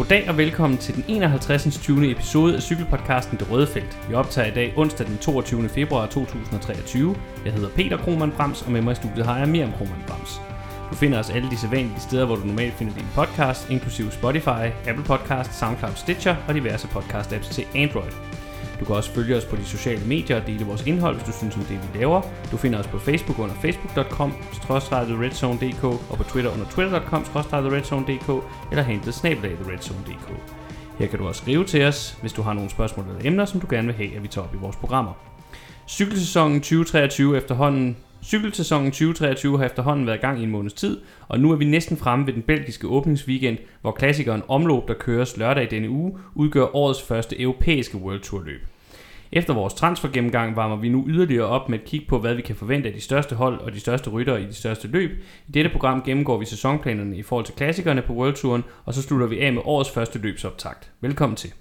Goddag og velkommen til den 51. 20. episode af cykelpodcasten Det Røde Felt. Vi optager i dag onsdag den 22. februar 2023. Jeg hedder Peter Krohmann Brams, og med mig i studiet har jeg Miriam Krohmann Brams. Du finder os alle de sædvanlige steder, hvor du normalt finder din podcast, inklusive Spotify, Apple Podcast, SoundCloud, Stitcher og diverse podcast-apps til Android. Du kan også følge os på de sociale medier og dele vores indhold, hvis du synes om det, vi laver. Du finder os på Facebook under facebook.com/theredzone.dk og på Twitter under twitter.com/theredzone.dk eller handlet @theredzone.dk. Her kan du også skrive til os, hvis du har nogle spørgsmål eller emner, som du gerne vil have, at vi tager op i vores programmer. Cykelsæsonen 2023 har efterhånden været i gang i en måneds tid, og nu er vi næsten fremme ved den belgiske åbningsweekend, hvor klassikeren Omloop, der køres lørdag i denne uge, udgør årets første europæiske World Tour løb. Efter vores transfergennemgang varmer vi nu yderligere op med et kig på, hvad vi kan forvente af de største hold og de største ryttere i de største løb. I dette program gennemgår vi sæsonplanerne i forhold til klassikerne på World Touren, og så slutter vi af med årets første løbsoptakt. Velkommen til.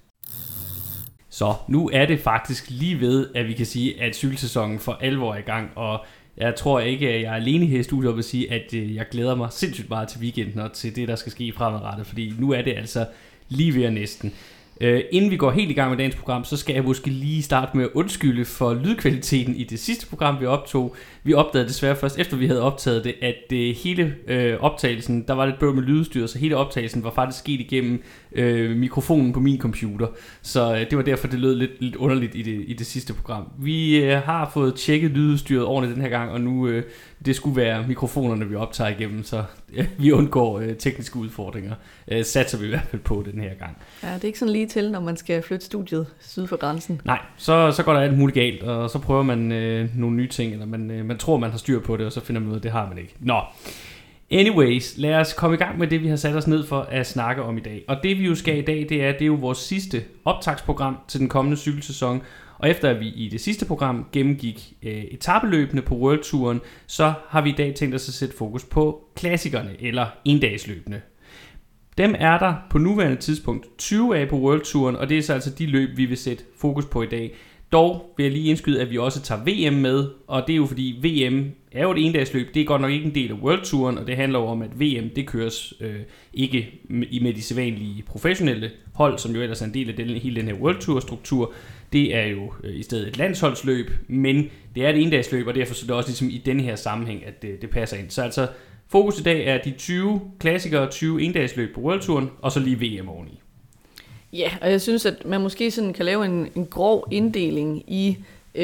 Så nu er det faktisk lige ved, at vi kan sige, at cykelsæsonen for alvor er i gang, og jeg tror ikke, at jeg er alene her i studiet og vil sige, at jeg glæder mig sindssygt meget til weekenden og til det, der skal ske fremadrettet, fordi nu er det altså lige ved at næsten. Inden vi går helt i gang med dagens program, så skal jeg måske lige starte med at undskylde for lydkvaliteten i det sidste program, vi optog. Vi opdagede desværre først, efter vi havde optaget det, at hele optagelsen, der var lidt bøvl med lydudstyret, så hele optagelsen var faktisk sket igennem mikrofonen på min computer. Så det var derfor, det lød lidt underligt i det sidste program. Vi har fået tjekket lydudstyret ordentligt den her gang, og nu det skulle være mikrofonerne, vi optager igennem, så vi undgår tekniske udfordringer. Satser vi i hvert fald på den her gang. Ja, det er ikke sådan lige til, når man skal flytte studiet syd for grænsen. Nej, så går der alt muligt galt, og så prøver man nogle nye ting, eller man tror, man har styr på det, og så finder man ud af, at det har man ikke. Nå, anyways, lad os komme i gang med det, vi har sat os ned for at snakke om i dag. Og det vi jo skal i dag, det er jo vores sidste optagsprogram til den kommende cykelsæson. Og efter at vi i det sidste program gennemgik etapeløbene på World Touren, så har vi i dag tænkt os at sætte fokus på klassikerne, eller endagsløbene. Dem er der på nuværende tidspunkt 20 af på World Touren, og det er så altså de løb, vi vil sætte fokus på i dag. Dog vil jeg lige indskyde, at vi også tager VM med, og det er jo fordi VM er jo et endagsløb. Det er godt nok ikke en del af World Touren, og det handler jo om, at VM det køres ikke med de sædvanlige professionelle hold, som jo ellers er en del af hele den her World Tour struktur. Det er jo i stedet et landsholdsløb, men det er et endagsløb, og derfor så er det også ligesom i denne her sammenhæng, at det passer ind. Så altså fokus i dag er de 20 klassikere, 20 endagsløb på World Touren, og så lige VM oveni. Ja, og jeg synes, at man måske sådan kan lave en grov inddeling i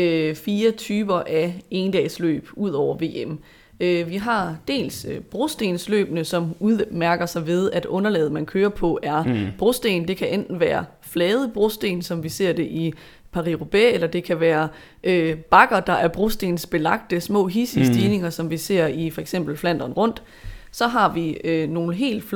4 typer af endagsløb ud over VM. Vi har dels brostensløbene, som udmærker sig ved, at underlaget, man kører på, er brosten. Det kan enten være flade brosten, som vi ser det i Paris-Roubaix, eller det kan være bakker, der er brostensbelagte, små hissige stigninger, som vi ser i for eksempel Flandern Rundt. Så har vi nogle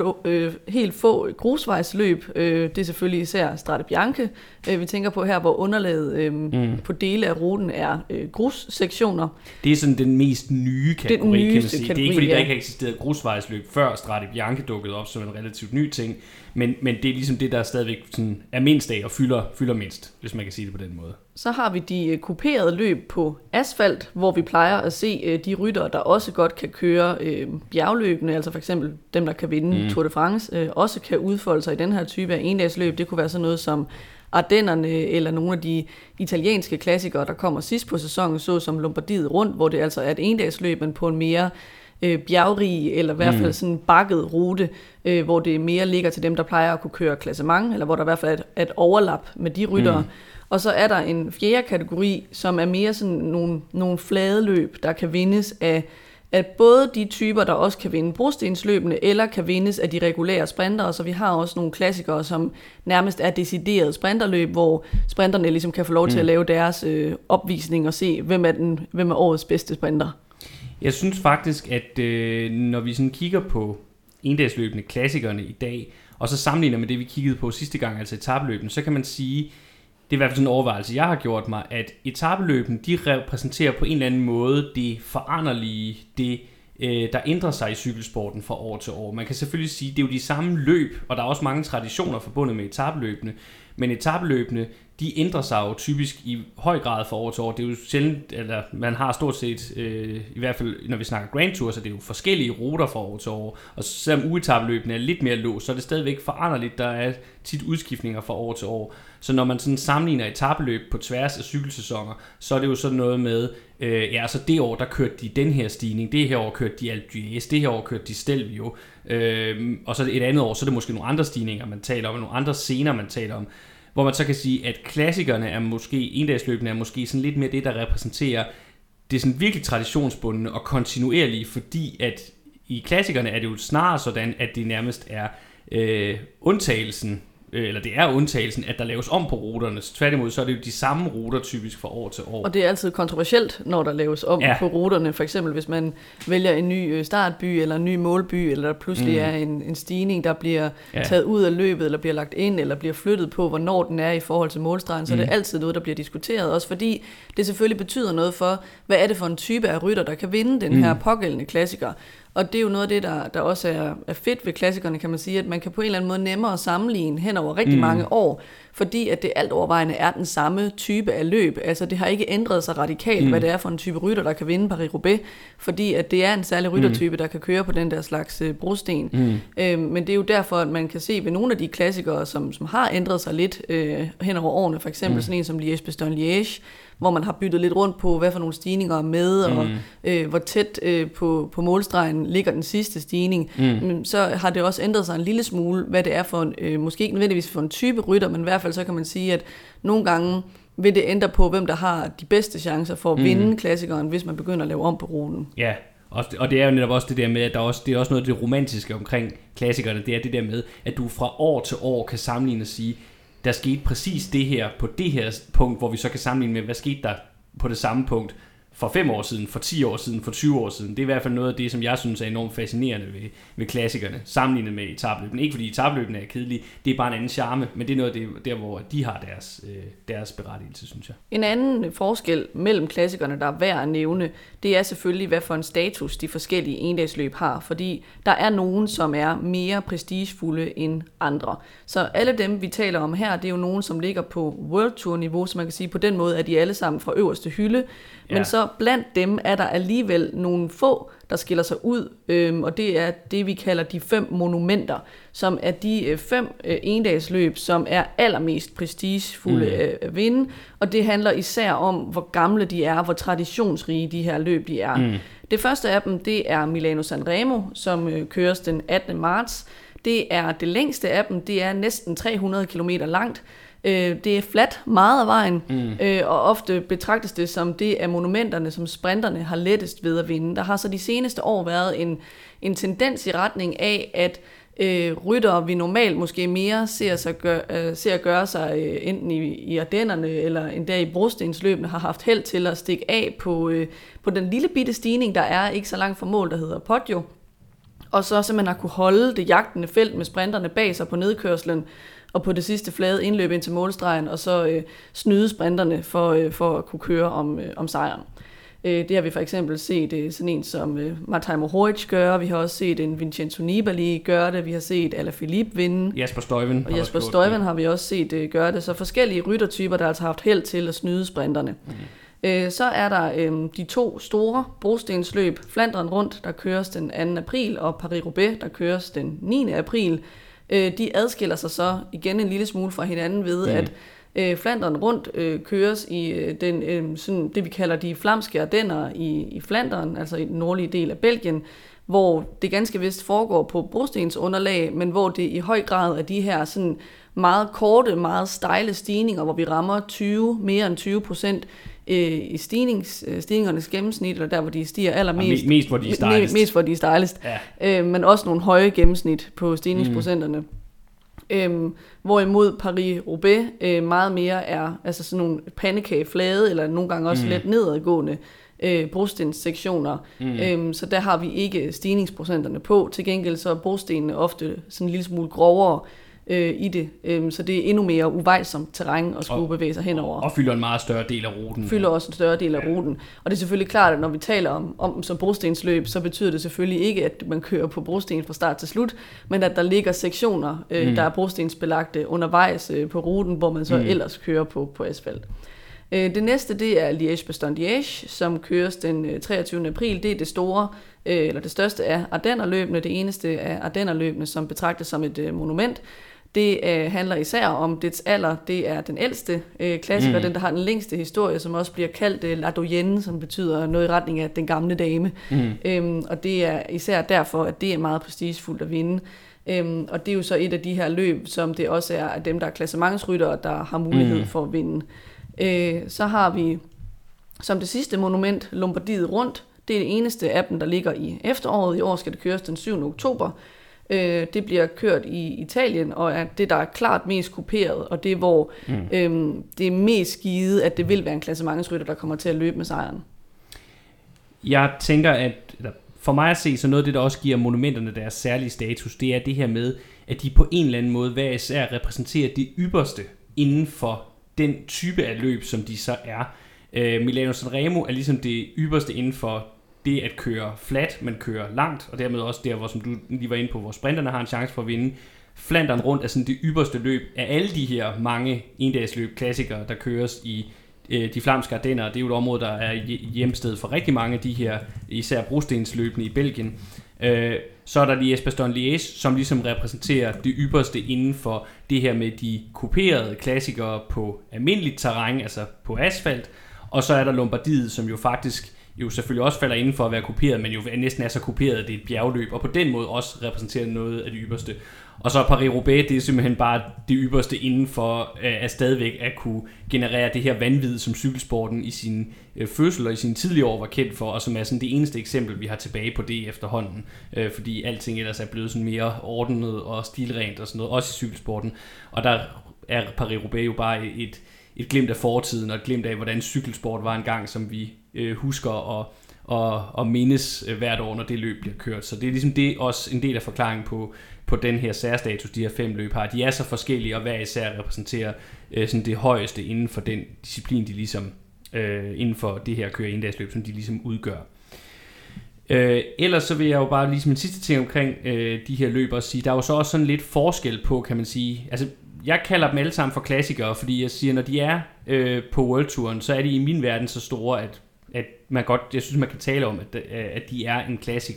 helt få grusvejsløb. Det er selvfølgelig især Strade Bianche, vi tænker på her, hvor underlaget på dele af ruten er grussektioner. Det er sådan den mest nye kategori, kan man sige. Det er ikke fordi, der ikke har eksisteret grusvejsløb før Strade Bianche dukkede op som en relativt ny ting, men det er ligesom det, der stadigvæk sådan er mindst af og fylder mindst, hvis man kan sige det på den måde. Så har vi de kuperede løb på asfalt, hvor vi plejer at se de ryttere, der også godt kan køre bjergløbene, altså for eksempel dem, der kan vinde Tour de France, også kan udfolde sig i den her type af endagsløb. Det kunne være sådan noget som Ardennerne eller nogle af de italienske klassikere, der kommer sidst på sæsonen, såsom Lombardiet Rundt, hvor det altså er et endagsløb, men på en mere bjergrig eller i hvert fald sådan bakket rute, hvor det mere ligger til dem, der plejer at kunne køre klassement, eller hvor der i hvert fald er et overlap med de ryttere. Og så er der en fjerde kategori, som er mere sådan nogle flade løb, der kan vindes af både de typer, der også kan vinde brostensløbene, eller kan vindes af de regulære sprintere. Så vi har også nogle klassikere, som nærmest er decideret sprinterløb, hvor sprinterne ligesom kan få lov til at lave deres opvisning og se, hvem er årets bedste sprinter. Jeg synes faktisk, at når vi sådan kigger på endagsløbene, klassikerne i dag, og så sammenligner med det, vi kiggede på sidste gang, altså etapeløbene, så kan man sige, det er i hvert fald sådan en overvejelse, jeg har gjort mig, at etapeløbene, de repræsenterer på en eller anden måde det foranderlige, det der ændrer sig i cykelsporten fra år til år. Man kan selvfølgelig sige, at det er jo de samme løb, og der er også mange traditioner forbundet med etapeløbene, Men etapeløbene, de ændrer sig jo typisk i høj grad fra år til år. Det er jo sjældent, eller man har stort set, i hvert fald når vi snakker Grand Tour, så det er jo forskellige ruter fra år til år. Og selvom uetapeløbene er lidt mere låst, så er det stadigvæk foranderligt. Der er tit udskiftninger fra år til år. Så når man sådan sammenligner etapeløb på tværs af cykelsæsoner, så er det jo sådan noget med, så det år, der kørte de den her stigning, det her år kørte de Alpe d'Huez, det her år kørte de Stelvio, og så et andet år, så er det måske nogle andre stigninger, man taler om, nogle andre scener, man taler om, hvor man så kan sige, at klassikerne er måske, endagsløbene er måske sådan lidt mere det, der repræsenterer det sådan virkelig traditionsbundne og kontinuerlige, fordi at i klassikerne er det jo snarere sådan, at det nærmest er undtagelsen, eller det er undtagelsen, at der laves om på ruterne. Tværtimod, så er det jo de samme ruter typisk fra år til år. Og det er altid kontroversielt, når der laves om på ruterne. For eksempel, hvis man vælger en ny startby, eller en ny målby, eller der pludselig er en stigning, der bliver taget ud af løbet, eller bliver lagt ind, eller bliver flyttet på, hvornår den er i forhold til målstregen, så er det altid noget, der bliver diskuteret. Også fordi det selvfølgelig betyder noget for, hvad er det for en type af rytter, der kan vinde den her pågældende klassiker. Og det er jo noget af det, der også er fedt ved klassikerne, kan man sige, at man kan på en eller anden måde nemmere sammenligne hen over rigtig mange år, fordi at det alt overvejende er den samme type af løb. Altså det har ikke ændret sig radikalt, hvad det er for en type rytter, der kan vinde Paris-Roubaix, fordi at det er en særlig ryttertype, der kan køre på den der slags brosten. Men det er jo derfor, at man kan se ved nogle af de klassikere, som har ændret sig lidt hen over årene, for eksempel sådan en som Liège-Bastogne-Liège, hvor man har byttet lidt rundt på, hvad for nogle stigninger er med, og hvor tæt på målstregen ligger den sidste stigning. Så har det også ændret sig en lille smule, hvad det er for måske ikke nødvendigvis for en type rytter, men i hvert fald så kan man sige, at nogle gange vil det ændre på, hvem der har de bedste chancer for at vinde klassikeren, hvis man begynder at lave om på ruten. Ja, og det er jo netop også det der med, at det er også noget af det romantiske omkring klassikerne, det er det der med, at du fra år til år kan sammenligne og sige, der skete præcis det her på det her punkt, hvor vi så kan sammenligne med, hvad skete der på det samme punkt for 5 år siden, for 10 år siden, for 20 år siden. Det er i hvert fald noget af det, som jeg synes er enormt fascinerende ved klassikerne, sammenlignet med etapløbene. Ikke fordi etapløbene er kedelige, det er bare en anden charme, men det er noget af det, der, hvor de har deres berettigelse, synes jeg. En anden forskel mellem klassikerne, der er værd at nævne, det er selvfølgelig, hvad for en status de forskellige endagsløb har, fordi der er nogen, som er mere prestigefulde end andre. Så alle dem, vi taler om her, det er jo nogen, som ligger på World Tour-niveau, så man kan sige, på den måde er de alle sammen fra øverste hylde, men så blandt dem er der alligevel nogle få, der skiller sig ud, og det er det, vi kalder de 5 monumenter, som er de 5 endagsløb, som er allermest prestigefulde at vinde, og det handler især om, hvor gamle de er, hvor traditionsrige de her løb de er. Det første af dem, det er Milano Sanremo, som køres den 18. marts. Det er det længste af dem, det er næsten 300 km langt. Det er fladt meget af vejen, og ofte betragtes det som det af monumenterne, som sprinterne har lettest ved at vinde. Der har så de seneste år været en tendens i retning af, at ryttere, vi normalt måske mere ser gøre sig enten i Ardennerne eller endda i brostensløbene, har haft held til at stikke af på den lille bitte stigning, der er ikke så langt fra mål, der hedder Poggio, og så simpelthen har kunne holde det jagtende felt med sprinterne bag sig på nedkørslen, og på det sidste flade indløb ind til målstregen, og så snyde sprinterne for at kunne køre om sejren. Det har vi for eksempel set sådan en som Martijn Mohoric gøre, vi har også set en Vincenzo Nibali gøre det, vi har set Alaphilippe vinde. Jasper Stuyven. Og Jasper Stuyven har vi også set gøre det, så forskellige ryttertyper, der altså har haft held til at snyde sprinterne. Så er der de 2 store brostensløb, Flandern rundt, der køres den 2. april, og Paris-Roubaix, der køres den 9. april. De adskiller sig så igen en lille smule fra hinanden ved, at Flandern rundt køres i sådan det, vi kalder de flamske Ardenner i Flandern, altså i den nordlige del af Belgien, hvor det ganske vist foregår på brostensunderlag, men hvor det i høj grad er de her sådan meget korte, meget stejle stigninger, hvor vi rammer mere end 20% i stigningernes gennemsnit, eller der, hvor de stiger allermest. Mest, hvor de er stejlest. Mest, hvor de er stejlest. Ja. Men også nogle høje gennemsnit på stigningsprocenterne. Hvorimod Paris-Roubaix meget mere er altså sådan nogle pandekageflade, eller nogle gange også lidt nedadgående brostenssektioner. Så der har vi ikke stigningsprocenterne på. Til gengæld så er brostenene ofte sådan en lille smule grovere, i det. Så det er endnu mere uvejsomt terræn at skulle bevæge sig henover. Og fylder en meget større del af ruten. Fylder også en større del af ruten. Og det er selvfølgelig klart, at når vi taler om som brostensløb, så betyder det selvfølgelig ikke, at man kører på brosten fra start til slut, men at der ligger sektioner, der er brostensbelagte undervejs på ruten, hvor man så ellers kører på asfalt. Det næste, det er Liège-Bastogne-Liège, som køres den 23. april. Det er det store, eller det største af Ardennerløbene, det eneste af Ardennerløbene, som betragtes som et monument. Det handler især om dets alder. Det er den ældste klassiker, den der har den længste historie, som også bliver kaldt La Doyenne, som betyder noget i retning af den gamle dame. Og det er især derfor, at det er meget prestigefuldt at vinde. Og det er jo så et af de her løb, som det også er af dem, der er klassementsryttere, der har mulighed for at vinde. Så har vi som det sidste monument Lombardiet Rundt. Det er det eneste af dem, der ligger i efteråret. I år skal det køres den 7. oktober. Det bliver kørt i Italien, og er det, der er klart mest kuperet, og det er, hvor det er mest givet, at det vil være en klassementsrytter, der kommer til at løbe med sejren. Jeg tænker, at for mig at se, så noget af det, der også giver monumenterne deres særlige status, det er det her med, at de på en eller anden måde hver især repræsenterer det ypperste inden for den type af løb, som de så er. Milano Sanremo er ligesom det ypperste inden for det at køre flat, man kører langt, og dermed også der, hvor som du lige var inde på, hvor sprinterne har en chance for at vinde. Flandern rundt er sådan det ypperste løb af alle de her mange endagsløb klassikere, der køres i de flamske Ardenner. Det er jo et område, der er hjemsted for rigtig mange af de her, især brostensløbene i Belgien. Så er der Liège-Bastogne-Liège, som ligesom repræsenterer det ypperste inden for det her med de kuperede klassikere på almindeligt terræn, altså på asfalt. Og så er der Lombardiet, som jo faktisk jo selvfølgelig også falder inden for at være kuperet, men jo næsten er så kuperet, at det er et bjergløb, og på den måde også repræsenterer noget af det ypperste. Og så Paris-Roubaix, det er simpelthen bare det ypperste inden for at stadigvæk at kunne generere det her vanvid, som cykelsporten i sin fødsel og i sine tidlige år var kendt for, og som er sådan det eneste eksempel, vi har tilbage på det efterhånden, fordi alting ellers er blevet sådan mere ordnet og stilrent og sådan noget, også i cykelsporten. Og der er Paris-Roubaix jo bare et glimt af fortiden, og et glimt af, hvordan cykelsport var engang, som vi husker og mindes hvert år, når det løb bliver kørt. Så det er ligesom det også en del af forklaringen på den her særstatus, de her 5 løb har. De er så forskellige, og hver især repræsenterer sådan det højeste inden for den disciplin, de ligesom inden for det her køre endagsløb, som de ligesom udgør. Ellers så vil jeg jo bare ligesom en sidste ting omkring de her løb også sige, der er jo så også sådan lidt forskel på, kan man sige, altså jeg kalder dem alle sammen for klassikere, fordi jeg siger, når de er på World Touren, så er de i min verden så store, at man godt, jeg synes man kan tale om, at de er en klassiker.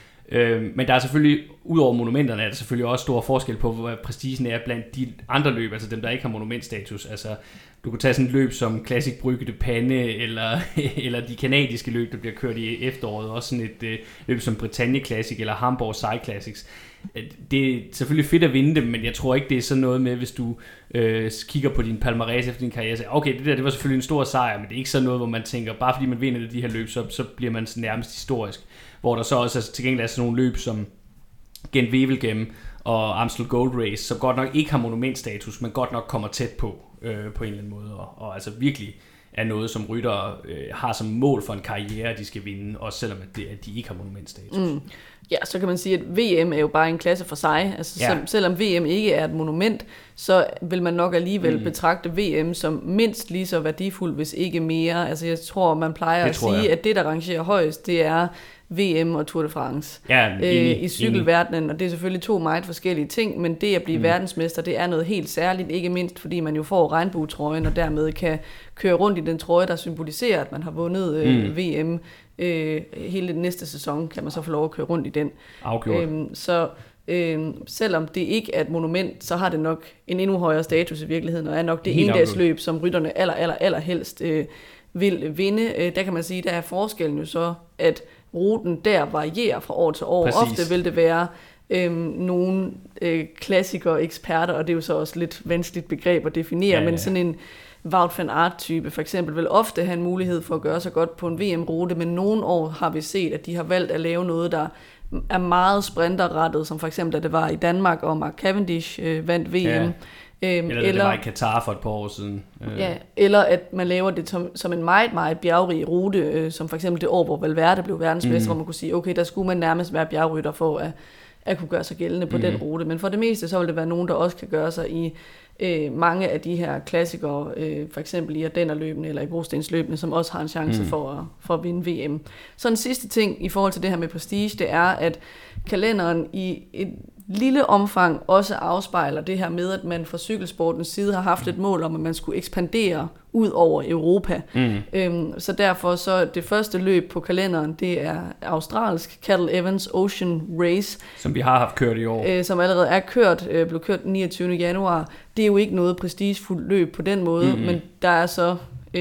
Men der er selvfølgelig, udover monumenterne, er der selvfølgelig også stor forskel på, hvad prestigen er blandt de andre løb, altså dem, der ikke har monumentstatus. Altså, du kan tage sådan et løb som Classic Brugge de Panne, eller de kanadiske løb, der bliver kørt i efteråret, også sådan et løb som Bretagne Classic, eller Hamburg Cyclassics. Det er selvfølgelig fedt at vinde dem, men jeg tror ikke, det er sådan noget med, hvis du kigger på din palmarès efter din karriere, og siger, okay, det var selvfølgelig en stor sejr, men det er ikke sådan noget, hvor man tænker, bare fordi man vinder de her løb, så bliver man nærmest historisk. Hvor der så også er til gengæld er sådan nogle løb som Gent-Wevelgem og Amstel Gold Race, som godt nok ikke har monumentstatus, men godt nok kommer tæt på en eller anden måde, og altså virkelig er noget, som ryttere har som mål for en karriere, de skal vinde, også selvom at de ikke har monumentstatus. Ja, så kan man sige, at VM er jo bare en klasse for sig. Altså, selvom VM ikke er et monument, så vil man nok alligevel betragte VM som mindst lige så værdifuld, hvis ikke mere. Altså, jeg tror, man plejer at sige, at det, der rangerer højst, det er VM og Tour de France i cykelverdenen, og det er selvfølgelig 2 meget forskellige ting, men det at blive verdensmester, det er noget helt særligt, ikke mindst fordi man jo får regnbuetrøjen, og dermed kan køre rundt i den trøje, der symboliserer, at man har vundet VM. Hele den næste sæson kan man så få lov at køre rundt i den. Så selvom det ikke er et monument, så har det nok en endnu højere sagtus i virkeligheden, og er nok det endagsløb, som rytterne aller helst vil vinde. Der kan man sige, der er forskellen jo så, at ruten der varierer fra år til år. Præcis. Ofte vil det være nogle klassikere eksperter, og det er jo så også lidt vanskeligt begreb at definere, men sådan en Wout van Aert-type for eksempel vil ofte have en mulighed for at gøre sig godt på en VM-rute, men nogle år har vi set, at de har valgt at lave noget, der er meget sprinterrettet, som for eksempel, da det var i Danmark, og Mark Cavendish vandt VM. Ja. Eller det var i Katar for et par år siden. Ja, eller at man laver det som en meget, meget bjergrig rute, som for eksempel det år, hvor Valverde blev verdensmester, hvor man kunne sige, okay, der skulle man nærmest være bjergrytter for at kunne gøre sig gældende på den rute. Men for det meste, så vil det være nogen, der også kan gøre sig i mange af de her klassikere, for eksempel i Ardennerløbene eller i brostensløbene, som også har en chance for at vinde VM. Så en sidste ting i forhold til det her med prestige, det er, at kalenderen i et lille omfang også afspejler det her med, at man fra cykelsportens side har haft et mål om, at man skulle ekspandere ud over Europa. Så derfor så det første løb på kalenderen, det er australsk Cadel Evans Ocean Race. Som vi har haft kørt i år. Som allerede er kørt, blev kørt den 29. januar. Det er jo ikke noget prestigefuldt løb på den måde, men der er så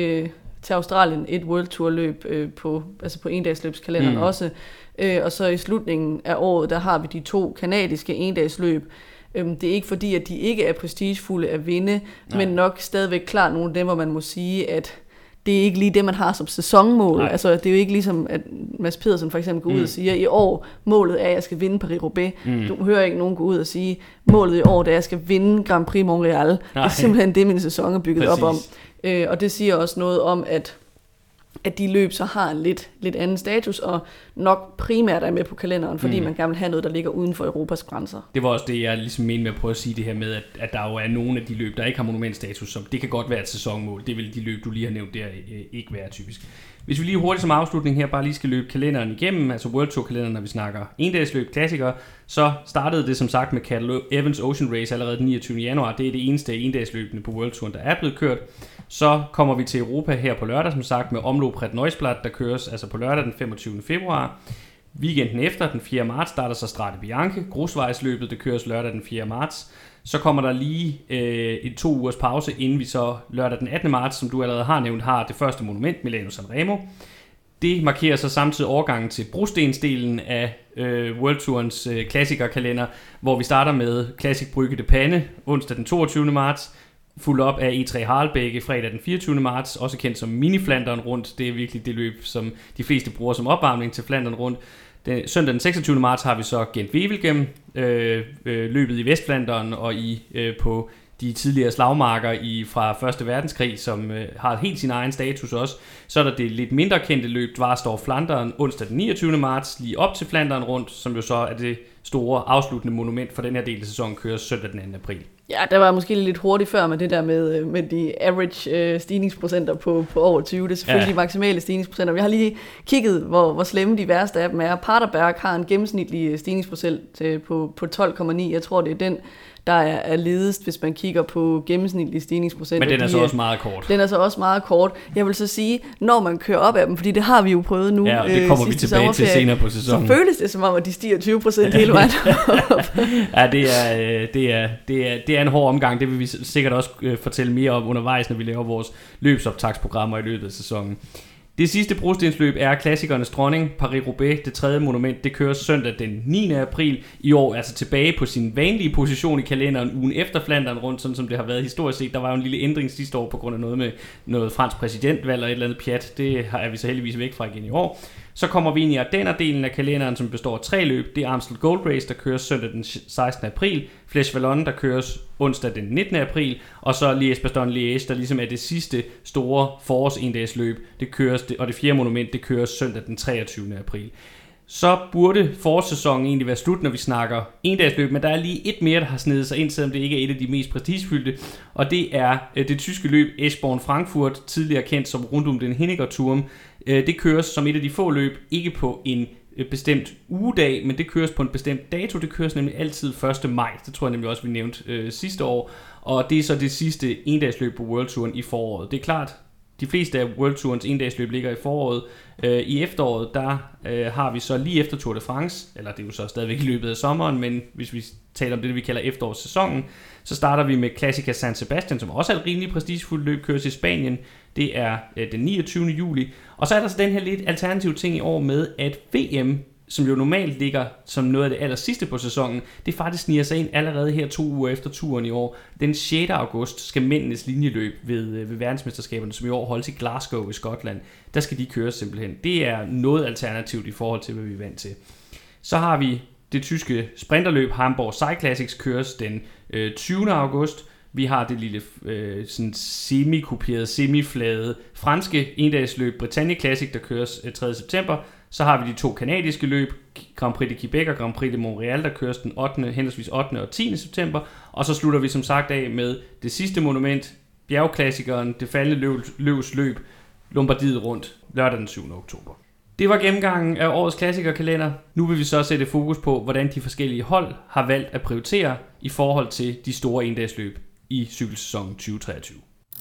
til Australien et World Tour løb på endagsløbskalenderen også. Og så i slutningen af året, der har vi de 2 kanadiske endagsløb. Det er ikke fordi, at de ikke er prestigefulde at vinde, men nok stadigvæk klart nogle af dem, hvor man må sige, at det er ikke lige det, man har som sæsonmål. Altså, det er jo ikke ligesom, at Mads Pedersen for eksempel går ud og siger, i år, målet er, at jeg skal vinde Paris-Roubaix. Du hører ikke nogen gå ud og sige, målet i år, det er, at jeg skal vinde Grand Prix Montreal. Det er simpelthen det, min sæson er bygget op om. Og det siger også noget om, at de løb så har en lidt anden status, og nok primært er med på kalenderen, fordi man gerne vil have noget, der ligger uden for Europas grænser. Det var også det, jeg ligesom mente med at prøve at sige det her med, at der jo er nogle af de løb, der ikke har monumentstatus, som det kan godt være et sæsonmål. Det vil de løb, du lige har nævnt der, ikke være typisk. Hvis vi lige hurtigt som afslutning her bare lige skal løbe kalenderen igennem, altså World Tour kalenderen, når vi snakker endagsløb, klassikere, så startede det som sagt med Cadel Evans Ocean Race allerede den 29. januar. Det er det eneste endagsløbene på World Touren, der er blevet kørt. Så kommer vi til Europa her på lørdag, som sagt, med Omloop Red Neustadt, der køres altså på lørdag den 25. februar. Weekenden efter, den 4. marts, starter så Strade Bianche, grusvejsløbet, det køres lørdag den 4. marts. Så kommer der lige 2 ugers pause, inden vi så lørdag den 18. marts, som du allerede har nævnt, har det første monument, Milano Sanremo. Det markerer så samtidig overgangen til brostensdelen af World Tourens klassikerkalender, hvor vi starter med Classic Brygge de Panne, onsdag den 22. marts, fuldt op af E3 Harlebække fredag den 24. marts, også kendt som Mini-Flandern rundt. Det er virkelig det løb, som de fleste bruger som opvarmning til Flandern rundt. Søndag den 26. marts har vi så Gent-Wevelgem, løbet i Vestflandern og på de tidligere slagmarker fra 1. verdenskrig, som har helt sin egen status også. Så er der det lidt mindre kendte løb, Dvarsdorf Flandern, onsdag den 29. marts, lige op til Flandern rundt, som jo så er det store afsluttende monument for den her del af sæsonen, køres søndag den 2. april. Ja, der var måske lidt hurtigt før med det der med de average stigningsprocenter på over 20. Det er selvfølgelig de maksimale stigningsprocenter. Vi har lige kigget, hvor slemme de værste af dem er. Paterberg har en gennemsnitlig stigningsprocent på 12,9. Jeg tror, det er den, der er ledest, hvis man kigger på gennemsnitlige stigningsprocenter. Men den er så også meget kort. Den er så også meget kort. Jeg vil så sige, når man kører op af dem, fordi det har vi jo prøvet nu. Ja, og det kommer vi tilbage til senere på sæsonen. Så føles det som om, at de stiger 20% hele vejen op. Ja, det er en hård omgang. Det vil vi sikkert også fortælle mere om undervejs, når vi laver vores løbsoptagsprogrammer i løbet af sæsonen. Det sidste brostensløb er klassikernes dronning, Paris-Roubaix, det 3. monument. Det køres søndag den 9. april i år, altså tilbage på sin vanlige position i kalenderen ugen efter Flandern rundt, sådan som det har været historisk set. Der var jo en lille ændring sidste år på grund af noget med noget fransk præsidentvalg og et eller andet pjat. Det er vi så heldigvis væk fra igen i år. Så kommer vi ind i Ardenner-delen af kalenderen, som består af 3 løb. Det er Amstel Gold Race, der køres søndag den 16. april. Flèche Wallonne, der køres onsdag den 19. april. Og så Liège-Bastogne-Liège, der ligesom er det sidste store forårs-endagsløb. Det køres, og det 4. monument, det køres søndag den 23. april. Så burde forårssæsonen egentlig være slut, når vi snakker endagsløb, men der er lige et mere, der har snedet sig ind, selvom det ikke er et af de mest prestigefyldte, og det er det tyske løb Eschborn-Frankfurt, tidligere kendt som Rundum den Henniger-Turm. Det køres som et af de få løb, ikke på en bestemt ugedag, men det køres på en bestemt dato. Det køres nemlig altid 1. maj. Det tror jeg nemlig også, vi nævnte sidste år, og det er så det sidste endagsløb på World Touren i foråret. Det er klart, de fleste af World Tourens endagsløb ligger i foråret. I efteråret, der har vi så lige efter Tour de France, eller det er jo så stadigvæk i løbet af sommeren, men hvis vi taler om det, vi kalder efterårssæsonen, så starter vi med Classica San Sebastian, som også er et rimelig prestigefuldt løb, køres i Spanien. Det er den 29. juli. Og så er der så den her lidt alternative ting i år med, at VM, som jo normalt ligger som noget af det aller sidste på sæsonen, det faktisk sniger sig ind allerede her 2 uger efter turen i år. Den 6. august skal mændenes linjeløb ved verdensmesterskaberne, som i år holdes i Glasgow i Skotland. Der skal de køres simpelthen. Det er noget alternativt i forhold til, hvad vi er vant til. Så har vi det tyske sprinterløb Hamburg Cyclassics køres den 20. august. Vi har det lille sådan semi-kuperede, semiflade franske endagsløb Bretagne Classic, der køres 3. september. Så har vi de 2 kanadiske løb, Grand Prix de Quebec og Grand Prix de Montréal, der køres den 8., henholdsvis 8. og 10. september. Og så slutter vi som sagt af med det sidste monument, bjergklassikeren, det faldende løvs løb, Lombardiet rundt, lørdag den 7. oktober. Det var gennemgangen af årets klassikerkalender. Nu vil vi så sætte fokus på, hvordan de forskellige hold har valgt at prioritere i forhold til de store endagsløb i cykelsæsonen 2023.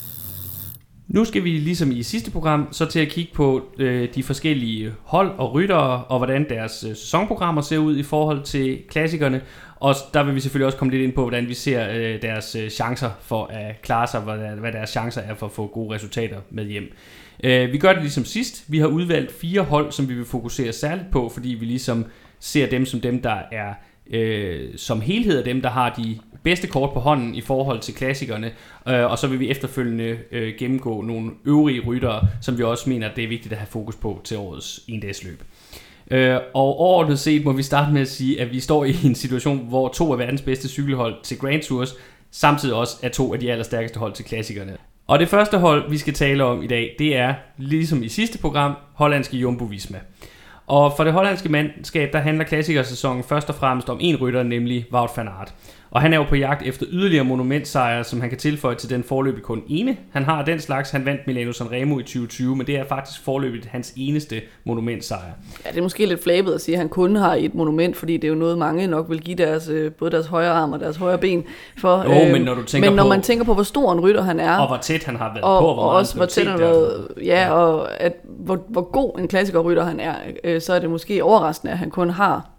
Nu skal vi ligesom i sidste program så til at kigge på de forskellige hold og ryttere og hvordan deres sæsonprogrammer ser ud i forhold til klassikerne. Og der vil vi selvfølgelig også komme lidt ind på, hvordan vi ser deres chancer for at klare sig, hvad deres chancer er for at få gode resultater med hjem. Vi gør det ligesom sidst. Vi har udvalgt 4 hold, som vi vil fokusere særligt på, fordi vi ligesom ser dem som dem, der er som helhed af dem, der har de bedste kort på hånden i forhold til klassikerne, og så vil vi efterfølgende gennemgå nogle øvrige ryttere, som vi også mener, at det er vigtigt at have fokus på til årets endagsløb. Og overordnet set må vi starte med at sige, at vi står i en situation, hvor 2 af verdens bedste cykelhold til Grand Tours, samtidig også er 2 af de allerstærkeste hold til klassikerne. Og det første hold, vi skal tale om i dag, det er, ligesom i sidste program, hollandske Jumbo-Visma. Og for det hollandske mandskab, der handler klassikersæsonen først og fremmest om en rytter, nemlig Wout van Aert. Og han er jo på jagt efter yderligere monumentsejre, som han kan tilføje til den forløbig kun ene. Han har den slags, han vandt Milano Sanremo i 2020, men det er faktisk forløbigt hans eneste monumentsejr. Ja, det er måske lidt flabet at sige, at han kun har et monument, fordi det er jo noget, mange nok vil give deres, både deres højre arm og deres højre ben for. Men når du tænker når man tænker på, hvor stor en rytter han er, og hvor tæt han har været på, og hvor også hvor tæt han har været, og at, hvor god en klassikerrytter han er, så er det måske overraskende, at han kun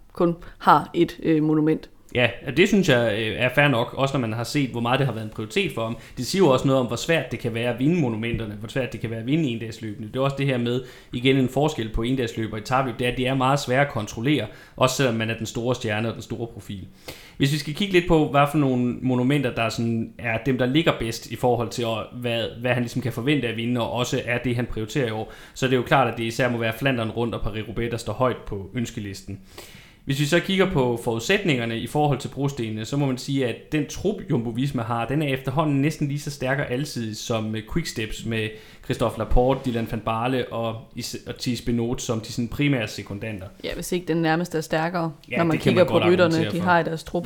har et monument. Ja, det synes jeg er fair nok, også når man har set, hvor meget det har været en prioritet for ham. Det siger jo også noget om, hvor svært det kan være at vinde monumenterne, hvor svært det kan være at vinde endagsløbene. Det er også det her med, igen en forskel på endagsløb og etapløb, det er, at de er meget svære at kontrollere, også selvom man er den store stjerne og den store profil. Hvis vi skal kigge lidt på, hvad for nogle monumenter, der sådan er dem, der ligger bedst i forhold til, hvad han ligesom kan forvente at vinde, og også er det, han prioriterer i år, så er det jo klart, at det især må være Flandern rundt og Paris-Roubaix, der står højt på ønskelisten. Hvis vi så kigger på forudsætningerne i forhold til brostenene, så må man sige, at den trup Jumbo-Visma har, den er efterhånden næsten lige så stærk og alsidig som Quicksteps med Christophe Laporte, Dylan van Baarle og Thies Benoot som de sådan primære sekundanter. Ja, hvis ikke den nærmeste er stærkere, når man kigger på rytterne, de har i deres trup.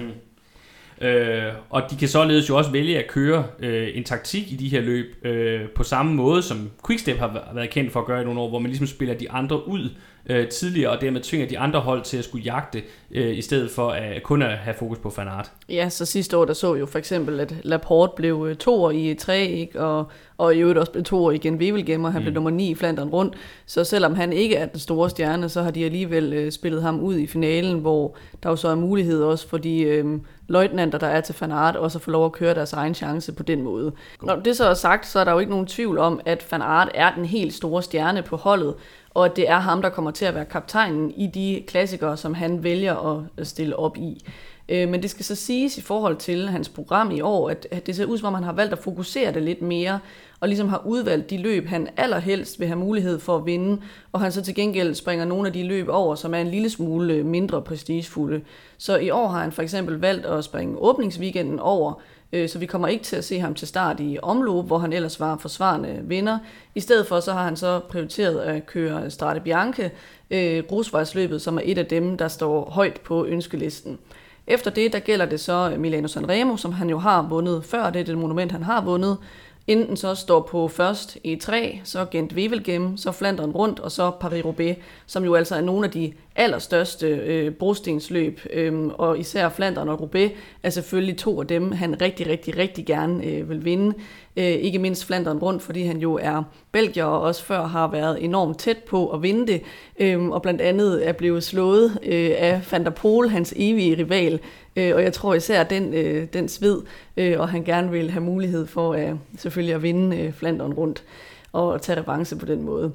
Og de kan således jo også vælge at køre en taktik i de her løb på samme måde, som Quickstep har været kendt for at gøre i nogle år, hvor man ligesom spiller de andre ud tidligere, og dermed tvinger de andre hold til at skulle jagte, i stedet for at kun at have fokus på Van Aert. Ja, så sidste år der så jo for eksempel, at Laporte blev 2'er i E3, ikke? Og i øvrigt også blev 2'er i Gent-Wevelgem, og han blev nummer 9 i Flandern rundt. Så selvom han ikke er den store stjerne, så har de alligevel spillet ham ud i finalen, hvor der jo så er mulighed også for de løjtnanter, der er til Van Aert, også at få lov at køre deres egen chance på den måde. Når det så er sagt, så er der jo ikke nogen tvivl om, at Van Aert er den helt store stjerne på holdet, og at det er ham, der kommer til at være kaptajnen i de klassikere, som han vælger at stille op i. Men det skal så siges i forhold til hans program i år, at det ser ud som om, han har valgt at fokusere det lidt mere, og ligesom har udvalgt de løb, han allerhelst vil have mulighed for at vinde, og han så til gengæld springer nogle af de løb over, som er en lille smule mindre prestigefulde. Så i år har han for eksempel valgt at springe åbningsweekenden over, så vi kommer ikke til at se ham til start i omløb, hvor han ellers var forsvarende vinder. I stedet for så har han så prioriteret at køre Strade Bianche, grusvejsløbet, som er et af dem, der står højt på ønskelisten. Efter det, der gælder det så Milano Sanremo, som han jo har vundet før, det er det monument, han har vundet. Enten så står på først E3, så Gent-Wevelgem, så Flandern rundt, og så Paris-Roubaix, som jo altså er nogle af de allerstørste brostensløb, og især Flandern og Roubaix er selvfølgelig 2 af dem, han rigtig gerne vil vinde. Ikke mindst Flandern rundt, fordi han jo er belgier, og også før har været enormt tæt på at vinde det, og blandt andet er blevet slået af Van der Poel, hans evige rival, og jeg tror især den sved, og han gerne vil have mulighed for selvfølgelig at vinde Flandern rundt og tage revanche på den måde.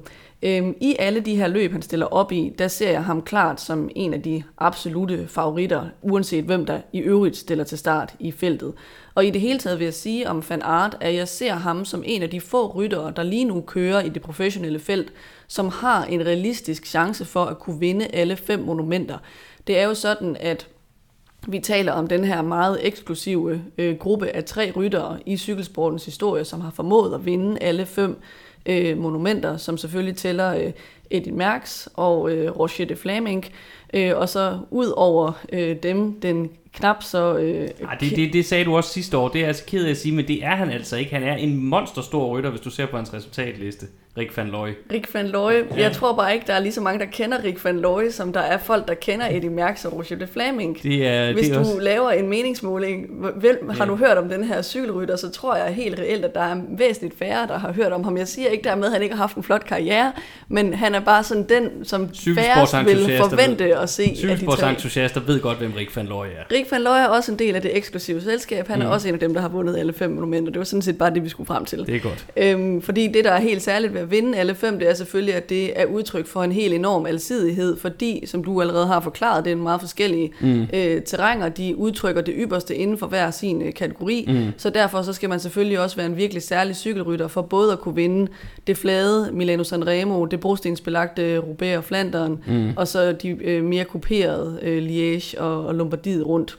I alle de her løb, han stiller op i, der ser jeg ham klart som en af de absolute favoritter, uanset hvem der i øvrigt stiller til start i feltet. Og i det hele taget vil jeg sige om Van Aert, at jeg ser ham som en af de få ryttere, der lige nu kører i det professionelle felt, som har en realistisk chance for at kunne vinde alle 5 monumenter. Det er jo sådan, at vi taler om den her meget eksklusive gruppe af 3 ryttere i cykelsportens historie, som har formået at vinde alle 5 monumenter, som selvfølgelig tæller Eddy Merckx og Roger de Flaming, og så ud over dem, den knap så... Det sagde du også sidste år, det er jeg altså ked af at sige, men det er han altså ikke. Han er en monsterstor rytter, hvis du ser på hans resultatliste. Rick van Looy. Rick van Looy. Ja. Jeg tror bare ikke, der er lige så mange, der kender Rick van Looy, som der er folk, der kender Eddy Merckx og Roger de Flaming. Hvis du laver en meningsmåling, har du hørt om den her cykelrytter, så tror jeg helt reelt, at der er væsentligt færre, der har hørt om ham. Jeg siger ikke dermed, at han ikke har haft en flot karriere, men han er bare sådan den, som færrest vil forvente at se. Cykelsportsentusiaster ved godt, hvem Rick van Looy er. Rick van Looy er også en del af det eksklusive selskab. Han er også en af dem, der har vundet alle 5 monumenter. Det var sådan set bare det, vi skulle frem til. Det er godt. Fordi det, der er helt særligt ved at vinde alle 5, det er selvfølgelig, at det er udtryk for en helt enorm alsidighed, fordi, som du allerede har forklaret, det er en meget forskellige terrænger. De udtrykker det ypperste inden for hver sin kategori. Så derfor så skal man selvfølgelig også være en virkelig særlig cykelrytter for både at kunne vinde det flade Milano-San Remo, det brostensbelagte Roubaix og Flandern, og så de mere kuperede Liège og Lombardiet rundt.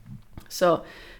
Så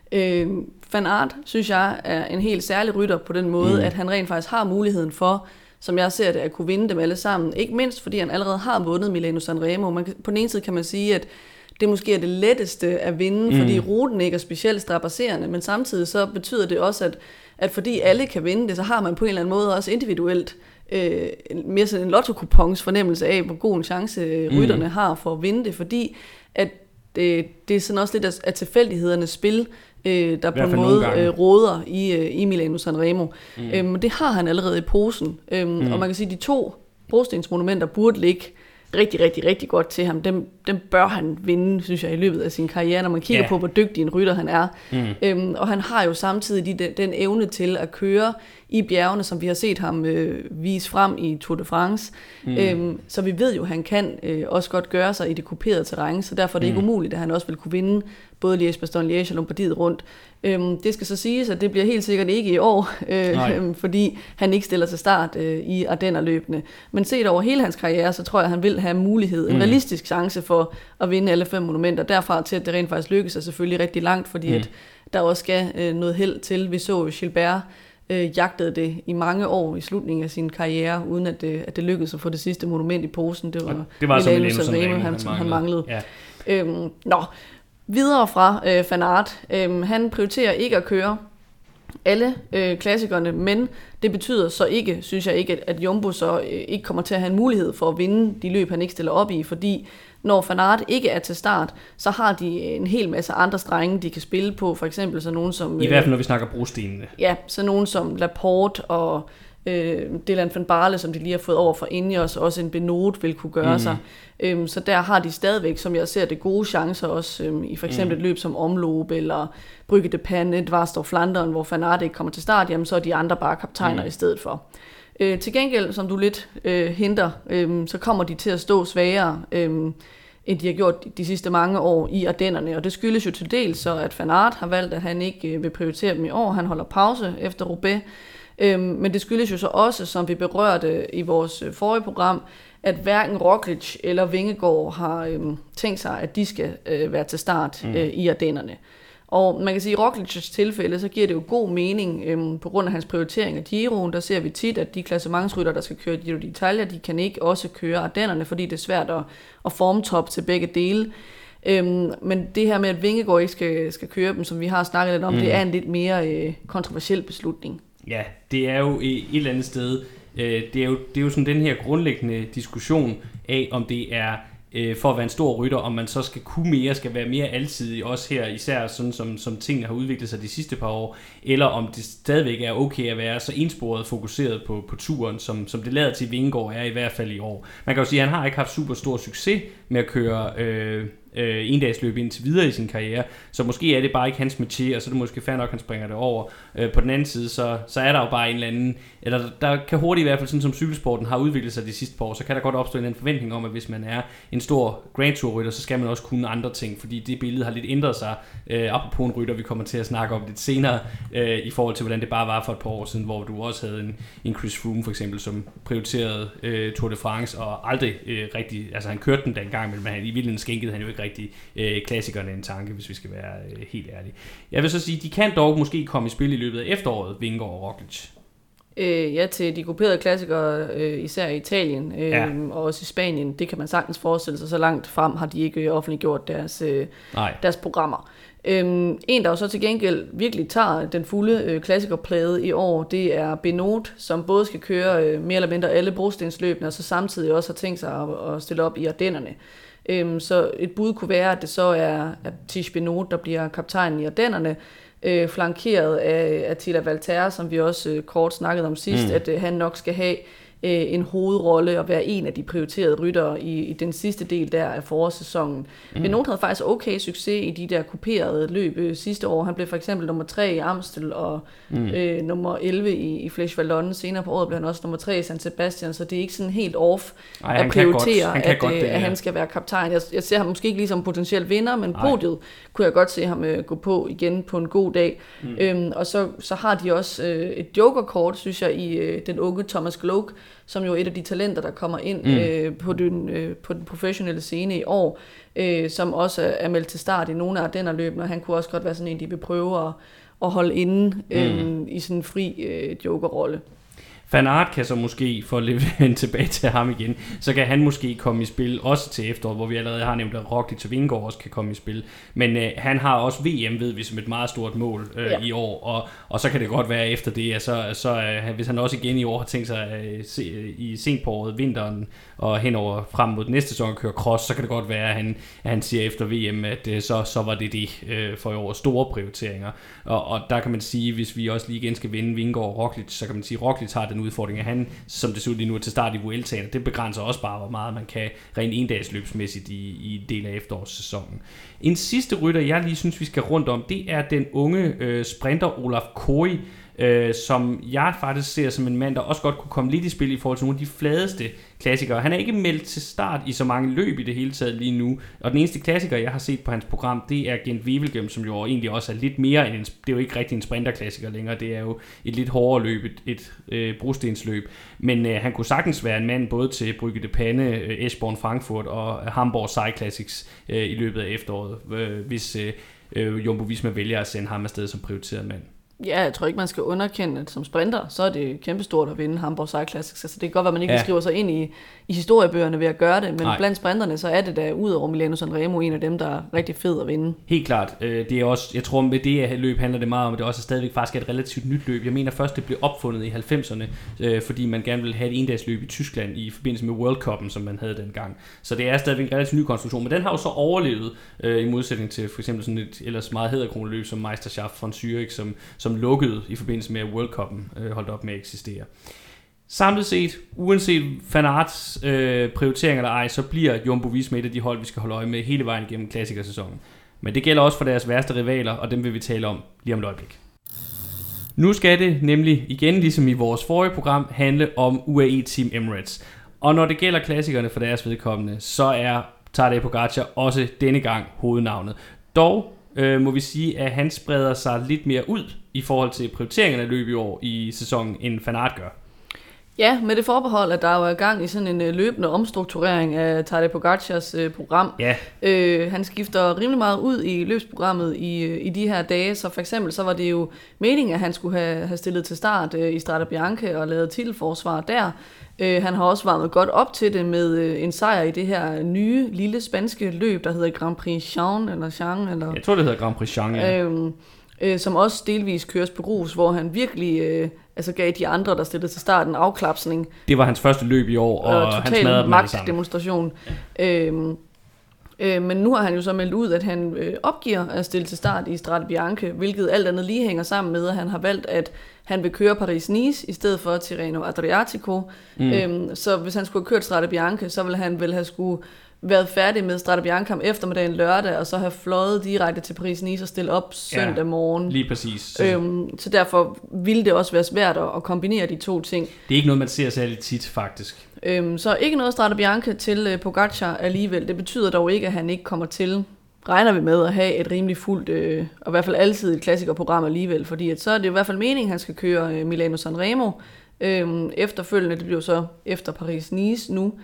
Van Aert, synes jeg, er en helt særlig rytter på den måde, at han rent faktisk har muligheden for, som jeg ser det, at kunne vinde dem alle sammen. Ikke mindst, fordi han allerede har vundet Milano-San Remo. På den ene side kan man sige, at det måske er det letteste at vinde, fordi ruten ikke er specielt strapasserende, men samtidig så betyder det også, at fordi alle kan vinde det, så har man på en eller anden måde også individuelt mere sådan en lotto-kupons fornemmelse af, hvor god en chance rytterne har for at vinde det, fordi at det er sådan også lidt af tilfældighedernes spil, der på en måde råder i Milano-San Remo. Det har han allerede i posen. Og man kan sige, at de 2 brostensmonumenter burde ligge rigtig, rigtig, rigtig godt til ham. Dem bør han vinde, synes jeg, i løbet af sin karriere, når man kigger på, hvor dygtig en rytter han er. Og han har jo samtidig den evne til at køre i bjergene, som vi har set ham vise frem i Tour de France. Så vi ved jo, at han kan også godt gøre sig i det kuperede terræn, så derfor er det ikke umuligt, at han også vil kunne vinde både Liège-Bastogne-Liège og Lombardiet rundt. Det skal så siges, at det bliver helt sikkert ikke i år, fordi han ikke stiller til start i Ardennerløbene. Men set over hele hans karriere, så tror jeg, at han vil have mulighed, en realistisk chance for at vinde alle 5 monumenter. Derfra til, at det rent faktisk lykkes, er selvfølgelig rigtig langt, fordi at der også skal noget held til. Vi så jo Gilbert jagtede det i mange år i slutningen af sin karriere, uden at det lykkedes at få det sidste monument i posen. Det var Milano-San Remo, han manglede. Ja. Videre fra Van Aert. Han prioriterer ikke at køre alle klassikerne, men det betyder så ikke, synes jeg ikke, at Jumbo så ikke kommer til at have en mulighed for at vinde de løb, han ikke stiller op i, fordi når Van Aert ikke er til start, så har de en hel masse andre strenge, de kan spille på, for eksempel så nogen som... I hvert fald, når vi snakker brostenene. Ja, så nogen som Laporte og Dylan van Baarle, som de lige har fået over for Ineos, også en Benoot vil kunne gøre sig. Så der har de stadigvæk, som jeg ser det, gode chancer også i for eksempel et løb som Omloop eller Brygge de Panne, Dvarsdorf Flandern, hvor Van Aert ikke kommer til start, jamen så er de andre bare kaptajner i stedet for. Til gengæld, som du lidt henter, så kommer de til at stå svagere, end de har gjort de sidste mange år i Ardennerne, og det skyldes jo til dels så, at Van Aert har valgt, at han ikke vil prioritere dem i år. Han holder pause efter Roubaix. Men det skyldes jo så også, som vi berørte i vores forrige program, at hverken Roglic eller Vingegaard har tænkt sig, at de skal være til start i Ardennerne. Og man kan sige, at i Roglics tilfælde, så giver det jo god mening på grund af hans prioritering af Giroen. Der ser vi tit, at de klassementsrytter, der skal køre Giro d'Italia, de kan ikke også køre Ardennerne, fordi det er svært at forme top til begge dele. Men det her med, at Vingegaard ikke skal køre dem, som vi har snakket lidt om, det er en lidt mere kontroversiel beslutning. Ja, det er jo et eller andet sted, det er jo sådan den her grundlæggende diskussion af, om det er for at være en stor rytter, om man så skal kunne mere, skal være mere alsidig, også her især sådan som tingene har udviklet sig de sidste par år, eller om det stadigvæk er okay at være så ensporet fokuseret på turen, som det lader til Vingegaard er i hvert fald i år. Man kan jo sige, at han har ikke haft super stor succes med at køre endagsløb indtil videre i sin karriere, så måske er det bare ikke hans metier, og så er det måske fair nok, han springer det over. På den anden side, så er der jo bare en eller anden, eller der kan hurtigt i hvert fald, sådan som cykelsporten har udviklet sig de sidste par år, så kan der godt opstå en anden forventning om, at hvis man er en stor Grand Tour-rytter, så skal man også kunne andre ting, fordi det billede har lidt ændret sig, apropos en rytter, vi kommer til at snakke om lidt senere, i forhold til, hvordan det bare var for et par år siden, hvor du også havde en Chris Froome for eksempel, som prioriterede Tour de France, og aldrig rigtig, altså han kørte den da engang, men i virkeligheden skænkede han jo ikke rigtig klassikerne en tanke, hvis vi skal være helt ærlige. Jeg vil så sige, de kan dog måske komme i spil i løbet af efteråret, Vingegaard og Roglic. Ja, til de grupperede klassikere, især i Italien og også i Spanien, det kan man sagtens forestille sig. Så langt frem har de ikke offentliggjort deres programmer. En, der jo så til gengæld virkelig tager den fulde klassikerplade i år, det er Benoot, som både skal køre mere eller mindre alle brostensløbene, og så samtidig også har tænkt sig at stille op i Ardennerne. Så et bud kunne være, at det så er Tish Benoot, der bliver kaptajnen i Ardennerne, flankeret af Attila Valter, som vi også kort snakkede om sidst, at han nok skal have en hovedrolle og være en af de prioriterede ryttere i den sidste del der af forårssæsonen. Benoot havde faktisk okay succes i de der kuperede løb sidste år. Han blev for eksempel nummer 3 i Amstel og nummer 11 i Flèche Wallonne. Senere på året blev han også nummer 3 i San Sebastian, så det er ikke sådan helt off at prioritere, at han skal være kaptajn. Jeg ser ham måske ikke lige som potentiel vinder, men podiet kunne jeg godt se ham gå på igen på en god dag. Og så har de også et jokerkort, synes jeg, i den unge Thomas Glock, som jo er et af de talenter, der kommer ind på den professionelle scene i år, som også er meldt til start i nogle af Ardennerløbene, og han kunne også godt være sådan en, de vil prøve at holde inde i sådan en fri jokerrolle. Van Aert kan så måske, for at vende tilbage til ham igen, så kan han måske komme i spil også til efteråret, hvor vi allerede har nævnt, at Roglic og Vingegaard også kan komme i spil. Men han har også VM, ved vi, som et meget stort mål i år, og så kan det godt være efter det, at så hvis han også igen i år har tænkt sig i sent på året, vinteren og henover frem mod næste sæson at køre cross, så kan det godt være, at han siger efter VM, at så var det for i år store prioriteringer. Og der kan man sige, hvis vi også lige igen skal vinde Vingegaard og Roglic, så kan man sige, at Roglic har den udfordring, at han, som det ser ud lige nu til start i Vueltaen, det begrænser også bare, hvor meget man kan rent endagsløbsmæssigt i del af efterårssæsonen. En sidste rytter, jeg lige synes, vi skal rundt om, det er den unge sprinter Olaf Koe, som jeg faktisk ser som en mand, der også godt kunne komme lidt i spil i forhold til nogle af de fladeste klassikere. Han er ikke meldt til start i så mange løb i det hele taget lige nu, og den eneste klassiker, jeg har set på hans program, det er Gent Wevelgem, som jo egentlig også er lidt mere end det er jo ikke rigtig en sprinterklassiker længere, det er jo et lidt hårdere løb, et brostensløb, men han kunne sagtens være en mand både til Brygge de Panne, Eschborn Frankfurt og Hamburg Cyclassics i løbet af efteråret, hvis Jumbo Visma vælger at sende ham afsted som prioriteret mand. Ja, jeg tror ikke, man skal underkende, at som sprinter, så er det kæmpestort at vinde Hamburg Cyclassics. Altså, det kan godt være, at man ikke skriver sig ind i historiebøgerne ved at gøre det, men blandt sprinterne, så er det da ud over Milano Sanremo en af dem, der er rigtig fed at vinde. Helt klart. Det er også, jeg tror, med det her løb handler det meget om, at det også stadigvæk faktisk er et relativt nyt løb. Jeg mener først, det blev opfundet i 90'erne, fordi man gerne ville have et endagsløb i Tyskland i forbindelse med World Cup'en, som man havde dengang. Så det er stadigvæk en relativt ny konstruktion, men den har jo så overlevet i modsætning til for eksempel sådan et ellers meget hæderkronet løb som Meisterschaft von Zürich, som lukkede i forbindelse med World Cup'en holdt op med at eksistere. Samlet set, uanset Van Aerts prioriteringer eller ej, så bliver Jumbo Visma et af de hold, vi skal holde øje med hele vejen igennem klassikersæsonen. Men det gælder også for deres værste rivaler, og dem vil vi tale om lige om et øjeblik. Nu skal det nemlig igen, ligesom i vores forrige program, handle om UAE Team Emirates. Og når det gælder klassikerne for deres vedkommende, så er Tadej Pogačar også denne gang hovednavnet. Dog må vi sige, at han spreder sig lidt mere ud i forhold til prioriteringerne af løb i år i sæsonen, end Van Aert gør. Ja, med det forbehold, at der er i gang i sådan en løbende omstrukturering af Tadej Pogacars program. Ja. Han skifter rimelig meget ud i løbsprogrammet i de her dage, så for eksempel så var det jo meningen, at han skulle have stillet til start i Strade Bianche og lavet titelforsvar der. Han har også varmet godt op til det med en sejr i det her nye lille spanske løb, der hedder Grand Prix Jean. Jeg tror, det hedder Grand Prix Jean, ja. Som også delvis køres på grus, hvor han virkelig gav de andre, der stillede til start, en afklapsning. Det var hans første løb i år, og han smadrede dem magtdemonstration. Ja. Men nu har han jo så meldt ud, at han opgiver at stille til start i Strade Bianche, hvilket alt andet lige hænger sammen med, at han har valgt, at han vil køre Paris-Nice i stedet for Tirreno Adriatico. Så hvis han skulle have kørt Strade Bianche, så ville han vel have skulle været færdig med Strade Bianche om eftermiddagen lørdag, og så have fløjet direkte til Paris-Nice og stille op søndag morgen. Lige præcis. Så derfor ville det også være svært at kombinere de to ting. Det er ikke noget, man ser særlig tit, faktisk. Så ikke noget Strade Bianche til Pogačar alligevel. Det betyder dog ikke, at han ikke kommer til, regner vi med, at have et rimelig fuldt, og i hvert fald altid et klassikerprogram alligevel, fordi at så er det i hvert fald meningen, at han skal køre Milano Sanremo efterfølgende. Det bliver så efter Paris-Nice nu.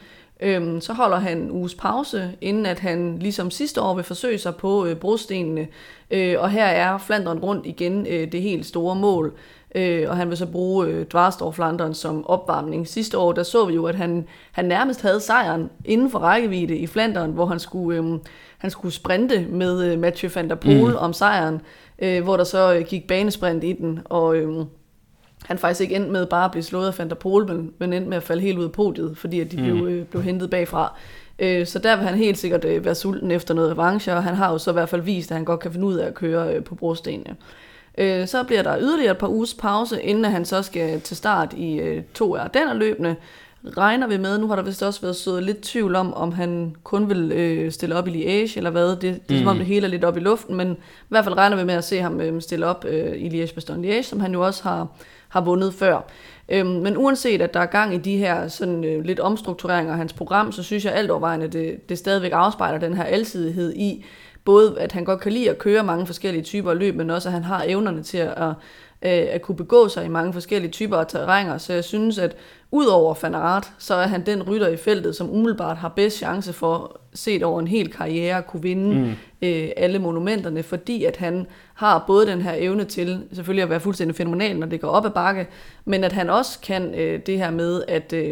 Så holder han en uges pause, inden at han ligesom sidste år vil forsøge sig på brostenene. Og her er Flandern rundt igen det helt store mål. Og han vil så bruge Dvarstor-Flandern som opvarmning. Sidste år, der så vi jo, at han nærmest havde sejren inden for rækkevidde i Flandern, hvor han skulle sprinte med Mathieu van der Poel om sejren, hvor der så gik banesprint i den, og han faktisk ikke endte med bare at blive slået af Van der Poel, men endte med at falde helt ud af podiet, fordi at de blev hentet bagfra. Så der vil han helt sikkert være sulten efter noget revanche, og han har jo så i hvert fald vist, at han godt kan finde ud af at køre på brostenene. Så bliver der yderligere et par uges pause, inden han så skal til start i 2 af Ardennerløbene. Regner vi med, nu har der vist også været så lidt tvivl om han kun vil stille op i Liège, eller hvad. Det er som om det hele er lidt op i luften, men i hvert fald regner vi med at se ham stille op i Liège-Bastogne-Liège, som han jo også har vundet før. Men uanset at der er gang i de her sådan, lidt omstruktureringer af hans program, så synes jeg alt overvejende, det stadigvæk afspejler den her alsidighed i, både at han godt kan lide at køre mange forskellige typer af løb, men også at han har evnerne til at kunne begå sig i mange forskellige typer af terrænger. Så jeg synes, at udover Van Aert, så er han den rytter i feltet, som umiddelbart har bedst chance for, set over en hel karriere, at kunne vinde alle monumenterne, fordi at han har både den her evne til selvfølgelig at være fuldstændig fænomenal, når det går op ad bakke, men at han også kan det her med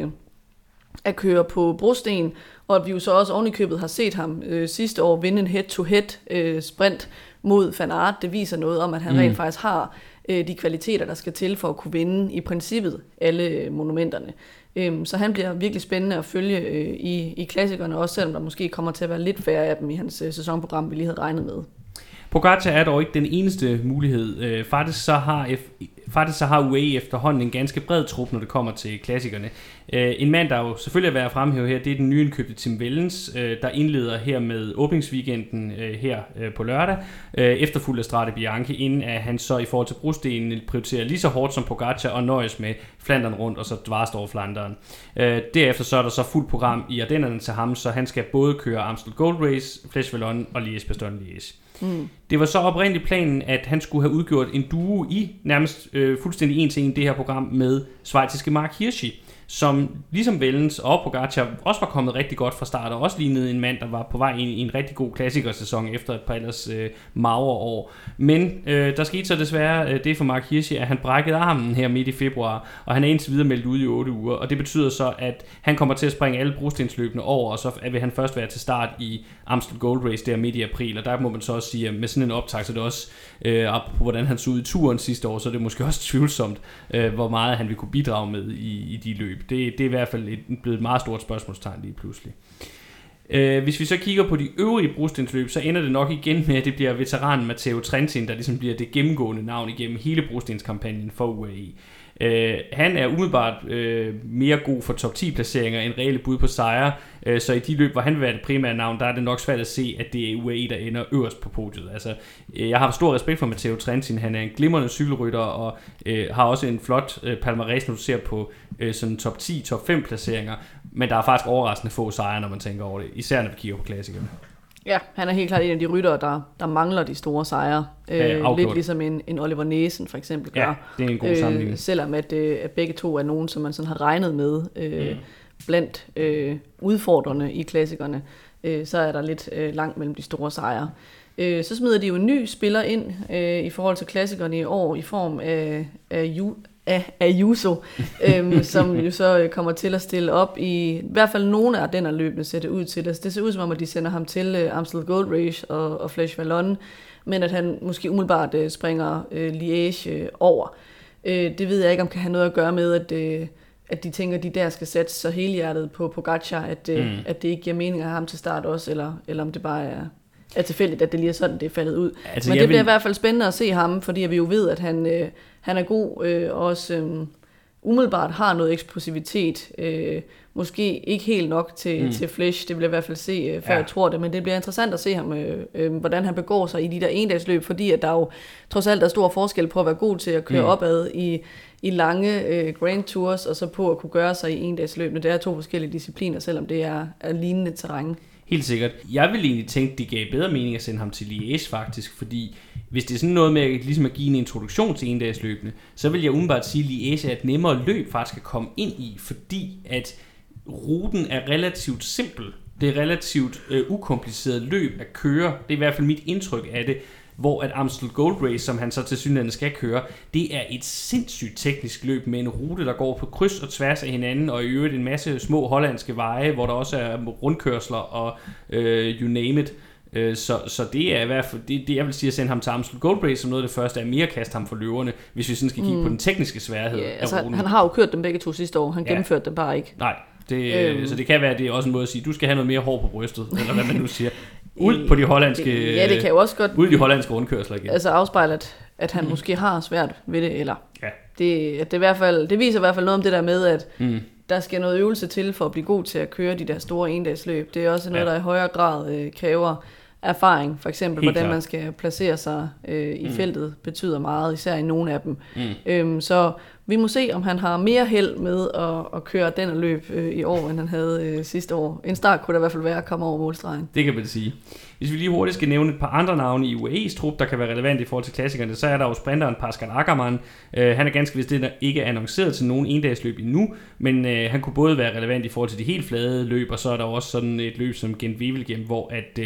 at køre på brosten, og at vi jo så også ovenikøbet har set ham sidste år vinde en head-to-head sprint mod Van Aert. Det viser noget om, at han rent faktisk har de kvaliteter, der skal til for at kunne vinde i princippet alle monumenterne. Så han bliver virkelig spændende at følge i klassikerne, også selvom der måske kommer til at være lidt færre af dem i hans sæsonprogram, vi lige havde regnet med. Pogačar er dog ikke den eneste mulighed. Faktisk så har UAE efterhånden en ganske bred trup, når det kommer til klassikerne. En mand, der jo selvfølgelig er værd at fremhæve her, det er den nyindkøbte Tim Wellens, der indleder her med åbningsweekenden her på lørdag, efterfulgt af Strade Bianche, inden at han så i forhold til brostenene prioriterer lige så hårdt som Pogačar og nøjes med Flandern rundt og så Dvarstor-Flandern. Derefter så er der så fuldt program i Ardennerne til ham, så han skal både køre Amstel Gold Race, Flèche Wallonne og Liège-Bastogne-Liège. Det var så oprindeligt planen, at han skulle have udgjort en duo i nærmest fuldstændig en til en det her program med schweiziske Mark Hirschi, som ligesom Wellens og Pogačar også var kommet rigtig godt fra start, og også lignede en mand, der var på vej ind i en rigtig god klassikersæson efter et par ellers magre år. Men der skete så desværre det for Mark Hirschi, at han brækkede armen her midt i februar, og han er indtil videre meldt ude i 8 uger, og det betyder så, at han kommer til at springe alle brostensløbene over, og så vil han først være til start i Amstel Gold Race der midt i april, og der må man så også sige, at med sådan en optag, så er det også på hvordan han så ud i turen sidste år, så er det måske også tvivlsomt, hvor meget han vil kunne bidrage med i de løb. Det er i hvert fald blevet et meget stort spørgsmålstegn lige pludselig. Hvis vi så kigger på de øvrige brostensløb, så ender det nok igen med, at det bliver veteranen Matteo Trentin, der ligesom bliver det gennemgående navn igennem hele brostenskampagnen for UAE. Han er umiddelbart mere god for top 10 placeringer end reelle bud på sejre, så i de løb, hvor han vil være det primære navn, der er det nok svært at se, at det er UAE, der ender øverst på podiet. Altså, jeg har stor respekt for Matteo Trentin. Han er en glimrende cykelrytter og har også en flot palmarès, når du ser på sådan top 10, top 5 placeringer, men der er faktisk overraskende få sejre, når man tænker over det, især når vi kigger på klassikerne. Ja, han er helt klart en af de ryttere, der mangler de store sejre. Lidt ligesom en Oliver Nielsen for eksempel gør. Ja, det er en god sammenligning. Selvom at begge to er nogen, som man sådan har regnet med blandt udfordrerne i klassikerne, så er der lidt langt mellem de store sejre. Så smider de jo en ny spiller ind i forhold til klassikerne i år i form af Ayuso, som jo så kommer til at stille op i hvert fald nogle af den her løbende ser det ud til. Altså, det ser ud som om, at de sender ham til Amstel Gold Race og Flèche Wallonne, men at han måske umiddelbart springer Liège over. Det ved jeg ikke, om kan have noget at gøre med, at de tænker, at de der skal sætte så helhjertet på Pogačar, at det ikke giver mening at have ham til start også, eller om det bare er tilfældigt, at det lige er sådan, det er faldet ud. Altså, men det bliver i hvert fald spændende at se ham, fordi vi jo ved, at han er god, og også umiddelbart har noget eksplosivitet. Måske ikke helt nok til Flèche, det vil jeg i hvert fald se, før jeg tror det, men det bliver interessant at se ham, hvordan han begår sig i de der endagsløb, fordi at der jo trods alt er stor forskel på at være god til at køre opad i lange Grand Tours, og så på at kunne gøre sig i endagsløbene. Det er 2 forskellige discipliner, selvom det er lignende terræn. Helt sikkert. Jeg vil egentlig tænke, det gav bedre mening at sende ham til Liège faktisk, fordi hvis det er sådan noget med ligesom at give en introduktion til endagsløbene, så vil jeg umiddelbart sige, at Liège er et nemmere løb faktisk at komme ind i, fordi at ruten er relativt simpel. Det er relativt ukompliceret løb at køre. Det er i hvert fald mit indtryk af det. Hvor at Amstel Gold Race, som han så til synligheden skal køre, det er et sindssygt teknisk løb med en rute, der går på kryds og tværs af hinanden, og i øvrigt en masse små hollandske veje, hvor der også er rundkørsler og you name it. Så det er i hvert fald, det jeg vil sige at sende ham til Amstel Gold Race som noget af det første, er mere at kaste ham for løverne, hvis vi sådan skal kigge på den tekniske sværhed af ruten. Han har jo kørt dem begge to sidste år, han gennemførte dem bare ikke. Nej, så det kan være, det er også en måde at sige, du skal have noget mere hår på brystet, eller hvad man nu siger. Ud på de hollandske, det kan jo også godt ud i de hollandske rundkørsler igen. Altså afspejle, at han måske har svært ved det, eller det viser i hvert fald noget om det der med, at der skal noget øvelse til for at blive god til at køre de der store endagsløb. Det er også noget, der i højere grad kræver erfaring. For eksempel, hvordan man skal placere sig i feltet, betyder meget, især i nogle af dem. Så vi må se, om han har mere held med at køre den løb i år, end han havde sidste år. En start kunne der i hvert fald være at komme over målstregen. Det kan man sige. Hvis vi lige hurtigt skal nævne et par andre navne i UAE's trup, der kan være relevant i forhold til klassikerne, så er der jo sprinteren Pascal Ackermann. Han er ganske vist ikke annonceret til nogen endagsløb endnu, men han kunne både være relevant i forhold til de helt flade løb, og så er der også sådan et løb som Gent-Wevelgem, hvor at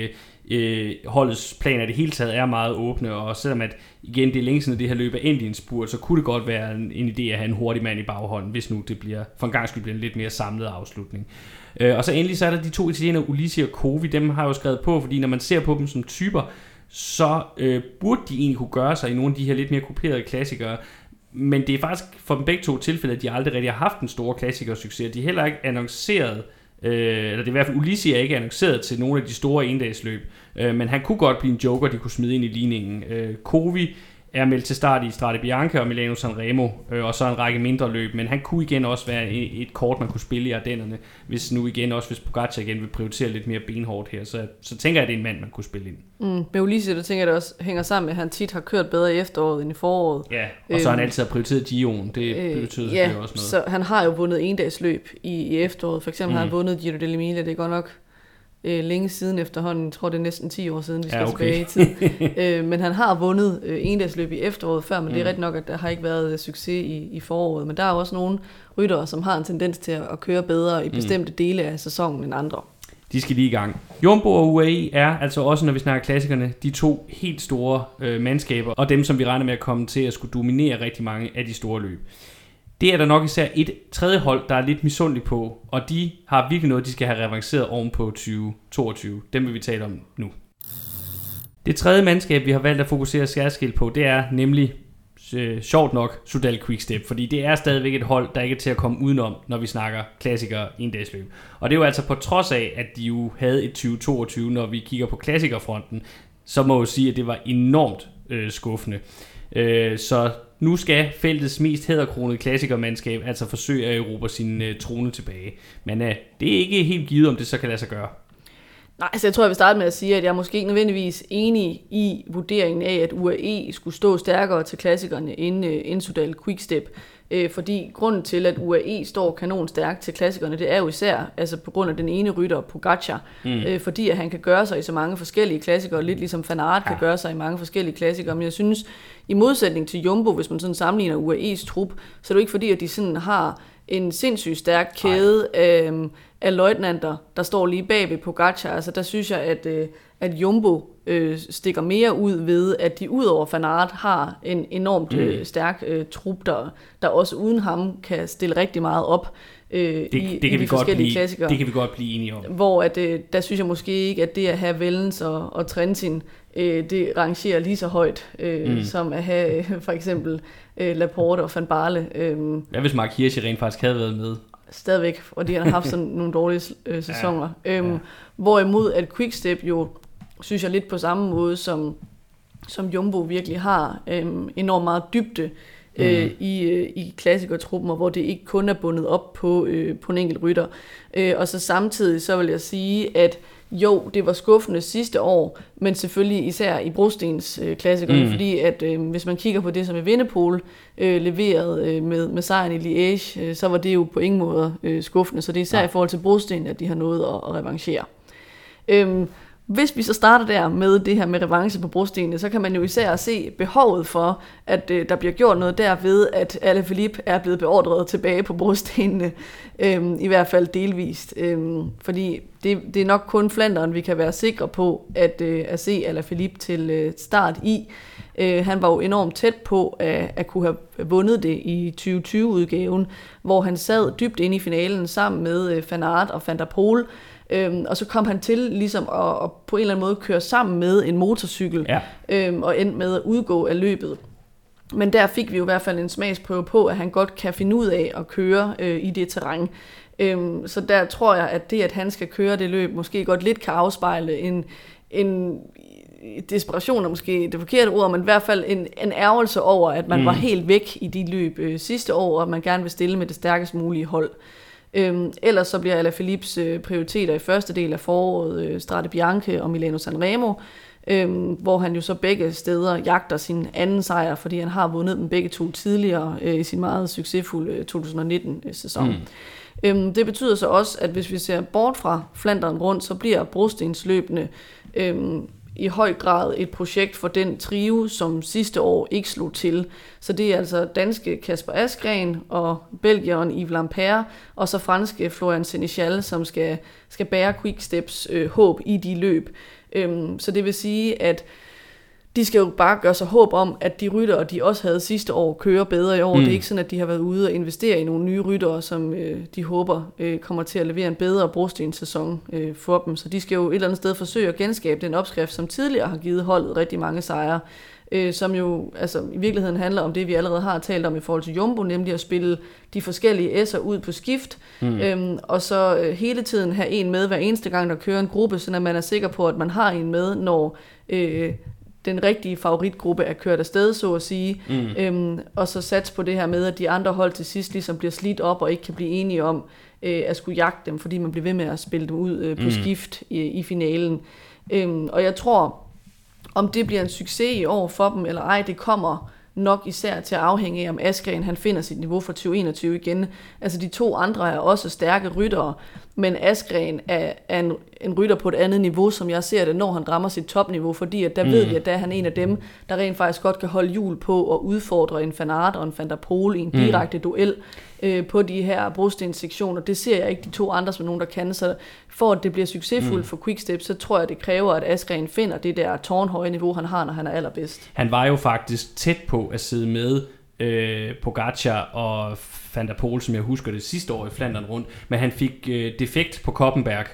holdets planer det hele taget er meget åbne, og selvom at igen det er længe siden det her løb er endt i en spurt, så kunne det godt være en idé at have en hurtig mand i baghånden, hvis nu det bliver for en gang skyld bliver en lidt mere samlet afslutning. Og så endelig så er der de to italienere, Ulissi og Covi, dem har jeg jo skrevet på, fordi når man ser på dem som typer, så burde de egentlig kunne gøre sig i nogle af de her lidt mere kuperede klassikere, men det er faktisk for dem begge to tilfælde, at de aldrig rigtig har haft en stor klassikersucces. De er heller ikke annonceret, eller det er i hvert fald Ulissi er ikke annonceret til nogle af de store endagsløb, men han kunne godt blive en joker, de kunne smide ind i ligningen. Covi er meldt til start i Strade Bianche og Milano Sanremo, og så en række mindre løb, men han kunne igen også være et kort, man kunne spille i Ardennerne, hvis Pogacar igen vil prioritere lidt mere benhårdt her, så tænker jeg, at det er en mand, man kunne spille ind. Med Ulissi, der tænker jeg, det også hænger sammen med, at han tit har kørt bedre i efteråret end i foråret. Ja, og så har han altid har prioriteret Gio'en, det betyder selvfølgelig også noget. Så han har jo vundet endagsløb i efteråret, for eksempel har han vundet Giro dell'Emilia, det er godt nok længe siden efterhånden. Jeg tror, det er næsten 10 år siden, vi skal tilbage i tid. Men han har vundet endagsløb i efteråret før, men det er rigtigt nok, at der har ikke været succes i foråret. Men der er jo også nogle ryttere, som har en tendens til at køre bedre i bestemte dele af sæsonen end andre. De skal lige i gang. Jumbo og UAE er altså også, når vi snakker klassikerne, de to helt store mandskaber, og dem, som vi regner med at komme til at skulle dominere rigtig mange af de store løb. Det er der nok især et tredje hold, der er lidt misundeligt på, og de har virkelig noget, de skal have revanceret oven på 2022. Dem vil vi tale om nu. Det tredje mandskab, vi har valgt at fokusere særskilt på, det er nemlig sjovt nok Soudal Quickstep, fordi det er stadigvæk et hold, der ikke er til at komme udenom, når vi snakker klassikere endagsløb. Og det er jo altså på trods af, at de jo havde et 2022, når vi kigger på klassikerfronten, så må jeg sige, at det var enormt skuffende. Så nu skal feltets mest hæderkronede klassikermandskab altså forsøge at erobre sin trone tilbage. Men det er ikke helt givet, om det så kan lade sig gøre. Nej, så jeg tror, jeg vil starte med at sige, at jeg er måske ikke nødvendigvis enig i vurderingen af, at UAE skulle stå stærkere til klassikerne end Soudal Quickstep. Fordi grunden til, at UAE står kanon stærkt til klassikerne, det er jo især altså på grund af den ene rytter, Pogacar. Fordi at han kan gøre sig i så mange forskellige klassikere, lidt ligesom Van Aert kan gøre sig i mange forskellige klassikere. Men jeg synes, i modsætning til Jumbo, hvis man sådan sammenligner UAE's trup, så er det jo ikke fordi, at de sådan har en sindssygt stærk kæde af løjtnanter, der står lige bag ved Pogacar. Altså der synes jeg, at Jumbo stikker mere ud ved, at de udover Van Aert har en enormt stærk trup, der også uden ham kan stille rigtig meget op i de forskellige klassikere. Det kan vi godt blive enige om. Hvor der synes jeg måske ikke, at det at have Wellens og Trentin, det rangerer lige så højt, som at have for eksempel Laporte og Van Baarle. Hvad hvis Mark Hirschi rent faktisk havde været med? Stadigvæk, og de har haft sådan nogle dårlige sæsoner. Hvorimod at Quickstep jo, synes jeg lidt på samme måde, som Jumbo virkelig har enormt meget dybde i klassikertruppen, hvor det ikke kun er bundet op på en enkelt rytter. Og så samtidig så vil jeg sige, at jo, det var skuffende sidste år, men selvfølgelig især i brostens klassikerne, fordi at hvis man kigger på det, som Evenepoel leverede med sejren i Liège, så var det jo på ingen måde skuffende. Så det er især i forhold til brosten, at de har nået at revancere. Hvis vi så starter der med det her med revanche på brostenene, så kan man jo især se behovet for, at der bliver gjort noget derved, at Alaphilippe er blevet beordret tilbage på brostenene, i hvert fald delvist. Fordi det er nok kun Flandern, vi kan være sikre på at se Alaphilippe til start i. Han var jo enormt tæt på at kunne have vundet det i 2020-udgaven, hvor han sad dybt inde i finalen sammen med Van Aert og Van der Poel. Og så kom han til ligesom at på en eller anden måde køre sammen med en motorcykel, og endte med at udgå af løbet. Men der fik vi jo i hvert fald en smagsprøve på, at han godt kan finde ud af at køre i det terræn. Så der tror jeg, at det, at han skal køre det løb, måske godt lidt kan afspejle en desperation er måske det forkerte ord, men i hvert fald en ærgelse over, at man var helt væk i de løb sidste år, og at man gerne vil stille med det stærkest mulige hold. Ellers så bliver Alaphilippes prioriteter i første del af foråret Strade Bianche og Milano Sanremo, hvor han jo så begge steder jagter sin anden sejr, fordi han har vundet dem begge to tidligere i sin meget succesfulde 2019-sæson. Det betyder så også, at hvis vi ser bort fra Flandern rundt, så bliver brostensløbene i høj grad et projekt for den trio, som sidste år ikke slog til. Så det er altså danske Kasper Asgreen og belgieren Yves Lampaert, og så franske Florian Sénéchal, som skal bære Quicksteps håb i de løb. Så det vil sige, at de skal jo bare gøre sig håb om, at de ryttere, de også havde sidste år, kører bedre i år. Det er ikke sådan, at de har været ude og investere i nogle nye ryttere, som de håber kommer til at levere en bedre brostenssæson for dem. Så de skal jo et eller andet sted forsøge at genskabe den opskrift, som tidligere har givet holdet rigtig mange sejre, som jo altså, i virkeligheden handler om det, vi allerede har talt om i forhold til Jumbo, nemlig at spille de forskellige S'er ud på skift, og så hele tiden have en med hver eneste gang, der kører en gruppe, så man er sikker på, at man har en med, når den rigtige favoritgruppe er kørt afsted, så at sige, og så sats på det her med, at de andre hold til sidst ligesom bliver slidt op og ikke kan blive enige om at skulle jagte dem, fordi man bliver ved med at spille dem ud på skift i finalen. Og jeg tror, om det bliver en succes i år for dem eller ej, det kommer nok især til at afhænge af, om Asgreen han finder sit niveau for 2021 igen. Altså de to andre er også stærke ryttere, men Asgreen er en rytter på et andet niveau, som jeg ser det, når han rammer sit topniveau, fordi at der ved vi, at der er han en af dem, der rent faktisk godt kan holde hjul på og udfordre en Van Aert og en Van der Poel i en direkte duel på de her brostenssektioner. Det ser jeg ikke de to andre som nogen, der kan. Så for at det bliver succesfuldt for Quickstep, så tror jeg, det kræver, at Asgreen finder det der tårnhøje niveau, han har, når han er allerbedst. Han var jo faktisk tæt på at sidde med Pogacar og Van der Poel, som jeg husker det sidste år i Flandern rundt, men han fik defekt på Koppenberg,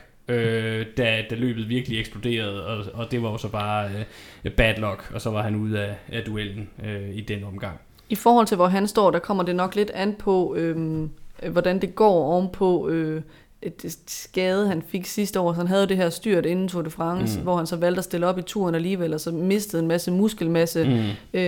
da løbet virkelig eksploderede, og det var jo så bare bad luck, og så var han ude af duellen i den omgang. I forhold til, hvor han står, der kommer det nok lidt an på, hvordan det går ovenpå et skade, han fik sidste år. Så han havde det her styrt inden Tour de France, hvor han så valgte at stille op i turen alligevel, og så mistede en masse muskelmasse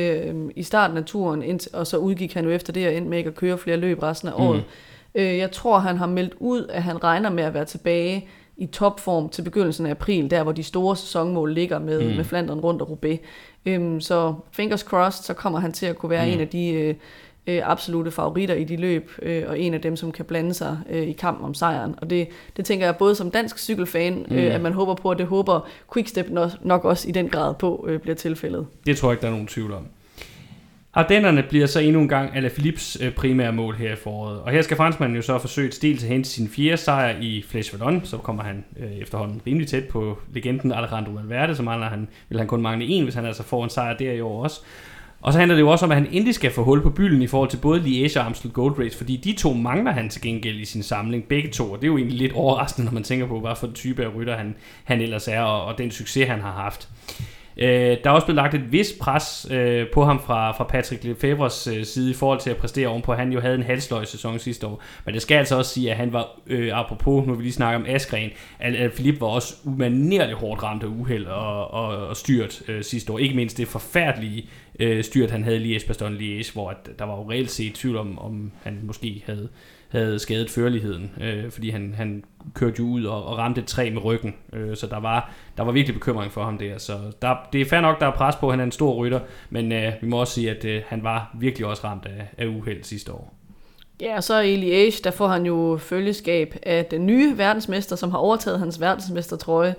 i starten af turen, og så udgik han jo efter det og endte med ikke at køre flere løb resten af året. Jeg tror, han har meldt ud, at han regner med at være tilbage i topform til begyndelsen af april, der hvor de store sæsonmål ligger med Flandern rundt og Roubaix. Så fingers crossed, så kommer han til at kunne være en af de absolute favoritter i de løb, og en af dem, som kan blande sig i kampen om sejren. Og det tænker jeg både som dansk cykelfan, at man håber på, og det håber Quickstep nok også i den grad på bliver tilfældet. Det tror jeg ikke, der er nogen tvivl om. Ardennerne bliver så endnu en gang Alaphilippes primære mål her i foråret. Og her skal franskmanden jo så forsøge et stil til at hente sin 4. sejr i Flèche Wallonne. Så kommer han efterhånden rimelig tæt på legenden Alejandro Valverde, så vil han kun mangle en, hvis han altså får en sejr der i år også. Og så handler det jo også om, at han endelig skal få hul på bylden i forhold til både Liège og Amstel Gold Race, fordi de to mangler han til gengæld i sin samling, begge to. Og det er jo egentlig lidt overraskende, når man tænker på, hvad for en type af rytter han ellers er, og den succes, han har haft. Der er også blevet lagt et vist pres på ham fra Patrick Lefevres side i forhold til at præstere ovenpå. Han jo havde en halvsløj sæson sidste år, men det skal altså også sige, at han var, apropos, nu vil vi lige snakke om Asgreen, Alaphilippe var også umanerligt hårdt ramt af uheld og styrt sidste år. Ikke mindst det forfærdelige styrt, han havde i Liège-Bastogne-Liège, hvor der var jo reelt set tvivl om han måske havde skadet førligheden, fordi han kørte jo ud og ramte et træ med ryggen, så der var virkelig bekymring for ham der, så det er fair nok, der er pres på, han er en stor rytter, men vi må også sige, at han var virkelig også ramt af uheld sidste år. Ja, og så i Liège, der får han jo følgeskab af den nye verdensmester, som har overtaget hans verdensmestertrøje,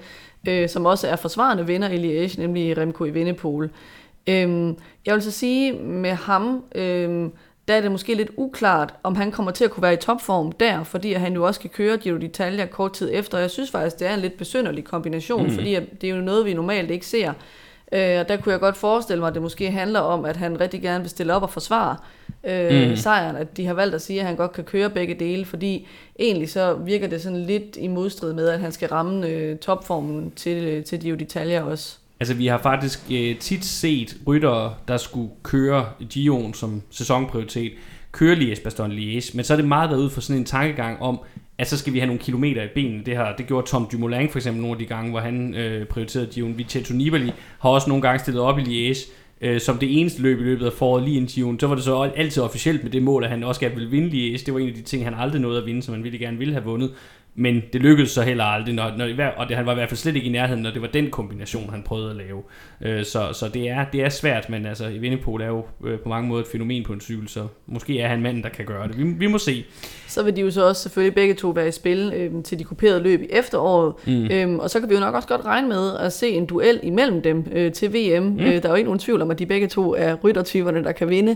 som også er forsvarende vinder i Liège, nemlig Remco Evenepoel. Jeg vil så sige, med ham, der er det måske lidt uklart, om han kommer til at kunne være i topform der, fordi han jo også kan køre Giro d'Italia kort tid efter. Jeg synes faktisk, det er en lidt besynderlig kombination, fordi det er jo noget, vi normalt ikke ser. Og der kunne jeg godt forestille mig, at det måske handler om, at han rigtig gerne vil stille op og forsvare sejren, at de har valgt at sige, at han godt kan køre begge dele, fordi egentlig så virker det sådan lidt i modstrid med, at han skal ramme topformen til Giro d'Italia også. Altså vi har faktisk tit set ryttere, der skulle køre Giroen som sæsonprioritet, køre Liège-Bastogne-Liège, men så er det meget været ud for sådan en tankegang om, at så skal vi have nogle kilometer i benene. Det gjorde Tom Dumoulin for eksempel nogle af de gange, hvor han prioriterede Giroen. Vincenzo Nibali har også nogle gange stillet op i Liège som det eneste løb i løbet af foråret lige inden Giroen. Så var det så altid officielt med det mål, at han også gerne ville vinde Liège. Det var en af de ting, han aldrig nåede at vinde, som han virkelig gerne ville have vundet. Men det lykkedes så heller aldrig, og han var i hvert fald slet ikke i nærheden, når det var den kombination, han prøvede at lave. Så det er svært, men altså Evenepoel er jo på mange måder et fænomen på en cykel, så måske er han manden, der kan gøre det. Vi må se. Så vil de jo så også selvfølgelig begge to være i spil til de kuperede løb i efteråret, og så kan vi jo nok også godt regne med at se en duel imellem dem til VM. Der er jo ikke nogen tvivl om, at de begge to er ryttertyperne, der kan vinde.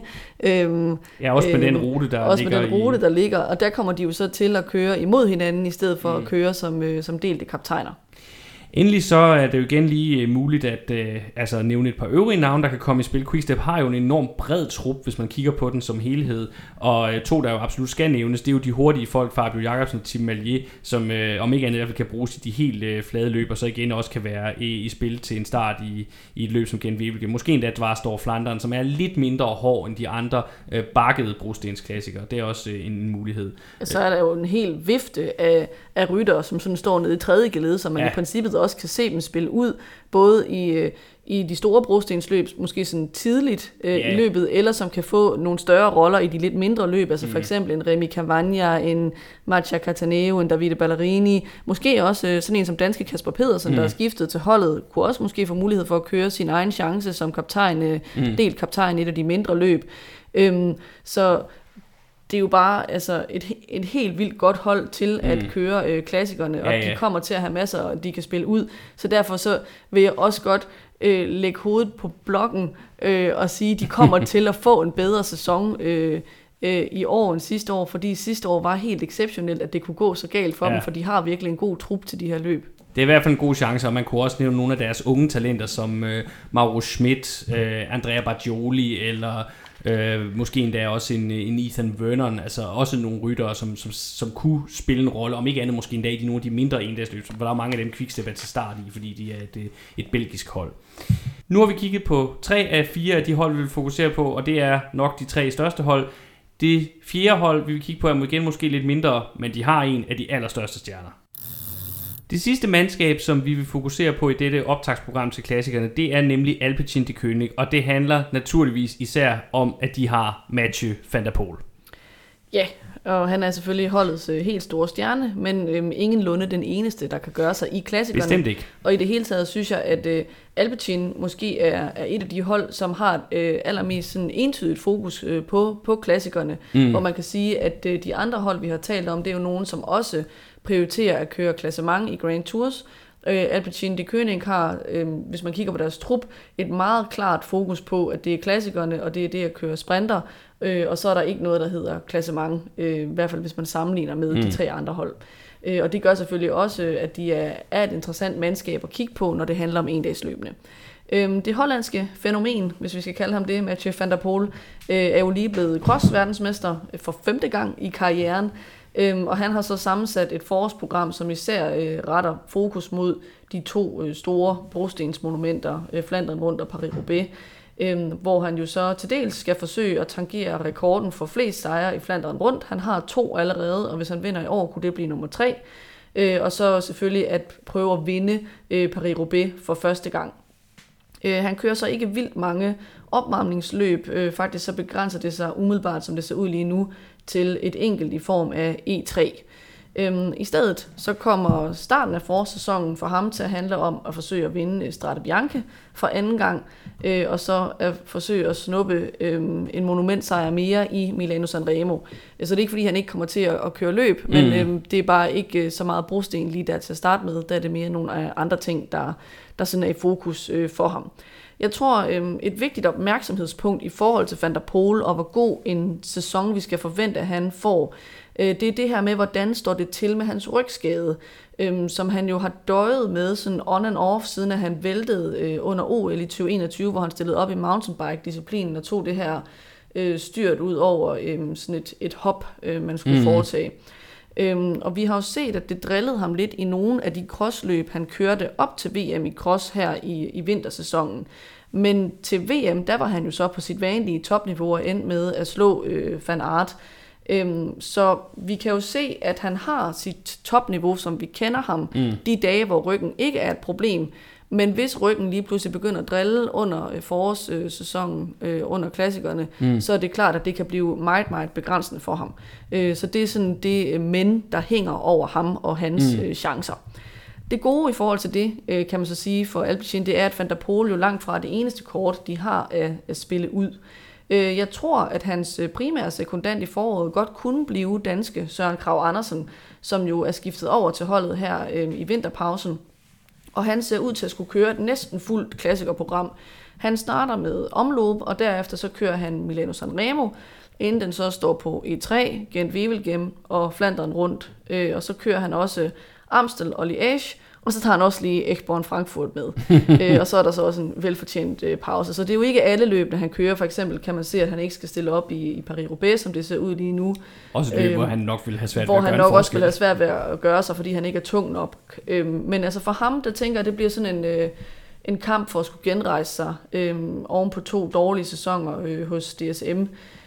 Ja, også med den rute, der ligger. Og der kommer de jo så til at køre imod hinanden, i stedet for at køre som delte kaptajner. Endelig så er det jo igen lige muligt at nævne et par øvrige navne, der kan komme i spil. Quickstep har jo en enorm bred trup, hvis man kigger på den som helhed. Og to, der jo absolut skal nævnes, det er jo de hurtige folk, Fabio Jakobsen og Tim Merlier, som om ikke andet i hvert fald kan bruges i de helt flade løb, og så igen også kan være i spil til en start i et løb som Gent-Wevelgem. Måske endda Dvarstor Flandern, som er lidt mindre hård end de andre bakkede brostensklassikere. Det er også en mulighed. Så er der jo en hel vifte af ryttere, som sådan står nede i tredje geled, så man i princippet også kan se dem spille ud, både i de store brostensløb, måske sådan tidligt i løbet, eller som kan få nogle større roller i de lidt mindre løb, altså for eksempel en Remy Cavagna, en Mattia Cataneo, en Davide Ballerini, måske også sådan en som danske Kasper Pedersen, der er skiftet til holdet, kunne også måske få mulighed for at køre sin egen chance som kaptajn, delt kaptajn i et af de mindre løb. Så det er jo bare altså et helt vildt godt hold til at køre klassikerne, og de kommer til at have masser, de kan spille ud. Så derfor så vil jeg også godt lægge hovedet på blokken og sige, at de kommer til at få en bedre sæson i år end sidste år, fordi sidste år var helt exceptionelt, at det kunne gå så galt for dem, for de har virkelig en god trup til de her løb. Det er i hvert fald en god chance, og man kunne også nævne nogle af deres unge talenter, som Mauro Schmidt, Andrea Bargioli, eller måske endda også en Ethan Vernon, altså også nogle ryttere, som kunne spille en rolle, om ikke andet måske endda i nogle af de mindre endagsløb, for der er mange af dem Quickstep er til start i, fordi de er et belgisk hold. Nu har vi kigget på 3 af 4 af de hold, vi vil fokusere på, og det er nok de 3 største hold. Det 4. hold, vi vil kigge på, er igen måske lidt mindre, men de har en af de allerstørste stjerner. Det sidste mandskab, som vi vil fokusere på i dette optagsprogram til klassikerne, det er nemlig Alpecin de Koning, og det handler naturligvis især om, at de har Mathieu van der Poel. Ja, og han er selvfølgelig holdets helt store stjerne, men ingenlunde den eneste, der kan gøre sig i klassikerne. Bestemt ikke. Og i det hele taget synes jeg, at Alpecin måske er et af de hold, som har et allermest sådan entydigt fokus på klassikerne, hvor man kan sige, at de andre hold, vi har talt om, det er jo nogen, som også prioriterer at køre klassement i Grand Tours. Alpecin de Koning har, hvis man kigger på deres trup, et meget klart fokus på, at det er klassikerne, og det er det at køre sprinter, og så er der ikke noget, der hedder klassement, i hvert fald hvis man sammenligner med de 3 andre hold. Og det gør selvfølgelig også, at de er et interessant mandskab at kigge på, når det handler om endagsløbene. Det hollandske fænomen, hvis vi skal kalde ham det, Mathieu van der Poel, er jo lige blevet cross-verdensmester for 5. gang i karrieren, og han har så sammensat et forårsprogram, som især retter fokus mod de 2 store brostensmonumenter, Flandern Rundt og Paris-Roubaix, hvor han jo så til dels skal forsøge at tangere rekorden for flest sejre i Flandern Rundt. Han har 2 allerede, og hvis han vinder i år, kunne det blive nummer 3. Og så selvfølgelig at prøve at vinde Paris-Roubaix for første gang. Han kører så ikke vildt mange opvarmningsløb. Faktisk så begrænser det sig umiddelbart, som det ser ud lige nu, til et enkelt i form af E3. I stedet så kommer starten af forårssæsonen for ham til at handle om at forsøge at vinde Strade Bianche for anden gang, og så at forsøge at snuppe en monumentsejr mere i Milano Sanremo. Så det er ikke fordi, han ikke kommer til at køre løb, men det er bare ikke så meget brosten lige der til at starte med, da er det mere nogle andre ting, der sådan er i fokus for ham. Jeg tror, et vigtigt opmærksomhedspunkt i forhold til Van der Poel, og hvor god en sæson vi skal forvente, at han får, det er det her med, hvordan står det til med hans rygskade, som han jo har døjet med sådan on and off, siden at han væltede under OL i 2021, hvor han stillede op i mountainbike-disciplinen og tog det her styrt ud over sådan et hop, man skulle foretage. Og vi har jo set, at det drillede ham lidt i nogle af de crossløb, han kørte op til VM i cross her i vintersæsonen. Men til VM, der var han jo så på sit vanlige topniveau og endte med at slå Van Aert. Så vi kan jo se, at han har sit topniveau, som vi kender ham, de dage, hvor ryggen ikke er et problem. Men hvis ryggen lige pludselig begynder at drille under forårssæsonen, under klassikerne, så er det klart, at det kan blive meget, meget begrænsende for ham. Så det er sådan det men, der hænger over ham og hans chancer. Det gode i forhold til det, kan man så sige for Alpecin, det er, at Van der Poel jo langt fra det eneste kort, de har at spille ud. Jeg tror, at hans primære sekundant i foråret godt kunne blive danske Søren Kragh Andersen, som jo er skiftet over til holdet her i vinterpausen. Og han ser ud til at skulle køre et næsten fuldt klassikerprogram. Han starter med omløb, og derefter så kører han Milano Sanremo, inden den så står på E3, Gent-Wevelgem og Flandern rundt. Og så kører han også Amstel og Liège, og så tager han også lige Eschborn Frankfurt med. Og så er der så også en velfortjent pause. Så det er jo ikke alle løbene, han kører. For eksempel kan man se, at han ikke skal stille op i Paris-Roubaix, som det ser ud lige nu. Også det, hvor han nok vil have svært ved at gøre en forskel. Hvor han nok også vil have svært ved at gøre sig, fordi han ikke er tung nok. Men altså for ham, der tænker jeg, det bliver sådan en kamp for at skulle genrejse sig oven på 2 dårlige sæsoner hos DSM.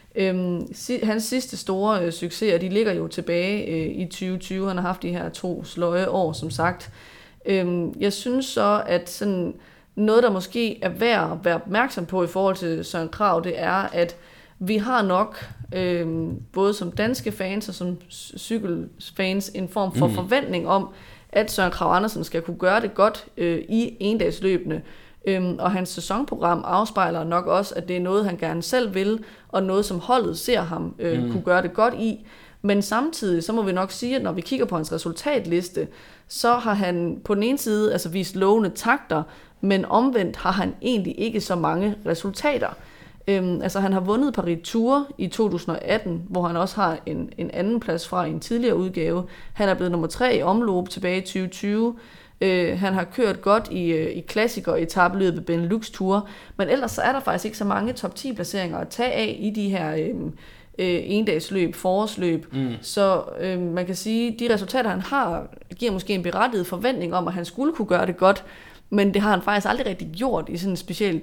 Hans sidste store succeser, de ligger jo tilbage i 2020. Han har haft de her 2 sløje år, som sagt. Jeg synes så, at sådan noget, der måske er værd at være opmærksom på i forhold til Søren Kragh, det er, at vi har nok, både som danske fans og som cykelfans, en form for forventning om, at Søren Kragh Andersen skal kunne gøre det godt i endagsløbene. Og hans sæsonprogram afspejler nok også, at det er noget, han gerne selv vil, og noget, som holdet ser ham kunne gøre det godt i. Men samtidig, så må vi nok sige, at når vi kigger på hans resultatliste, så har han på den ene side altså vist lovende takter, men omvendt har han egentlig ikke så mange resultater. Altså han har vundet Paris Tour i 2018, hvor han også har en anden plads fra en tidligere udgave. Han er blevet nummer 3 i omløb tilbage i 2020. Han har kørt godt i klassiker og etapeløbet Benelux Tour, men ellers så er der faktisk ikke så mange top 10 placeringer at tage af i de her endagsløb, forårsløb. Så man kan sige, de resultater han har, giver måske en berettiget forventning om, at han skulle kunne gøre det godt, men det har han faktisk aldrig rigtig gjort i sådan en specielt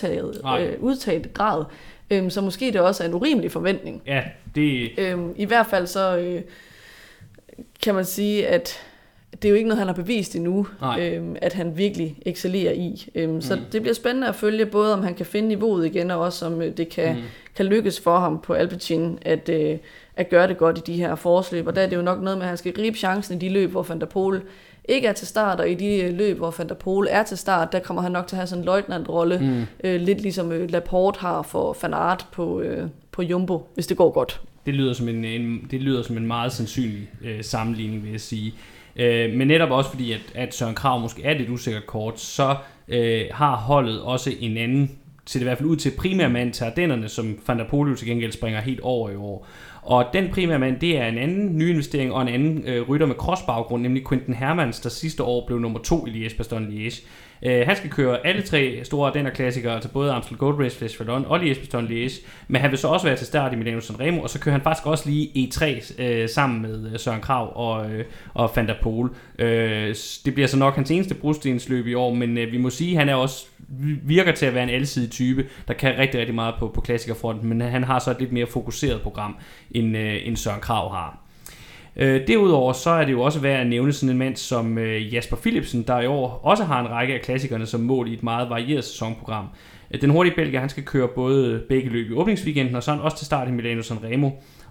udtalt grad. Så måske det også er en urimelig forventning. Ja, det... I hvert fald så kan man sige, at det er jo ikke noget, han har bevist endnu, at han virkelig excellerer i. Så det bliver spændende at følge, både om han kan finde niveauet igen, og også om det kan lykkes for ham på Alpecin at gøre det godt i de her forårsløb. Og der er det jo nok noget med, at han skal gribe chancen i de løb, hvor Van der Poel ikke er til start, og i de løb, hvor Van der Poel er til start, der kommer han nok til at have sådan en løjtnantrolle, lidt ligesom Laporte har for Van Aert på Jumbo, hvis det går godt. Det lyder som en meget sandsynlig sammenligning, vil jeg sige. Men netop også fordi, at Søren Kragh måske er lidt usikkert kort, så har holdet også en anden, ser det i hvert fald ud til primærmand til Ardennerne, som Van der Poel til gengæld springer helt over i år. Og den primærmand, det er en anden nyinvestering og en anden rytter med crossbaggrund, nemlig Quinten Hermans, der sidste år blev nummer 2 i Liège-Bastogne-Liège. Han skal køre alle 3 store Ardenner-klassikere, altså både Amstel Gold Race, Flash Vallon og Liège-Bastogne-Liège, men han vil så også være til start i Milano Sanremo, og så kører han faktisk også lige E3 sammen med Søren Kragh og Van der Poel. Det bliver så nok hans eneste brostensløb i år, men vi må sige, at han er også virker til at være en alsidig type, der kan rigtig, rigtig meget på klassikerfronten, men han har så et lidt mere fokuseret program, end Søren Kragh har. Derudover så er det jo også værd at nævne sådan en mand som Jasper Philipsen, der i år også har en række af klassikerne som mål i et meget varieret sæsonprogram. Den hurtige belgier, han skal køre begge løb i åbningsweekenden, og så også til start i Milano Sanremo.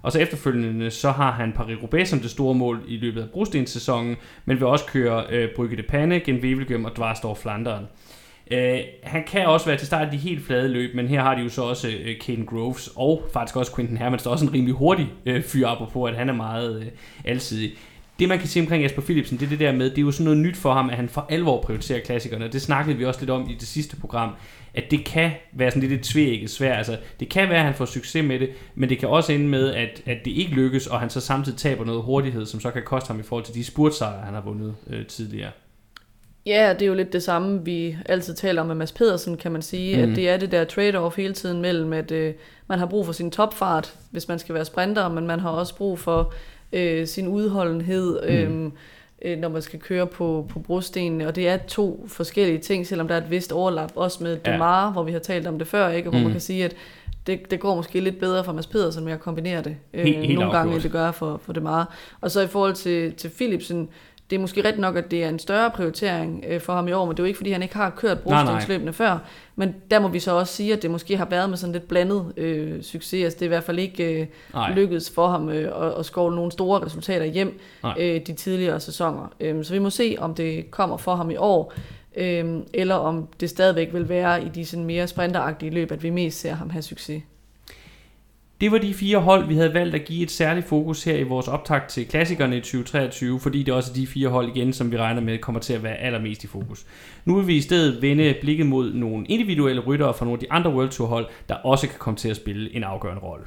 og så efterfølgende så har han Paris-Roubaix som det store mål i løbet af brostenssæsonen, men vil også køre Brygge de Panne, Gent-Wevelgem og Dvarsdorf Flandern. Han kan også være til start i de helt flade løb, men her har de jo så også Caden Groves og faktisk også Quinten Hermans, der er også en rimelig hurtig fyr, apropos at han er meget alsidig. Det man kan sige omkring Jasper Philipsen, det er det der med, det er jo sådan noget nyt for ham, at han for alvor prioriterer klassikerne. Det snakkede vi også lidt om i det sidste program, at det kan være sådan lidt et tvækket svært. Altså, det kan være, at han får succes med det, men det kan også ende med, at det ikke lykkes, og han så samtidig taber noget hurtighed, som så kan koste ham i forhold til de spurtsejre, han har vundet tidligere. Ja, det er jo lidt det samme, vi altid taler om med Mads Pedersen, kan man sige. At det er det der trade-off hele tiden mellem, at man har brug for sin topfart, hvis man skal være sprinter, men man har også brug for sin udholdenhed, når man skal køre på brostenene. Og det er to forskellige ting, selvom der er et vist overlap, også med Demare, hvor vi har talt om det før, ikke? Og hvor man kan sige, at det går måske lidt bedre for Mads Pedersen med at kombinere det nogle gange, end det gør for Demare. Og så i forhold til Philipsen, det er måske ret nok, at det er en større prioritering for ham i år, men det er jo ikke, fordi han ikke har kørt brostensløbene før. Men der må vi så også sige, at det måske har været med sådan lidt blandet succes. Altså, det er i hvert fald ikke lykkedes for ham at skovle nogle store resultater hjem de tidligere sæsoner. Så vi må se, om det kommer for ham i år, eller om det stadigvæk vil være i de sådan mere sprinteragtige løb, at vi mest ser ham have succes. Det var de 4 hold, vi havde valgt at give et særligt fokus her i vores optakt til klassikerne i 2023, fordi det er også de 4 hold igen, som vi regner med kommer til at være allermest i fokus. Nu vil vi i stedet vende blikket mod nogle individuelle ryttere fra nogle af de andre World Tour hold, der også kan komme til at spille en afgørende rolle.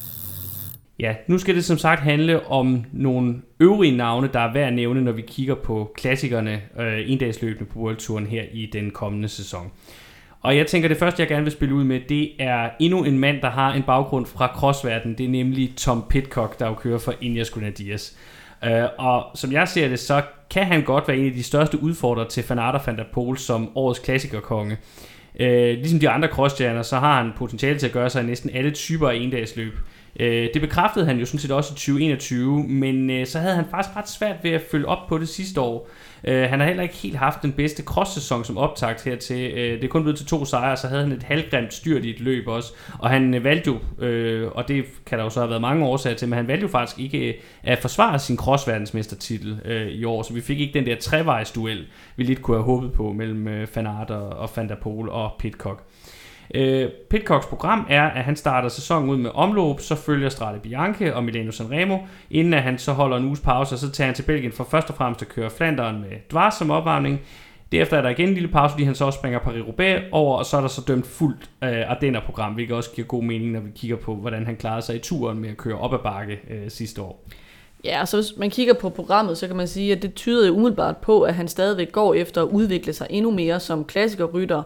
Ja, nu skal det som sagt handle om nogle øvrige navne, der er værd at nævne, når vi kigger på klassikerne endagsløbende på World Touren her i den kommende sæson. Og jeg tænker, det første, jeg gerne vil spille ud med, det er endnu en mand, der har en baggrund fra crossverdenen. Det er nemlig Tom Pidcock, der jo kører for Ineos Grenadiers. Og som jeg ser det, så kan han godt være en af de største udfordrere til Van Aert og Van der Poel som årets klassikerkonge. Ligesom de andre crossstjerner, så har han potentiale til at gøre sig i næsten alle typer af endagsløb. Det bekræftede han jo sådan set også i 2021, men så havde han faktisk ret svært ved at følge op på det sidste år. Han har heller ikke helt haft den bedste cross-sæson som optakt hertil. Det er kun blevet til 2 sejre, så havde han et halvgrimt styrt i et løb også. Og han valgte jo, og det kan der jo så have været mange årsager til, men han valgte jo faktisk ikke at forsvare sin crossverdensmestertitel i år, så vi fik ikke den der trevejsduel, vi lidt kunne have håbet på mellem Van Aert og Van der Poel og Pidcock. Pidcocks program er, at han starter sæsonen ud med omløb, så følger Strade Bianche og Milano Sanremo, inden at han så holder en uges pause, og så tager han til Belgien for først og fremmest at køre Flandern med Dvars som opvarmning. Derefter er der igen en lille pause, fordi han så også springer Paris-Roubaix over, og så er der så dømt fuldt Ardenner-program, hvilket også giver god mening, når vi kigger på, hvordan han klarede sig i turen med at køre op ad bakke sidste år. Ja, så hvis man kigger på programmet, så kan man sige, at det tyder jo umiddelbart på, at han stadigvæk går efter at udvikle sig endnu mere som klassikerrytter,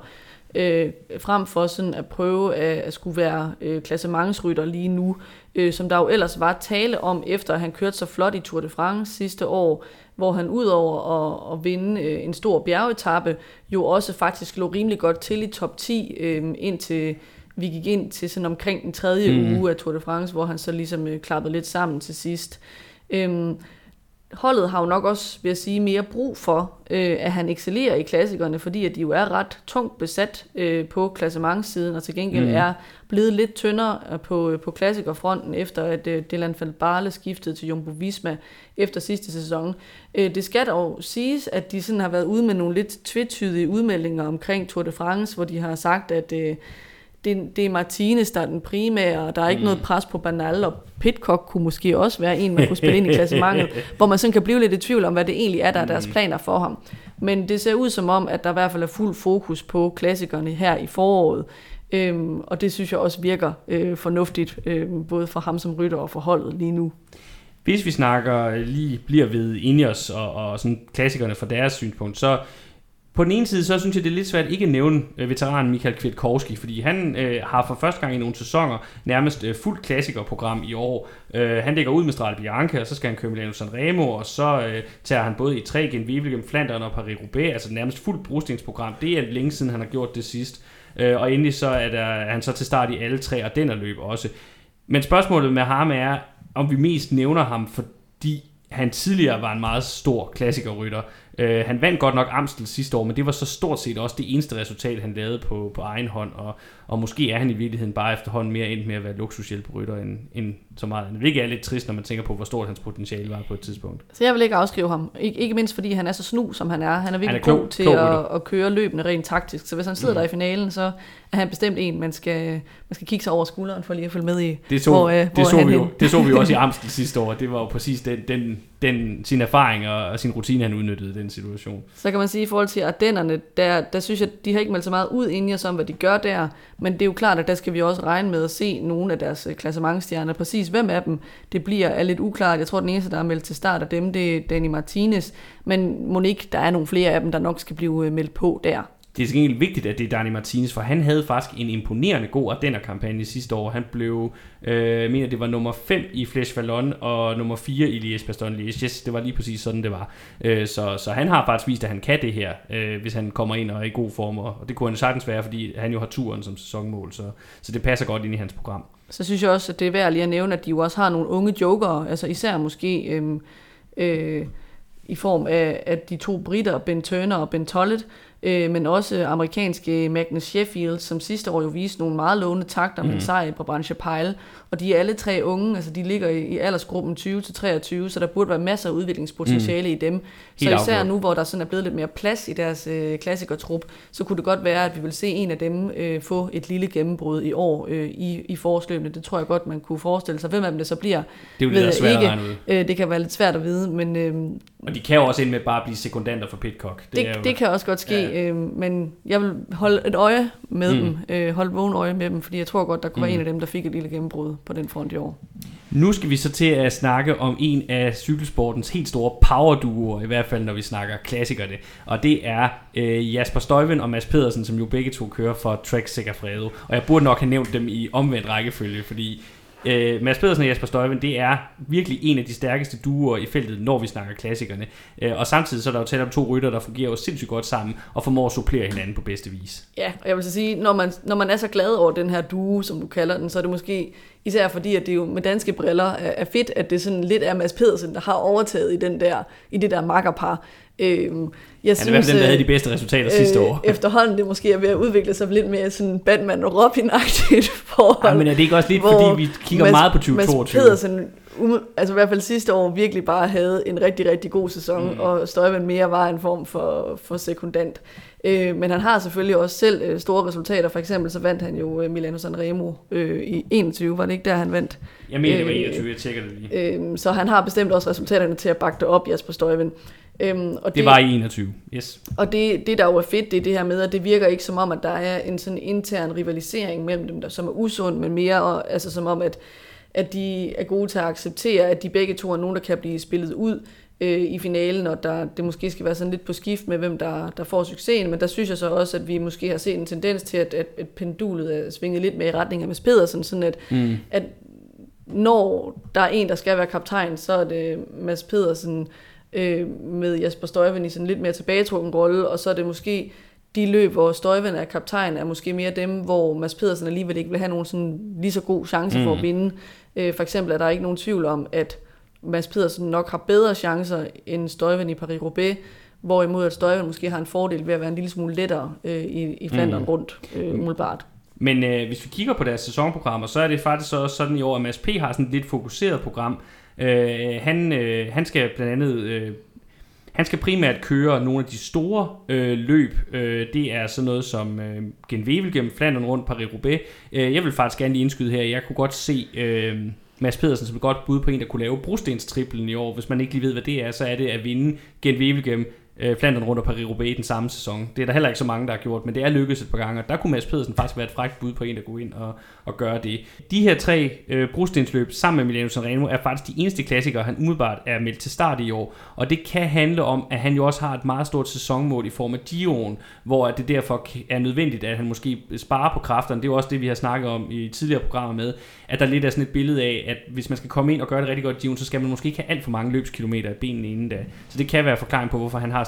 frem for sådan at prøve at skulle være klassementsrytter lige nu, som der jo ellers var tale om, efter at han kørte så flot i Tour de France sidste år, hvor han udover at vinde en stor bjergetappe, jo også faktisk lå rimelig godt til i top 10, indtil vi gik ind til sådan omkring den 3. uge af Tour de France, hvor han så ligesom klappede lidt sammen til sidst. Holdet har jo nok også, vil jeg sige, mere brug for, at han excellerer i klassikerne, fordi at de jo er ret tungt besat på klassementssiden, og til gengæld er blevet lidt tyndere på klassikerfronten, efter at Dylan van Baarle skiftede til Jumbo Visma efter sidste sæson. Det skal dog siges, at de sådan har været ude med nogle lidt tvetydige udmeldinger omkring Tour de France, hvor de har sagt, at det er Martinez, der er den primære, og der er ikke noget pres på Bernal, og Pidcock kunne måske også være en, man kunne spille ind i klassementet, hvor man sådan kan blive lidt i tvivl om, hvad det egentlig er, der er deres planer for ham. Men det ser ud som om, at der i hvert fald er fuld fokus på klassikerne her i foråret, og det synes jeg også virker fornuftigt, både for ham som rytter og for holdet lige nu. Hvis vi bliver ved Ineos og sådan klassikerne fra deres synspunkt, så på den ene side, så synes jeg, det er lidt svært ikke at nævne veteranen Michael Kwiatkowski, fordi han har for første gang i nogle sæsoner nærmest fuldt klassikerprogram i år. Han lægger ud med Strade Bianche, og så skal han køre Milano Sanremo, og så tager han både i 3 Gent-Wevelgem, Flandern og Paris-Roubaix, altså nærmest fuldt brostensprogram. Det er længe siden, han har gjort det sidst. Og endelig så er han så til start i alle 3 Ardennerløb også. Men spørgsmålet med ham er, om vi mest nævner ham, fordi han tidligere var en meget stor klassikerrytter. Han vandt godt nok Amstel sidste år, men det var så stort set også det eneste resultat, han lavede på egen hånd, og måske er han i virkeligheden bare efterhånden mere endt med at være luksushjælperytter end så meget. Det er lidt trist, når man tænker på, hvor stort hans potentiale var på et tidspunkt. Så jeg vil ikke afskrive ham. Ikke mindst fordi han er så snu, som han er. Han er virkelig god til at køre løbene rent taktisk. Så hvis han sidder der i finalen, så er han bestemt en, man skal kigge sig over skulderen for lige at følge med i. Det så vi jo også i Amstel sidste år. Det var jo præcis sin erfaring og sin rutine, han udnyttede i den situation. Så kan man sige, i forhold til Ardennerne, der synes jeg, de har ikke meldt så meget ud inden om, hvad de gør der. Men det er jo klart, at der skal vi også regne med at se nogle af deres klassementsstjerner. Præcis hvem af dem det er lidt uklart. Jeg tror, den eneste, der er meldt til start af dem, det er Dani Martinez. Men Monique, der er nogle flere af dem, der nok skal blive meldt på der. Det er så egentlig vigtigt, at det er Dani Martinez, for han havde faktisk en imponerende god Ardenner-kampagne sidste år. Han blev, mener det var nummer 5 i Flèche Wallonne og nummer 4 i Liège-Bastogne-Liège. Yes, det var lige præcis sådan, det var. Så han har faktisk vist, at han kan det her, hvis han kommer ind og er i god form. Og det kunne han sagtens være, fordi han jo har turen som sæsonmål, så det passer godt ind i hans program. Så synes jeg også, at det er værd lige at nævne, at de jo også har nogle unge jokere, altså især måske i form af de 2 britter, Ben Turner og Ben Tollett, men også amerikanske Magnus Sheffield, som sidste år jo viste nogle meget lovende takter med en sejr på Branche Pile. Og de er alle 3 unge, altså de ligger i aldersgruppen 20-23, så der burde være masser af udviklingspotentiale i dem. Så især nu, hvor der sådan er blevet lidt mere plads i deres klassikertrup, så kunne det godt være, at vi vil se en af dem få et lille gennembrud i år i forårsløbene. Det tror jeg godt, man kunne forestille sig. Hvem af dem det så bliver, det er jo lidt svært at regne ud. Det kan være lidt svært at vide, men... og de kan jo også ind med bare at blive sekundanter for Pidcock. Det kan også godt ske, men jeg vil holde et øje med dem, holde vågen øje med dem, fordi jeg tror godt, der kunne være en af dem, der fik et lille gennembrud på den front i år. Nu skal vi så til at snakke om en af cykelsportens helt store powerduoer, i hvert fald når vi snakker klassikerne, og det er Jasper Stuyven og Mads Pedersen, som jo begge to kører for Trek Segafredo, og jeg burde nok have nævnt dem i omvendt rækkefølge, fordi Mads Pedersen og Jasper Stuyven, det er virkelig en af de stærkeste duoer i feltet, når vi snakker klassikerne. Og samtidig så er der jo tale om 2 rytter, der fungerer jo sindssygt godt sammen og formår at supplere hinanden på bedste vis. Ja, og jeg vil så sige, når man er så glad over den her duo, som du kalder den, så er det måske især fordi, at det jo med danske briller er fedt, at det sådan lidt er Mads Pedersen, der har overtaget i det der makkerpar. Han er i hvert fald den, der havde de bedste resultater sidste år. Efterhånden det måske er ved at udvikle sig lidt mere sådan Batman og Robin-agtigt forhold. Ja, men er det ikke også lidt, fordi vi kigger meget på 2022? Mads Pedersen, altså i hvert fald sidste år, virkelig bare havde en rigtig, rigtig god sæson, og Stuyven mere var en form for sekundant. Men han har selvfølgelig også selv store resultater. For eksempel så vandt han jo Milano Sanremo i 21, var det ikke der, han vandt? Jeg mener, det var 21, jeg tjekker det lige. Så han har bestemt også resultaterne til at bakke det op, Jasper Stuyven. Og det var i 21, yes. Og det der jo er fedt, det er det her med, at det virker ikke som om, at der er en sådan intern rivalisering mellem dem, der, som er usund, men mere altså som om, at de er gode til at acceptere, at de begge to er nogen, der kan blive spillet ud i finalen, og det måske skal være sådan lidt på skift med, hvem der får succesen, men der synes jeg så også, at vi måske har set en tendens til, at pendulet er svinget lidt mere i retning af Mads Pedersen, sådan at når der er en, der skal være kaptajn, så er det Mads Pedersen med Jasper Stuyven i sådan lidt mere tilbagetrukken rolle, og så er det måske de løb, hvor Stuyven er kaptajn, er måske mere dem, hvor Mads Pedersen alligevel ikke vil have nogen sådan lige så god chance for at vinde. For eksempel er der ikke nogen tvivl om, at Mads Pedersen nok har bedre chancer end Stuyven i Paris-Roubaix, hvorimod at Stuyven måske har en fordel ved at være en lille smule lettere i Flandern rundt umiddelbart. Men hvis vi kigger på deres sæsonprogrammer, så er det faktisk også sådan i år, at Mads P. har sådan et lidt fokuseret program. Han skal blandt andet han skal primært køre nogle af de store løb. Det er sådan noget som Gent-Wevelgem, Flandern rundt, Paris-Roubaix. Jeg vil faktisk gerne lige indskyde her. Jeg kunne godt se Mads Pedersen som et godt bud på en, der kunne lave brostenstriplen i år. Hvis man ikke lige ved, hvad det er, så er det at vinde Gent-Wevelgem, Flandern rundt og Paris-Roubaix i den samme sæson. Det er der heller ikke så mange, der har gjort, men det er lykkedes et par gange, og der kunne Mads Pedersen faktisk være et frækt bud på en, der går ind og gøre det. De her 3 brostensløb sammen med Milano Sanremo er faktisk de eneste klassikere, han umiddelbart er meldt til start i år, og det kan handle om, at han jo også har et meget stort sæsonmål i form af Giroen, hvor det derfor er nødvendigt, at han måske sparer på kræfterne. Det er jo også det, vi har snakket om i tidligere programmer med, at der lidt er sådan et billede af, at hvis man skal komme ind og gøre det rigtig godt i Giroen, så skal man måske ikke have alt for mange løbskilometer i benene inden da. Så det kan være forklaring på, hvorfor han har sådan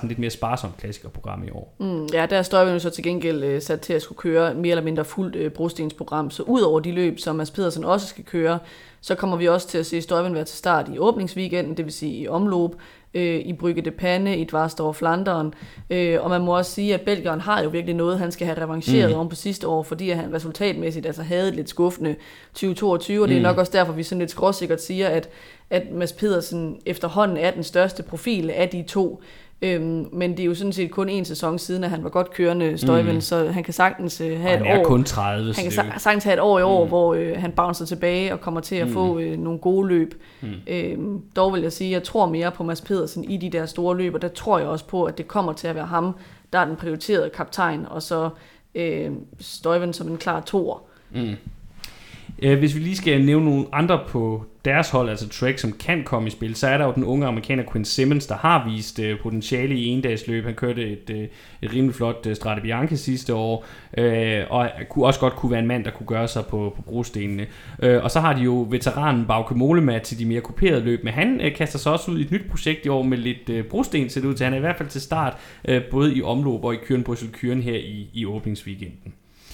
sådan lidt mere sparsomt klassikerprogram i år. Ja, der er Støjvind jo så til gengæld sat til at skulle køre mere eller mindre fuldt brostensprogram, så ud over de løb, som Mads Pedersen også skal køre, så kommer vi også til at se Støjvind være til start i åbningsweekenden, det vil sige i omløb, i Brygge de Panne, i Dvarstor Flandern. Og man må også sige, at belgieren har jo virkelig noget, han skal have revancheret om på sidste år, fordi han resultatmæssigt altså havde et lidt skuffende 2022, og det er nok også derfor, vi sådan lidt skråsikkert siger, at Mads Pedersen efterhånden er den største profil af de to. Men det er jo sådan set kun en sæson siden, at han var godt kørende Støjvind, så han kan sagtens have et år. Han er kun 30. Han kan sagtens have et år i år, hvor han bouncer tilbage og kommer til at få nogle gode løb. Dog vil jeg sige, at jeg tror mere på Mads Pedersen i de der store løb, og der tror jeg også på, at det kommer til at være ham, der er den prioriterede kaptajn, og så Støjvind som en klar toer. Hvis vi lige skal nævne nogle andre på deres hold, altså Trek, som kan komme i spil, så er der jo den unge amerikaner Quinn Simmons, der har vist potentiale i endagsløb. Han kørte et rimelig flot Strade Bianche sidste år, og også kunne være en mand, der kunne gøre sig på brostenene. Og så har de jo veteranen Bauke Mollema til de mere kuperede løb, men han kaster sig også ud i et nyt projekt i år med lidt brosten, ser det ud til. Han er i hvert fald til start, både i omløb og i Kuren her i åbningsweekenden.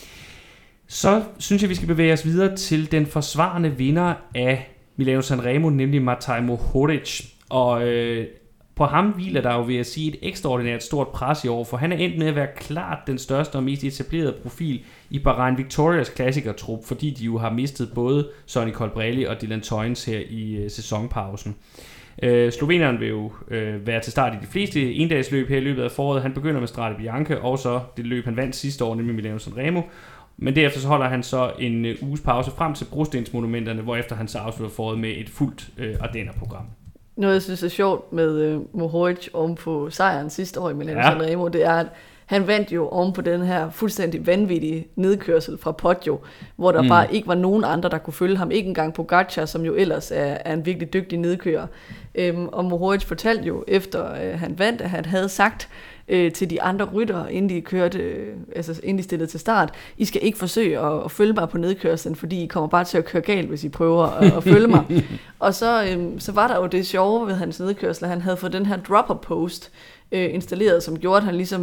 Så synes jeg, vi skal bevæge os videre til den forsvarende vinder af Milano Sanremo, nemlig Matej Mohoric. Og på ham hviler der jo, vil jeg sige, et ekstraordinært stort pres i år, for han er endt med at være klart den største og mest etablerede profil i Bahrain Victorias klassikertrup, fordi de jo har mistet både Sonny Colbrelli og Dylan Teuns her i sæsonpausen. Sloveneren vil jo være til start i de fleste endagsløb her i løbet af foråret. Han begynder med Strade Bianche, og så det løb, han vandt sidste år, nemlig Milano Sanremo. Men derefter så holder han så en uges pause frem til brostensmonumenterne, hvorefter han så afslutter foråret med et fuldt Ardenner-program. Noget, jeg synes er sjovt med Mohoric oven på sejren sidste år i Milano Sanremo, det er, at han vandt jo oven på den her fuldstændig vanvittige nedkørsel fra Poggio, hvor der bare ikke var nogen andre, der kunne følge ham. Ikke engang Pogačar, som jo ellers er en virkelig dygtig nedkører. Og Mohoric fortalte jo, efter han vandt, at han havde sagt til de andre ryttere, inden de kørte, inden de stillede til start, I skal ikke forsøge at følge mig på nedkørslen, fordi I kommer bare til at køre galt, hvis I prøver at følge mig. Og så var der jo det sjove ved hans nedkørsel, at han havde fået den her dropper post installeret, som gjorde, at han ligesom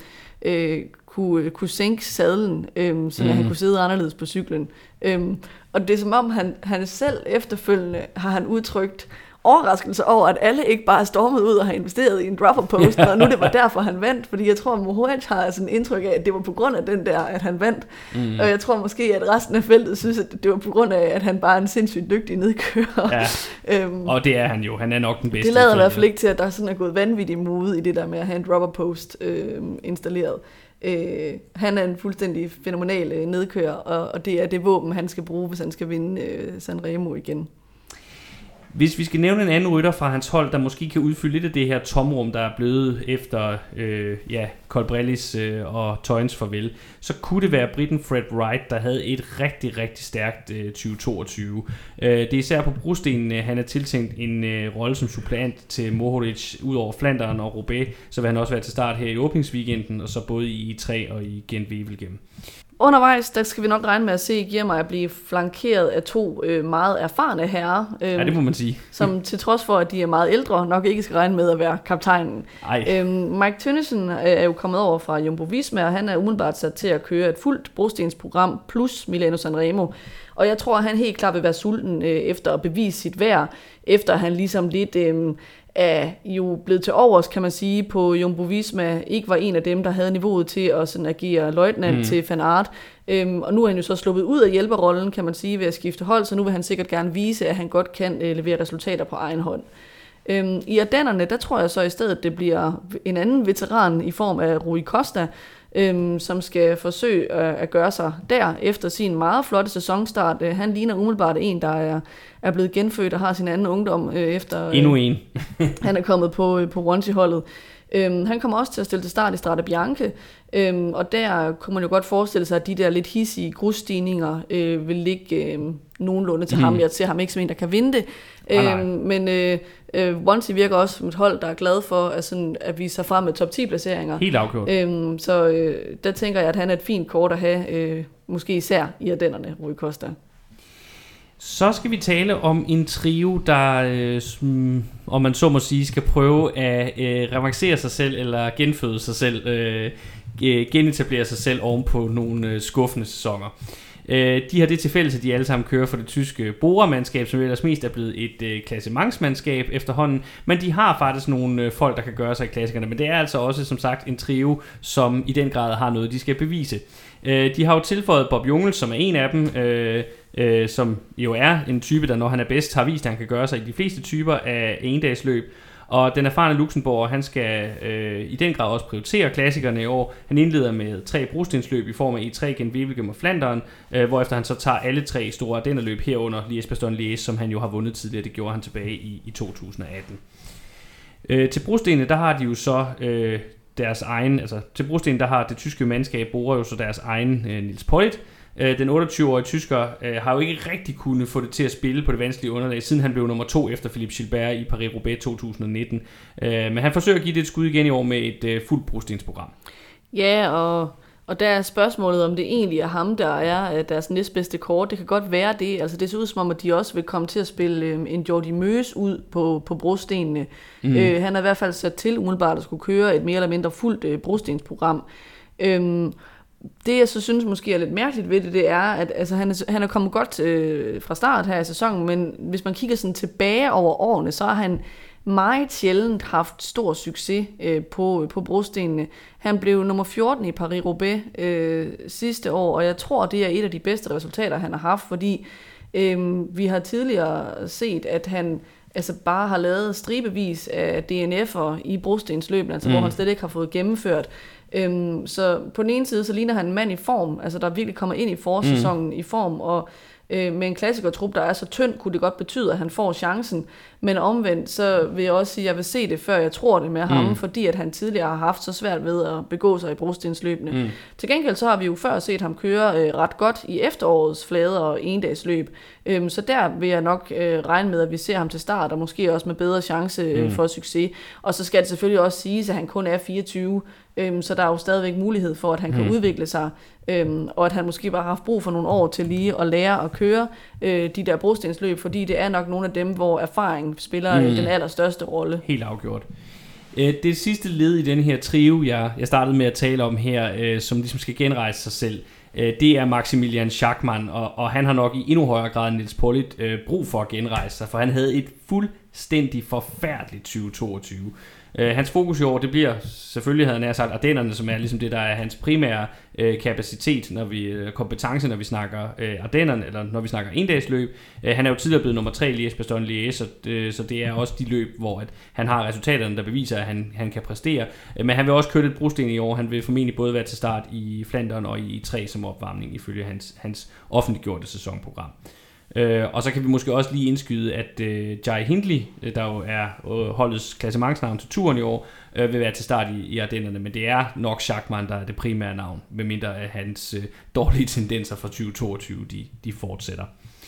kunne sænke sadlen, så han kunne sidde anderledes på cyklen. Og det er som om, han selv efterfølgende har han udtrykt overraskelse over, at alle ikke bare er stormet ud og har investeret i en dropper post, og nu det var derfor, han vandt, fordi jeg tror, at Mohoric har sådan en indtryk af, at det var på grund af den der, at han vandt. Og jeg tror måske, at resten af feltet synes, at det var på grund af, at han bare er en sindssygt dygtig nedkører. Ja. Og det er han jo. Han er nok den bedste. Det lader i hvert fald ikke til, at der sådan er gået vanvittig mode i det der med at have en dropper post installeret. Han er en fuldstændig fænomenal nedkører, og det er det våben, han skal bruge, hvis han skal vinde Sanremo igen. Hvis vi skal nævne en anden rytter fra hans hold, der måske kan udfylde lidt af det her tomrum, der er blevet efter Colbrellis og Teuns farvel, så kunne det være briten Fred Wright, der havde et rigtig, rigtig stærkt 2022. Det er især på brostenene, han er tiltænkt en rolle som suppleant til Mohoric ud over Flandern og Roubaix, så vil han også være til start her i åbningsweekenden, og så både i E3 og i Gent-Wevelgem. Undervejs, der skal vi nok regne med at se Girmay at blive flankeret af to meget erfarne herrer. Ja, det må man sige. Som til trods for, at de er meget ældre, nok ikke skal regne med at være kaptajnen. Mike Tønnesen er jo kommet over fra Jumbo Visma, og han er umiddelbart sat til at køre et fuldt brostensprogram plus Milano Sanremo. Og jeg tror, at han helt klart vil være sulten efter at bevise sit værd, efter han ligesom lidt er jo blevet til overs, kan man sige, på Jumbo Visma, ikke var en af dem, der havde niveauet til at sådan agere løjtnant til Van Aert. Og nu er han jo så sluppet ud af hjælperrollen, kan man sige, ved at skifte hold, så nu vil han sikkert gerne vise, at han godt kan levere resultater på egen hånd. I Ardennerne, der tror jeg så i stedet, det bliver en anden veteran i form af Rui Costa, som skal forsøge at gøre sig der efter sin meget flotte sæsonstart. Han ligner umiddelbart en, der er blevet genfødt og har sin anden ungdom efter... Endnu en. Han er kommet på Ronchi-holdet. Han kommer også til at stille til start i Strade Bianche, og der kunne man jo godt forestille sig, at de der lidt hissige grusstigninger vil ligge nogenlunde til ham. Jeg ser ham ikke som en, der kan vinde det, men Ronchi virker også som et hold, der er glad for at vise sig frem med top 10 placeringer. Helt afgjort. Så der tænker jeg, at han er et fint kort at have, måske især i Ardennerne, Rui Costa. Så skal vi tale om en trio, der, om man så må sige, skal prøve at revancere sig selv eller genføde sig selv, genetablere sig selv oven på nogle skuffende sæsoner. De har det til fælles, at de alle sammen kører for det tyske Bora-mandskab, som ellers mest er blevet et klassementsmandskab efterhånden, men de har faktisk nogle folk, der kan gøre sig i klassikerne, men det er altså også som sagt en trio, som i den grad har noget, de skal bevise. De har jo tilføjet Bob Jungels, som er en af dem, som jo er en type, der når han er bedst, har vist, at han kan gøre sig i de fleste typer af endagsløb. Og den erfarne Luxembourg, han skal i den grad også prioritere klassikerne i år. Han indleder med 3 brostensløb i form af E3 gennem Wevelgem og Flandern, hvorefter han så tager alle 3 store ardennerløb herunder Liège-Bastogne-Liège, som han jo har vundet tidligere. Det gjorde han tilbage i 2018. Til brostenene, der har de jo så deres egen, altså til brostenene, der har det tyske mandskab Bora jo så deres egen Nils Politt. Den 28-årige tysker har jo ikke rigtig kunnet få det til at spille på det vanskelige underlag, siden han blev nummer 2 efter Philippe Gilbert i Paris-Roubaix 2019. Men han forsøger at give det et skud igen i år med et fuldt brostensprogram. Ja, og der er spørgsmålet, om det egentlig er ham, der er deres næstbedste kort. Det kan godt være det. Altså det ser ud som om, at de også vil komme til at spille en Jordi Meus ud på brostenene. Han er i hvert fald sat til umiddelbart at skulle køre et mere eller mindre fuldt brostensprogram. Det, jeg så synes måske er lidt mærkeligt ved det, det er, at altså, han er kommet godt fra start her i sæsonen, men hvis man kigger sådan tilbage over årene, så har han meget sjældent haft stor succes på brostenene. Han blev nummer 14 i Paris-Roubaix sidste år, og jeg tror, det er et af de bedste resultater, han har haft, fordi vi har tidligere set, at han altså bare har lavet stribevis af DNF'er i brostensløbene, altså hvor han slet ikke har fået gennemført. Så på den ene side, så ligner han en mand i form, altså der virkelig kommer ind i forsæsonen i form, og med en klassikertrup, der er så tynd, kunne det godt betyde, at han får chancen. Men omvendt, så vil jeg også sige, at jeg vil se det, før jeg tror det med ham, fordi at han tidligere har haft så svært ved at begå sig i brostensløbene. Til gengæld så har vi jo før set ham køre ret godt i efterårets flade og endagsløb. Så der vil jeg nok regne med, at vi ser ham til start, og måske også med bedre chance for succes. Og så skal det selvfølgelig også siges, at han kun er 24, så der er jo stadigvæk mulighed for, at han kan udvikle sig, og at han måske bare har haft brug for nogle år til lige at lære at køre de der brostensløb, fordi det er nok nogle af dem, hvor erfaring spiller den allerstørste rolle. Helt afgjort. Det sidste led i den her trio, jeg startede med at tale om her, som ligesom skal genrejse sig selv, det er Maximilian Schachmann, og han har nok i endnu højere grad end Nils Politt brug for at genrejse sig, for han havde et fuldstændig forfærdeligt 2022. Hans fokus i år, det bliver selvfølgelig, havde han sagt, Ardennerne, som er ligesom det, der er hans primære kapacitet, kompetence, når vi snakker Ardennerne, eller når vi snakker endagsløb. Han er jo tidligere blevet nummer 3 i Liège-Bastogne-Liège, så det er også de løb, hvor at han har resultaterne, der beviser, at han kan præstere. Men han vil også køre lidt brosten i år. Han vil formentlig både være til start i Flandern og i 3 som opvarmning, ifølge hans offentliggjorte sæsonprogram. Og så kan vi måske også lige indskyde, at Jai Hindley, der jo er holdets klassementsnavn til turen i år, vil være til start i Ardennerne, men det er nok Schachmann, der er det primære navn, medmindre at hans dårlige tendenser fra 2022, de fortsætter.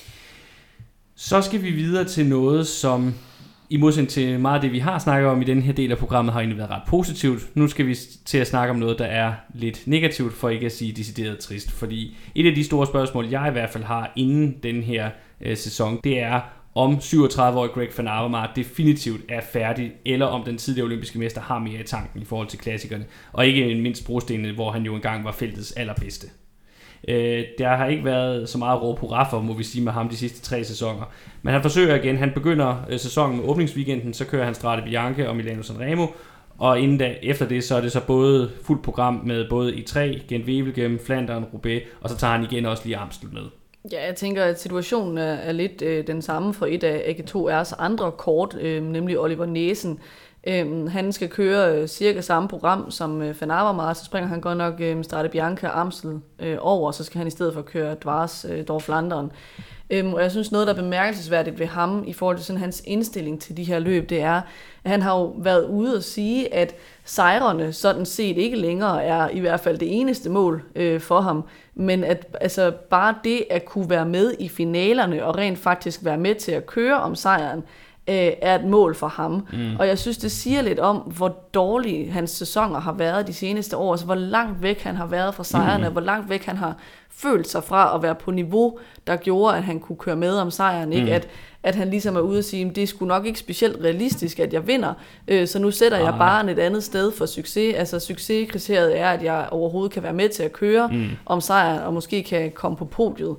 Så skal vi videre til noget, som i modsætning til meget af det, vi har snakket om i den her del af programmet, har egentlig været ret positivt. Nu skal vi til at snakke om noget, der er lidt negativt, for ikke at sige decideret trist. Fordi et af de store spørgsmål, jeg i hvert fald har inden den her sæson, det er, om 37-årige Greg van Avermaet definitivt er færdig, eller om den tidligere olympiske mester har mere i tanken i forhold til klassikerne, og ikke mindst brostenene, hvor han jo engang var feltets allerbedste. Der har ikke været så meget råb hurra for, må vi sige, med ham de sidste 3 sæsoner. Men han forsøger igen. Han begynder sæsonen med åbningsweekenden, så kører han Strade Bianche og Milano Sanremo, og efter det, så er det så både fuldt program med både E3, Gent-Wevelgem, Flandern, Roubaix, og så tager han igen også lige Amstel med. Ja, jeg tænker, at situationen er lidt den samme for et af AG2R's andre kort, nemlig Oliver Næsen. Han skal køre cirka samme program som Van Avermaet, så springer han godt nok Strade Bianche og Amstel over, så skal han i stedet for køre Dwars-Flandern. Og jeg synes noget, der er bemærkelsesværdigt ved ham i forhold til sådan hans indstilling til de her løb, det er, at han har jo været ude og sige, at sejrene sådan set ikke længere er i hvert fald det eneste mål for ham, men at altså bare det at kunne være med i finalerne og rent faktisk være med til at køre om sejren, er et mål for ham. Og jeg synes, det siger lidt om, hvor dårlige hans sæsoner har været de seneste år, altså hvor langt væk han har været fra sejrene, hvor langt væk han har følt sig fra at være på niveau, der gjorde, at han kunne køre med om sejren. Ikke? At han ligesom er ude og sige, det er sgu nok ikke specielt realistisk, at jeg vinder, så nu sætter jeg barren et andet sted for succes. Altså succeskriteriet er, at jeg overhovedet kan være med til at køre om sejren, og måske kan komme på podiet.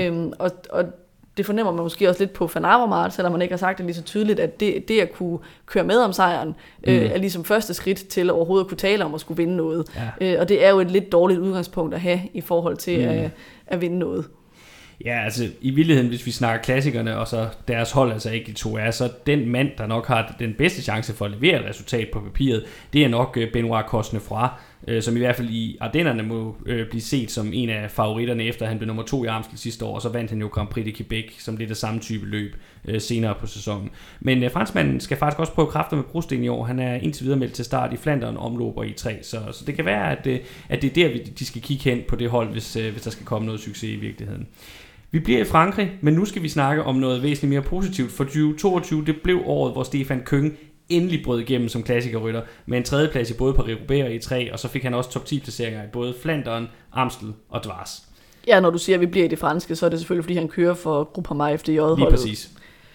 Og det fornemmer man måske også lidt på Van Avermaet, selvom man ikke har sagt det lige så tydeligt, at det at kunne køre med om sejren, er ligesom første skridt til overhovedet at kunne tale om at skulle vinde noget. Ja. Og det er jo et lidt dårligt udgangspunkt at have i forhold til at vinde noget. Ja, altså i virkeligheden, hvis vi snakker klassikerne, og så deres hold, altså ikke de to er, så den mand, der nok har den bedste chance for at levere et resultat på papiret, det er nok Benoît Cosnefroid, som i hvert fald i Ardennerne må blive set som en af favoritterne, efter han blev nummer 2 i Amstel sidste år, og så vandt han jo Grand Prix de Quebec, som lidt af samme type løb senere på sæsonen. Men franskmanden skal faktisk også prøve kræfter med brosten i år. Han er indtil videre meldt til start i Flandern, omløber i 3, så det kan være, at det er der, de skal kigge hen på det hold, hvis der skal komme noget succes i virkeligheden. Vi bliver i Frankrig, men nu skal vi snakke om noget væsentligt mere positivt, for 2022 det blev året, hvor Stefan Küng endelig brød igennem som klassikerrytter med en tredjeplads i både Paris-Roubaix og i 3, og så fik han også top 10 placeringer i både Flandern, Amstel og Dvars. Ja, når du siger, at vi bliver i det franske, så er det selvfølgelig, fordi han kører for Groupama FDJ-holdet. Lige præcis.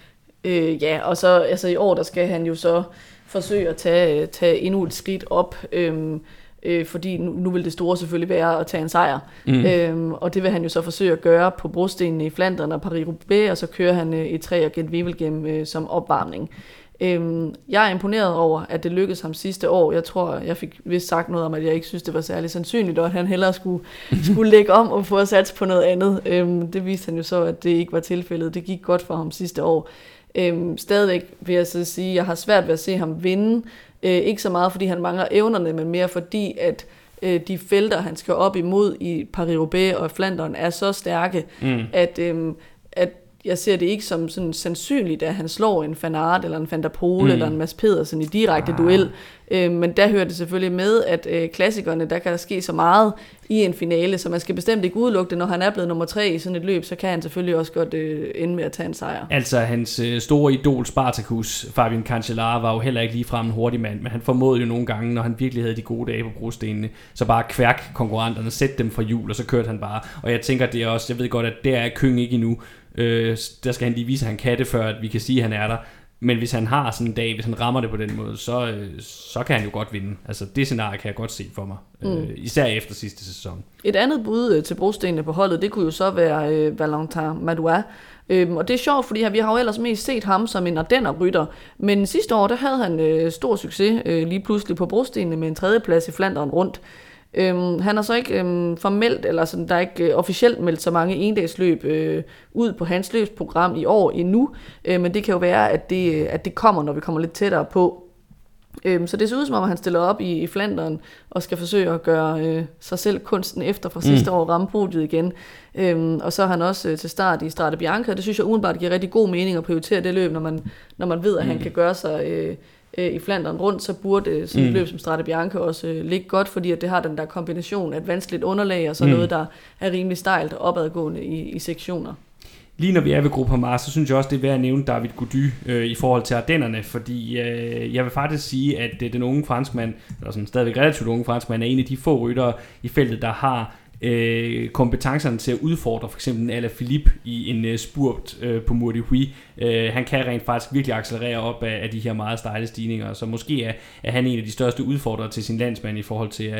Ja, og så altså i år, der skal han jo så forsøge at tage endnu et skridt op, fordi nu vil det store selvfølgelig være at tage en sejr. Og det vil han jo så forsøge at gøre på brostenene i Flandern og Paris-Roubaix, og så kører han i 3 og Gent-Wevelgem som opvarmning. Jeg er imponeret over, at det lykkedes ham sidste år. Jeg tror, jeg fik vist sagt noget om, at jeg ikke synes, det var særlig sandsynligt, og at han hellere skulle lægge om og få at satse på noget andet. Det viste han jo så, at det ikke var tilfældet. Det gik godt for ham sidste år. Stadigvæk vil jeg så sige, at jeg har svært ved at se ham vinde. Ikke så meget, fordi han mangler evnerne, men mere fordi, at de felter, han skal op imod i Paris-Roubaix og Flandern, er så stærke, at jeg ser det ikke som sådan sandsynligt, at han slår en Van Aert eller en Van der Poel eller en Mads Pedersen i direkte duel. Men der hører det selvfølgelig med, at klassikerne, der kan der ske så meget i en finale, så man skal bestemt ikke udelukke det. Når han er blevet nummer 3 i sådan et løb, så kan han selvfølgelig også godt ende med at tage en sejr. Altså hans store idol Spartacus, Fabian Cancellara, var jo heller ikke ligefrem en hurtig mand, men han formåede jo nogle gange, når han virkelig havde de gode dage på brostenene, så bare kværk konkurrenterne, sætte dem fra hjul, og så kørte han bare. Og jeg tænker, det er også, jeg ved godt, at der er Küng ikke endnu. Der skal han lige vise, at han kan det, før at vi kan sige, at han er der. Men hvis han har sådan en dag, hvis han rammer det på den måde, så kan han jo godt vinde. Altså det scenarie kan jeg godt se for mig. Især efter sidste sæson. Et andet bud til brostenene på holdet, det kunne jo så være Valentin Madouas. Og det er sjovt, fordi vi har jo ellers mest set ham som en Ardenner-rytter. Men sidste år, der havde han stor succes lige pludselig på brostenene med en 3. plads i Flandern rundt. Han har så ikke formelt, eller sådan, der er ikke officielt meldt så mange endagsløb ud på hans løbsprogram i år endnu, men det kan jo være, at det kommer, når vi kommer lidt tættere på. Så det ser ud som om, han stiller op i Flandern og skal forsøge at gøre sig selv kunsten efter fra sidste år, ramme podiet igen. Og så er han også til start i Strade Bianca. Det synes jeg umiddelbart giver rigtig god mening at prioritere det løb, når man ved, at han kan gøre sig i Flandern rundt, så burde sådan et løb som Strade Bianca også ligge godt, fordi at det har den der kombination af et vanskeligt underlag og så noget, der er rimelig stejlt og opadgående i sektioner. Lige når vi er ved Groupama, så synes jeg også, det er værd at nævne David Gaudu i forhold til Ardennerne, fordi jeg vil faktisk sige, at den unge franskmand, eller sådan stadigvæk relativt unge franskmand, er en af de få ryttere i feltet, der har kompetencerne til at udfordre for eksempel Alaphilippe i en spurt på Mur de Huy. Han kan rent faktisk virkelig accelerere op af de her meget stejle stigninger, så måske er han en af de største udfordrere til sin landsmand i forhold til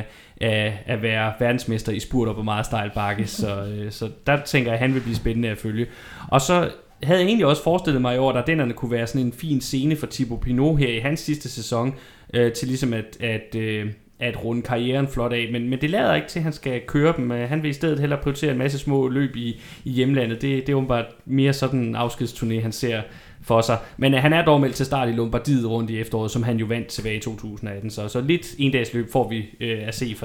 at være verdensmester i spurter på meget stejl bakke, så der tænker jeg, at han vil blive spændende at følge. Og så havde jeg egentlig også forestillet mig i år, at Ardennerne kunne være sådan en fin scene for Thibaut Pinot her i hans sidste sæson, til ligesom at runde karrieren flot af, men det lader ikke til, at han skal køre dem. Han vil i stedet hellere prioritere en masse små løb i hjemlandet. Det er åbenbart mere sådan en afskedsturné, han ser for sig. Men han er dog meldt til start i Lombardiet rundt i efteråret, som han jo vandt tilbage i 2018. Så lidt endagsløb får vi at se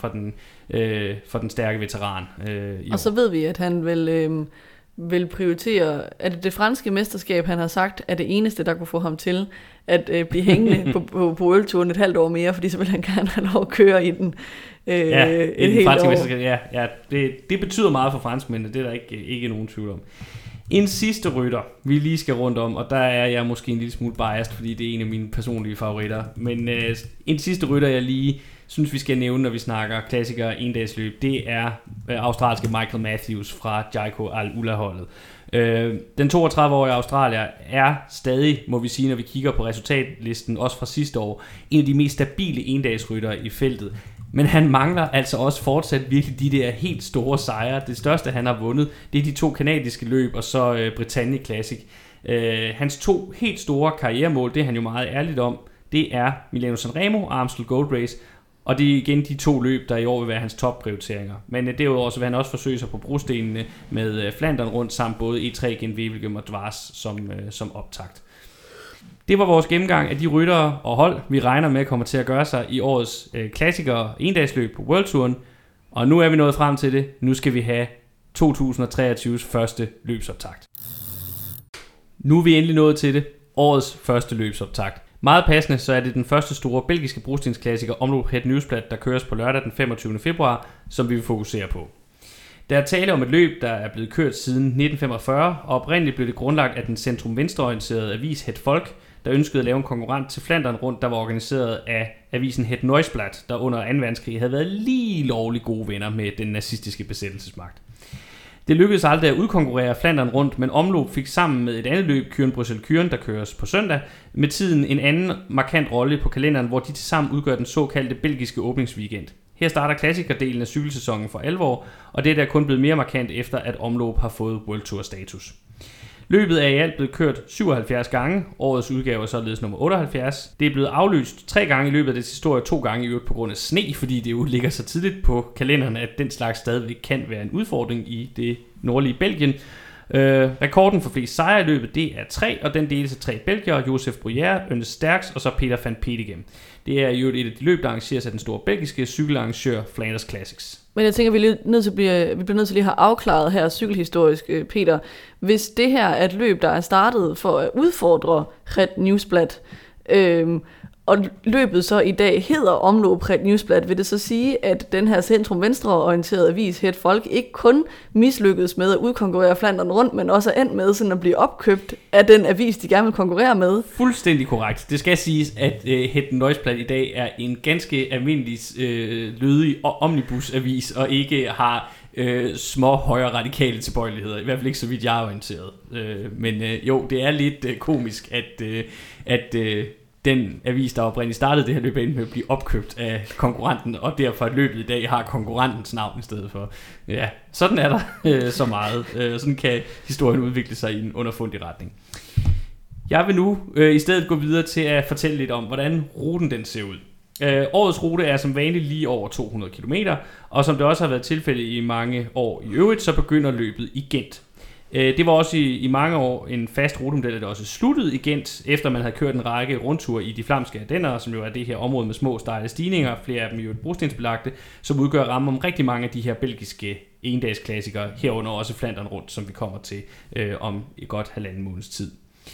for den stærke veteran. Og så ved vi, at han vil prioritere, at det franske mesterskab, han har sagt, er det eneste, der kunne få ham til at blive hængende på ølturen et halvt år mere, fordi så vil han gerne have lov at køre i den et helt år. Ja, det betyder meget for franskmændene, det er der ikke nogen tvivl om. En sidste rytter, vi lige skal rundt om, og der er jeg måske en lille smule biased, fordi det er en af mine personlige favoritter. Men en sidste rytter, jeg lige synes, vi skal nævne, når vi snakker klassikere endagsløb, det er australske Michael Matthews fra Jayco Al-Ula-holdet. Den 32-årige australier er stadig, må vi sige, når vi kigger på resultatlisten, også fra sidste år, en af de mest stabile endagsryttere i feltet. Men han mangler altså også fortsat virkelig de der helt store sejre. Det største, han har vundet, det er de 2 kanadiske løb, og så Britannia Classic. Hans 2 helt store karrieremål, det er han jo meget ærligt om, det er Milano Sanremo og Amstel Gold Race. Og det er igen de 2 løb, der i år vil være hans topprioriteringer. Men derudover så vil han også forsøge sig på brostenene med Flandern rundt, samt både E3 gen Wevelgem og Dvars som optakt. Det var vores gennemgang af de ryttere og hold, vi regner med kommer til at gøre sig i årets klassikere endagsløb på World Touren. Og nu er vi nået frem til det. Nu skal vi have 2023's første løbsoptakt. Nu er vi endelig nået til det. Årets første løbsoptakt. Meget passende, så er det den første store belgiske brostensklassiker Omloop Het Nieuwsblad, der køres på lørdag den 25. februar, som vi vil fokusere på. Der er tale om et løb, der er blevet kørt siden 1945, og oprindeligt blev det grundlagt af den centrum-venstreorienterede avis Het Volk, der ønskede at lave en konkurrent til Flandern rundt, der var organiseret af avisen Het Nieuwsblad, der under 2. verdenskrig havde været lige lovligt gode venner med den nazistiske besættelsesmagt. Det lykkedes aldrig at udkonkurrere Flandern rundt, men Omloop fik sammen med et andet løb, Kuren-Bruxelles-Kuren, der køres på søndag, med tiden en anden markant rolle på kalenderen, hvor de tilsammen udgør den såkaldte belgiske åbningsweekend. Her starter klassikerdelen af cykelsæsonen for alvor, og det er der kun blevet mere markant efter, at Omloop har fået World Tour status. Løbet er i alt blevet kørt 77 gange, årets udgave er således nummer 78. Det er blevet aflyst 3 gange i løbet af dets historie, 2 gange i øvrigt på grund af sne, fordi det jo ligger så tidligt på kalenderen, at den slags stadigvæk kan være en udfordring i det nordlige Belgien. Rekorden for flest sejre i løbet, det er 3, og den deles af 3 belgiere, Joseph Bruyère, Ernest Sterckx og så Peter van Petegem. Det er jo et af de løb, der arrangeres af den store belgiske cykelarrangør Flanders Classics. Men jeg tænker, vi bliver nødt til lige at have afklaret her cykelhistorisk, Peter. Hvis det her er et løb, der er startet for at udfordre Het Nieuwsblad, og løbet så i dag hedder Omloop Het Nieuwsblad, vil det så sige, at den her centrum-venstre-orienterede avis Het Volk ikke kun mislykkedes med at udkonkurrere Flandern rundt, men også er endt med sådan at blive opkøbt af den avis, de gerne vil konkurrere med? Fuldstændig korrekt. Det skal siges, at Het Nieuwsblad i dag er en ganske almindelig lødig omnibusavis, og ikke har små højre radikale tilbøjeligheder, i hvert fald ikke så vidt jeg er orienteret. Men jo, det er lidt komisk, at den avis, der oprindeligt startede det her løb, med at blive opkøbt af konkurrenten, og derfor at løbet i dag har konkurrentens navn i stedet for. Ja, sådan er der så meget. Sådan kan historien udvikle sig i en underfundig retning. Jeg vil nu i stedet gå videre til at fortælle lidt om, hvordan ruten den ser ud. Årets rute er som vanligt lige over 200 km, og som det også har været tilfælde i mange år i øvrigt, så begynder løbet i Gent. Det var også i mange år en fast rutemodel, der også sluttede i Gent, efter man havde kørt en række rundture i de flamske Ardenner, som jo er det her område med små stejle stigninger, flere af dem jo brostensbelagte, som udgør rammen om rigtig mange af de her belgiske endagsklassikere, herunder også Flandern rundt, som vi kommer til om et godt 1,5 måneds tid.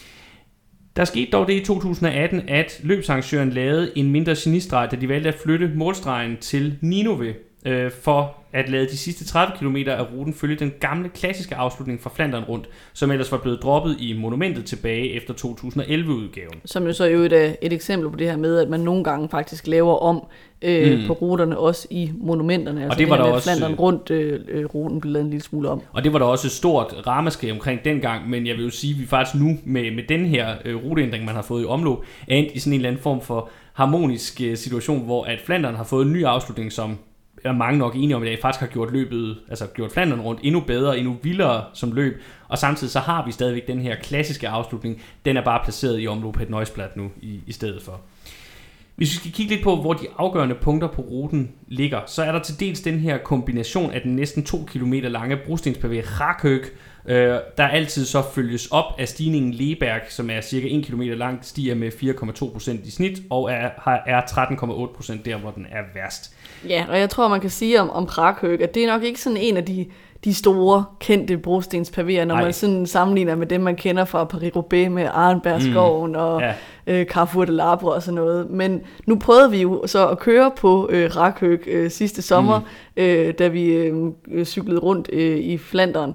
Der skete dog det i 2018, at løbsarrangøren lavede en mindre genistreg, da de valgte at flytte målstregen til Ninove, for at lade de sidste 30 km af ruten følge den gamle klassiske afslutning fra Flandern rundt, som ellers var blevet droppet i monumentet tilbage efter 2011-udgaven. Som jo så er et eksempel på det her med, at man nogle gange faktisk laver om på ruterne, også i monumenterne. Altså og det var der også Flandern rundt ruten blev lavet en lille smule om. Og det var der også et stort ramaskrig omkring dengang, men jeg vil jo sige, at vi faktisk nu med den her ruteændring, man har fået i omløb, er endt i sådan en eller anden form for harmonisk situation, hvor at Flandern har fået en ny afslutning, som er mange nok enige om i dag, faktisk har gjort løbet, altså gjort Flandern rundt endnu bedre, endnu vildere som løb, og samtidig så har vi stadigvæk den her klassiske afslutning, den er bare placeret i Omloop Het Nieuwsblad nu i stedet for. Hvis vi skal kigge lidt på, hvor de afgørende punkter på ruten ligger, så er der til dels den her kombination af den næsten 2 km lange brostenspavé Rakhøg, der altid så følges op af stigningen Leberg, som er cirka 1 km lang, stiger med 4,2% i snit, og er 13,8% der, hvor den er værst. Ja, og jeg tror, man kan sige om Rakhøg, at det er nok ikke sådan en af de store, kendte brostenspavéer, når man sådan sammenligner med dem, man kender fra Paris-Roubaix med Arnbergskoven og Carrefour de l'Arbre og sådan noget. Men nu prøvede vi jo så at køre på Rakhøg sidste sommer, da vi cyklede rundt i Flandern.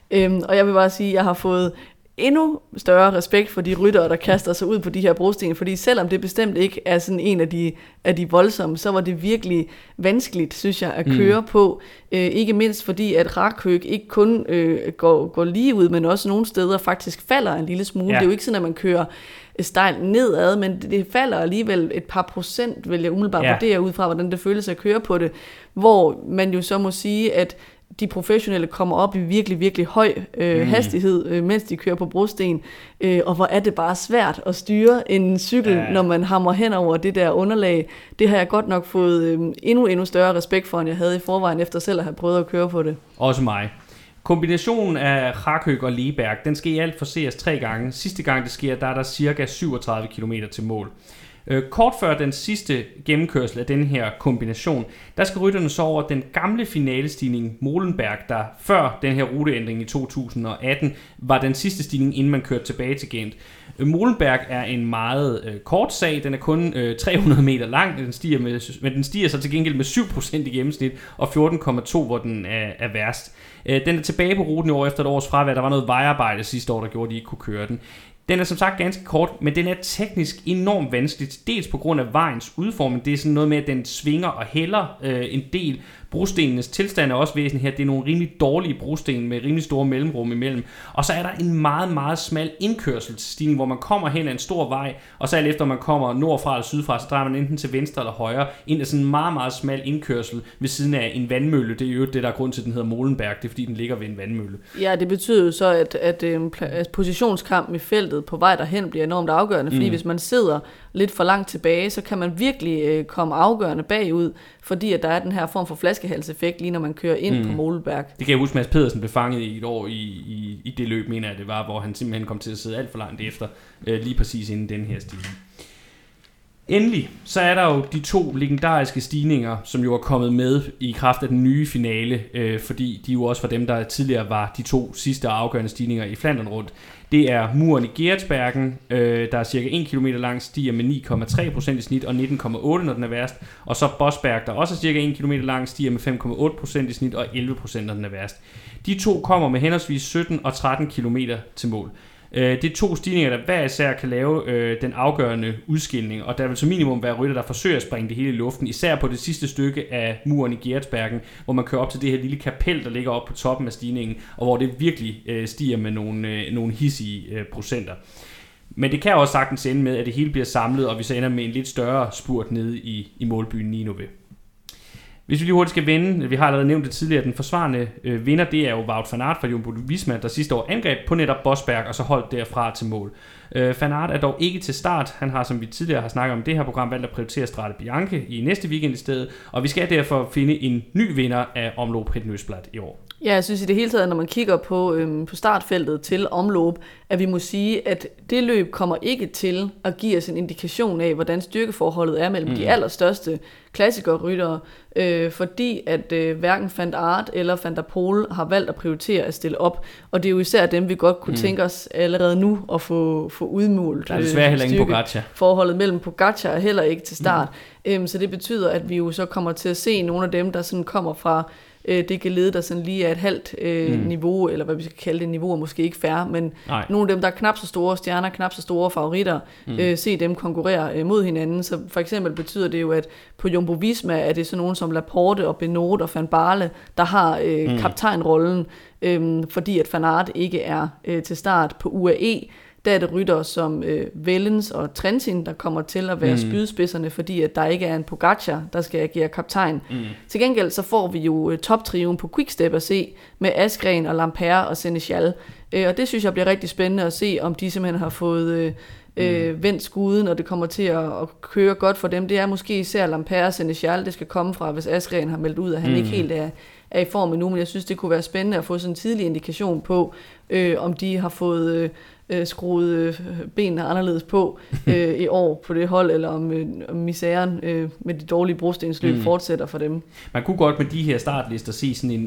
Og jeg vil bare sige, at jeg har fået endnu større respekt for de ryttere, der kaster sig ud på de her brosten, fordi selvom det bestemt ikke er sådan en af de voldsomme, så var det virkelig vanskeligt, synes jeg, at køre på. Ikke mindst fordi, at Rakøg ikke kun går lige ud, men også nogle steder faktisk falder en lille smule. Ja. Det er jo ikke sådan, at man kører stejlt nedad, men det falder alligevel et par procent, vil jeg umiddelbart vurdere ud fra, hvordan det føles at køre på det, hvor man jo så må sige, at de professionelle kommer op i virkelig, virkelig høj hastighed, mens de kører på brosten. Og hvor er det bare svært at styre en cykel, når man hamrer hen over det der underlag. Det har jeg godt nok fået endnu større respekt for, end jeg havde i forvejen, efter selv at have prøvet at køre på det. Også mig. Kombinationen af Rakøg og Leberg, den skal i alt forceres 3 gange. Sidste gang det sker, der er der cirka 37 km til mål. Kort før den sidste gennemkørsel af den her kombination, der skal rytterne så over den gamle finalestigning Molenberg, der før den her ruteændring i 2018 var den sidste stigning, inden man kørte tilbage til Gent. Molenberg er en meget kort sag, den er kun 300 meter lang, men den stiger så til gengæld med 7% i gennemsnit, og 14,2 hvor den er værst. Den er tilbage på ruten i år efter et års fravær, der var noget vejarbejde sidste år, der gjorde, at de ikke kunne køre den. Den er som sagt ganske kort, men den er teknisk enormt vanskeligt, dels på grund af vejens udformning. Det er sådan noget med, at den svinger og hælder en del. Brostenenes tilstand er også væsentlig her. Det er nogle rimelig dårlige brosten med rimelig store mellemrum imellem. Og så er der en meget, meget smal indkørselsstigning, hvor man kommer hen ad en stor vej, og så alt efter man kommer nordfra eller sydfra, så drejer man enten til venstre eller højre, ind ad sådan en meget, meget smal indkørsel ved siden af en vandmølle. Det er jo det, der er grund til, at den hedder Molenberg. Det er, fordi den ligger ved en vandmølle. Ja, det betyder jo så, at positionskampen i feltet på vej derhen bliver enormt afgørende, fordi hvis man sidder lidt for langt tilbage, så kan man virkelig komme afgørende bagud, fordi at der er den her form for flaskehalseffekt, lige når man kører ind på Molenberg. Det kan jeg huske, Mads Pedersen blev fanget i et år i det løb, mener jeg det var, hvor han simpelthen kom til at sidde alt for langt efter, lige præcis inden den her stigning. Endelig, så er der jo de 2 legendariske stigninger, som jo er kommet med i kraft af den nye finale, fordi de jo også var dem, der tidligere var de 2 sidste afgørende stigninger i Flandern rundt. Det er muren i Geertsbergen, der er cirka 1 km lang, stiger med 9,3% i snit og 19,8% når den er værst. Og så Bosberg, der også er cirka 1 km lang, stiger med 5,8% i snit og 11% når den er værst. De 2 kommer med henholdsvis 17 og 13 km til mål. Det er 2 stigninger, der hver især kan lave den afgørende udskilning, og der vil som minimum være rytter, der forsøger at springe det hele i luften, især på det sidste stykke af muren i Geertsbergen, hvor man kører op til det her lille kapel, der ligger oppe på toppen af stigningen, og hvor det virkelig stiger med nogle hissige procenter. Men det kan også sagtens ende med, at det hele bliver samlet, og vi så ender med en lidt større spurt nede i målbyen Ninove. Hvis vi lige hurtigt skal vende, vi har allerede nævnt det tidligere, den forsvarende vinder, det er jo Wout van Aert fra Jumbo-Visma, der sidste år angreb på netop Bosberg, og så holdt derfra til mål. Van Aert er dog ikke til start. Han har, som vi tidligere har snakket om det her program, valgt at prioritere Strade Bianche i næste weekend i stedet, og vi skal derfor finde en ny vinder af Omloop Rit Nøsblad i år. Ja, jeg synes i det hele taget, når man kigger på startfeltet til omløb, at vi må sige, at det løb kommer ikke til at give os en indikation af, hvordan styrkeforholdet er mellem de allerstørste klassikerryttere, fordi at hverken Van Aert eller Van der Poel har valgt at prioritere at stille op, og det er jo især dem, vi godt kunne tænke os allerede nu at få udmålt. Der er desværre heller ingen Pogačar. Forholdet mellem Pogačar er heller ikke til start, så det betyder, at vi jo så kommer til at se nogle af dem, der sådan kommer fra det gelede, der sådan lige er et halvt niveau, eller hvad vi skal kalde det, niveau er måske ikke fair, men nogle af dem, der er knap så store stjerner, knap så store favoritter, se dem konkurrere mod hinanden. Så for eksempel betyder det jo, at på Jumbo-Visma er det sådan nogen som Laporte og Benoit og Van Baarle, der har kaptajnrollen, fordi at Van Aert ikke er til start på UAE. Der er det rytter som Wellens og Trentin, der kommer til at være spydspidserne, fordi at der ikke er en Pogačar, der skal agere kaptajn. Til gengæld så får vi jo toptrioen på Quickstep at se med Askren og Lampert og Sénéchal. Og det synes jeg bliver rigtig spændende at se, om de simpelthen har fået vendt skuden, og det kommer til at køre godt for dem. Det er måske især Lampert og Sénéchal, det skal komme fra, hvis Askren har meldt ud, at han ikke helt er i form endnu, men jeg synes, det kunne være spændende at få sådan en tidlig indikation på, om de har fået skruet benene anderledes på i år på det hold, eller om misæren med de dårlige brostensløb fortsætter for dem. Man kunne godt med de her startlister se sådan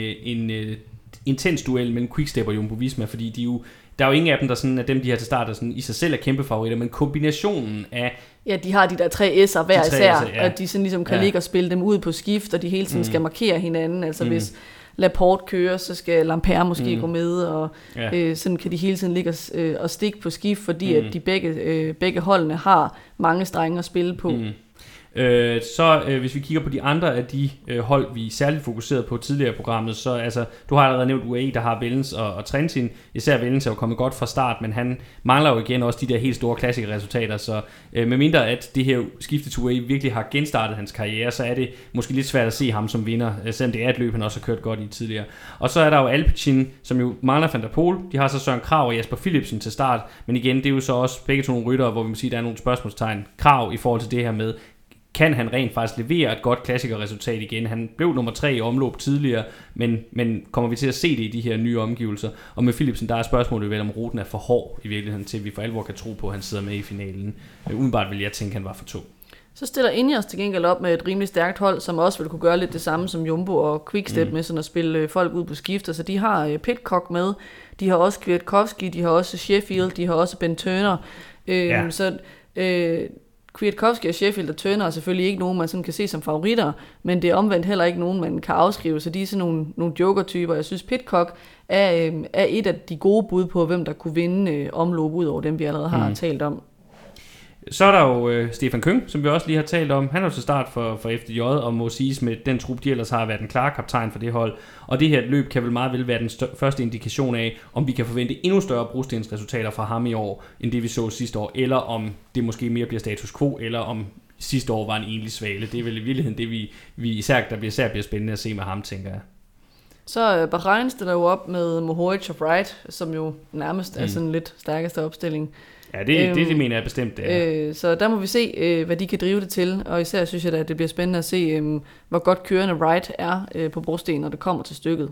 en intens duel mellem Quickstep og Jumbo-Visma, fordi der er jo ingen af dem, der sådan, at dem, de her til start, der sådan, i sig selv er kæmpe favoritter, men kombinationen af... Ja, de har de der 3 S'er hver især, og de sådan ligesom kan ligge og spille dem ud på skift, og de hele tiden skal markere hinanden. Altså hvis Laporte køre, så skal Lampere måske gå med, og sådan kan de hele tiden ligge og stikke på skift, fordi at de begge holdene har mange strenge at spille på. Hvis vi kigger på de andre af de hold, vi særligt fokuseret på tidligere i programmet, så altså, du har allerede nævnt UAE, der har Wellens og Trentin. Især Wellens er jo kommet godt fra start, men han mangler jo igen også de der helt store klassikerresultater, så medmindre at det her skifte til UAE virkelig har genstartet hans karriere, så er det måske lidt svært at se ham som vinder, selvom det er et løb, han også har kørt godt i tidligere. Og så er der jo Alpecin, som jo mangler Van der Poel. De har så Søren Kragh og Jasper Philipsen til start, men igen, det er jo så også begge to nogle ryttere, hvor vi må sige, der er nogle spørgsmålstegn. Kragh i forhold til det her med, kan han rent faktisk levere et godt klassikerresultat igen? Han blev nummer 3 i omløb tidligere, men kommer vi til at se det i de her nye omgivelser? Og med Philipsen, der er spørgsmålet vel, om ruten er for hård i virkeligheden, til vi for alvor kan tro på, at han sidder med i finalen. Umiddelbart vil jeg tænke, at han var for tung. Så stiller Ineos til gengæld op med et rimelig stærkt hold, som også vil kunne gøre lidt det samme som Jumbo og Quickstep med sådan at spille folk ud på skifter. Så de har Pidcock med, de har også Kwiatkowski, de har også Sheffield, de har også Ben Turner. Kwiatkowski og Sheffield og Turner er selvfølgelig ikke nogen, man sådan kan se som favoritter, men det er omvendt heller ikke nogen, man kan afskrive, så de er sådan nogle joker-typer. Jeg synes, Pidcock er et af de gode bud på, hvem der kunne vinde omløb ud over dem, vi allerede har talt om. Så er der jo Stefan Küng, som vi også lige har talt om. Han er jo til start for FDJ, og må siges med den trup, de ellers har været den klare kaptajn for det hold. Og det her løb kan vel meget vel være den første indikation af, om vi kan forvente endnu større brostensresultater fra ham i år, end det vi så sidste år, eller om det måske mere bliver status quo, eller om sidste år var en enlig svale. Det er vel i virkeligheden det, vi især bliver spændende at se med ham, tænker jeg. Så Bahrain stiller jo op med Mohoric og Wright, som jo nærmest er sådan lidt stærkeste opstilling. Ja, det mener jeg bestemt, det er. Så der må vi se, hvad de kan drive det til, og især synes jeg da, at det bliver spændende at se, hvor godt kørende Wright er på brosten, når det kommer til stykket.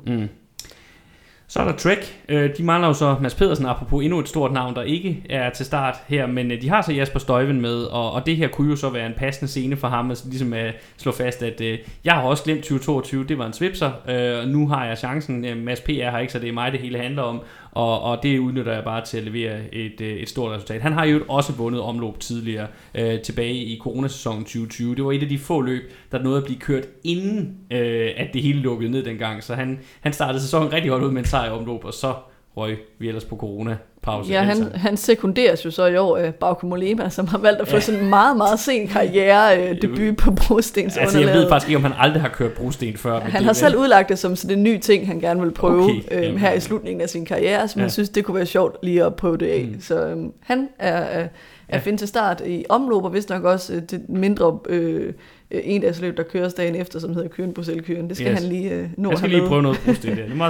Så er der Trek. De mangler jo så Mads Pedersen, apropos endnu et stort navn, der ikke er til start her, men de har så Jasper Stuyven med, og det her kunne jo så være en passende scene for ham, altså ligesom at slå fast, at jeg har også glemt 2022, det var en svipser, og nu har jeg chancen. Mads P. er her ikke, så det er mig, det hele handler om, og det udnytter jeg bare til at levere et stort resultat. Han har jo også vundet omløb tidligere, tilbage i coronasæsonen 2020. Det var et af de få løb, der nåede at blive kørt inden, at det hele lukkede ned dengang, så han startede sæsonen rigtig godt ud med en sejr omløb, og så røg vi ellers på corona-pause. Ja, han sekunderes jo så i år af Bauke Mollema, som har valgt at få sådan en meget, meget sen karriere-debut på brostens. Altså, jeg ved faktisk ikke, om han aldrig har kørt brosten før. Han har selv udlagt det som sådan en ny ting, han gerne vil prøve her i slutningen af sin karriere, så man synes, det kunne være sjovt lige at prøve det af. Så han er finde til start i omløb, og vist nok også det mindre endagsløb, der køres dagen efter, som hedder Køren Bruxelles-Køren. Det skal han lige nå. Jeg skal lige prøve noget brosten der. Det er meget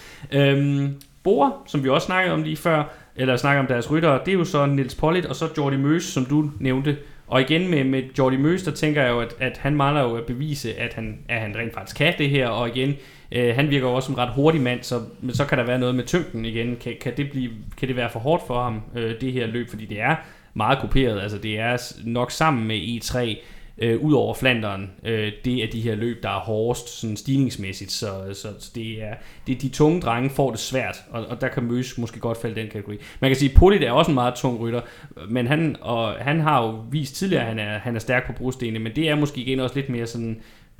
fedt. Bora, som vi også snakkede om lige før, eller snakkede om deres ryttere, det er jo så Niels Pollitt og så Jordi Meus, som du nævnte. Og igen med Jordi Meus, der tænker jeg jo, at han mangler jo at bevise, at han rent faktisk kan det her, og igen, han virker jo også som en ret hurtig mand, så kan der være noget med tyngden igen. Kan det være for hårdt for ham, det her løb, fordi det er meget kuperet, altså det er nok sammen med E3, ud over Flandern, det er de her løb, der er hårdest sådan stigningsmæssigt, så det er de tunge drenge får det svært, og der kan Meus måske godt falde den kategori. Man kan sige, at Pollitt er også en meget tung rytter, men han har jo vist tidligere, at han er stærk på brostenene, men det er måske igen også lidt mere sådan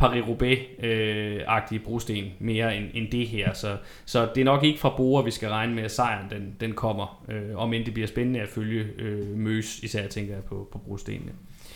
Paris-Roubaix-agtige brosten, mere end det her, så det er nok ikke fra Bora, vi skal regne med, at sejren den kommer, om end det bliver spændende at følge Meus, især tænker jeg på brostenene.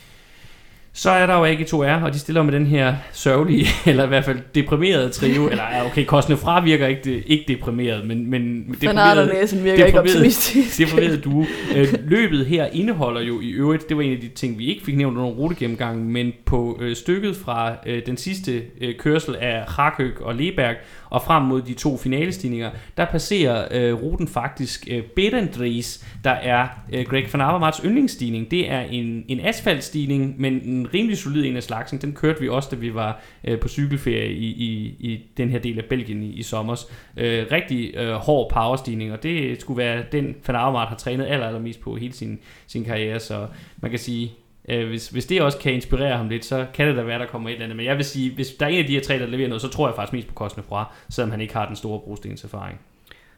Så er der jo AG2R, og de stiller med den her sørgelige, eller i hvert fald deprimerede trio, eller okay, Kostne Fra virker ikke deprimeret, men deprimerede, virker ikke optimistisk. Deprimeret duo. Løbet her indeholder jo i øvrigt, det var en af de ting, vi ikke fik nævnt under rutegennemgangen, men på stykket fra den sidste kørsel af Rakøk og Leberg, og frem mod de 2 finalestigninger, der passerer ruten faktisk Berendries, der er Greg van Avermaets yndlingsstigning. Det er en asfaltstigning, men en rimelig solid en af slagsen. Den kørte vi også, da vi var på cykelferie i den her del af Belgien i sommers. Rigtig hård powerstigning, og det skulle være den van Avermaet har trænet allermest på hele sin karriere, så man kan sige, hvis det også kan inspirere ham lidt, så kan det da være, der kommer et eller andet. Men jeg vil sige, hvis der er en af de her 3, der leverer noget, så tror jeg faktisk mest på Kostne Fra, selvom han ikke har den store brostenserfaring.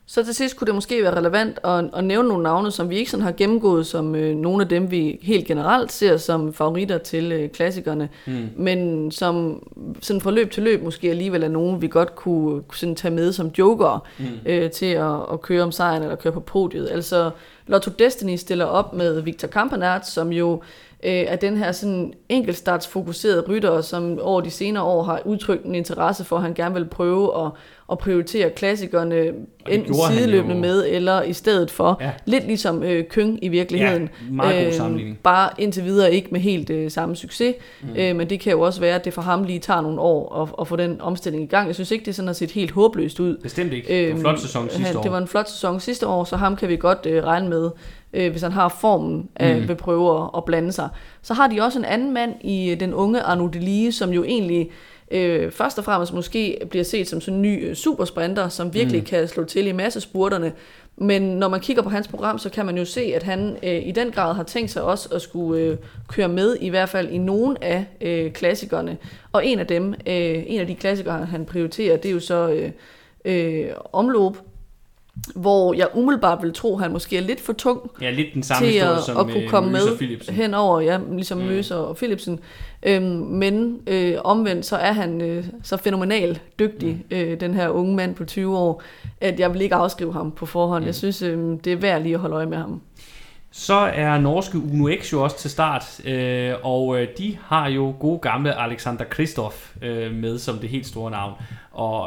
Så til sidst kunne det måske være relevant at nævne nogle navne, som vi ikke sådan har gennemgået, som nogle af dem, vi helt generelt ser som favoritter til klassikerne, men som sådan fra løb til løb måske alligevel er nogen, vi godt kunne sådan tage med som joker til at køre om sejren eller køre på podiet. Altså Lotto Destiny stiller op med Victor Campenaerts, som jo af den her sådan enkeltstartsfokuserede rytter, som over de senere år har udtrykt en interesse for, at han gerne vil prøve at prioritere klassikerne enten sideløbende med, eller i stedet for. Ja. Lidt ligesom Køng i virkeligheden. Ja, meget god sammenligning. Bare indtil videre ikke med helt samme succes, men det kan jo også være, at det for ham lige tager nogle år at få den omstilling i gang. Jeg synes ikke, det sådan har set helt håbløst ud. Bestemt ikke. Det var en flot sæson sidste år. Det var en flot sæson sidste år, så ham kan vi godt regne med, hvis han har formen af vil prøve at blande sig. Så har de også en anden mand i den unge Arnaud Delis, som jo egentlig først og fremmest måske bliver set som sådan en ny supersprinter, som virkelig kan slå til i massespurterne. Men når man kigger på hans program, så kan man jo se, at han i den grad har tænkt sig også at skulle køre med, i hvert fald i nogle af klassikerne. Og en af de klassikere, han prioriterer, det er jo så omløb, hvor jeg umiddelbart vil tro, at han måske er lidt for tung lidt den samme til som at kunne komme Møs og med Philipsen. henover, ligesom Møs og Philipsen. Men omvendt, så er han så fænomenal dygtig, den her unge mand på 20 år, at jeg vil ikke afskrive ham på forhånd. Jeg synes, det er værd lige at holde øje med ham. Så er norske Uno X jo også til start, og de har jo gode gamle Alexander Kristoff med som det helt store navn. Og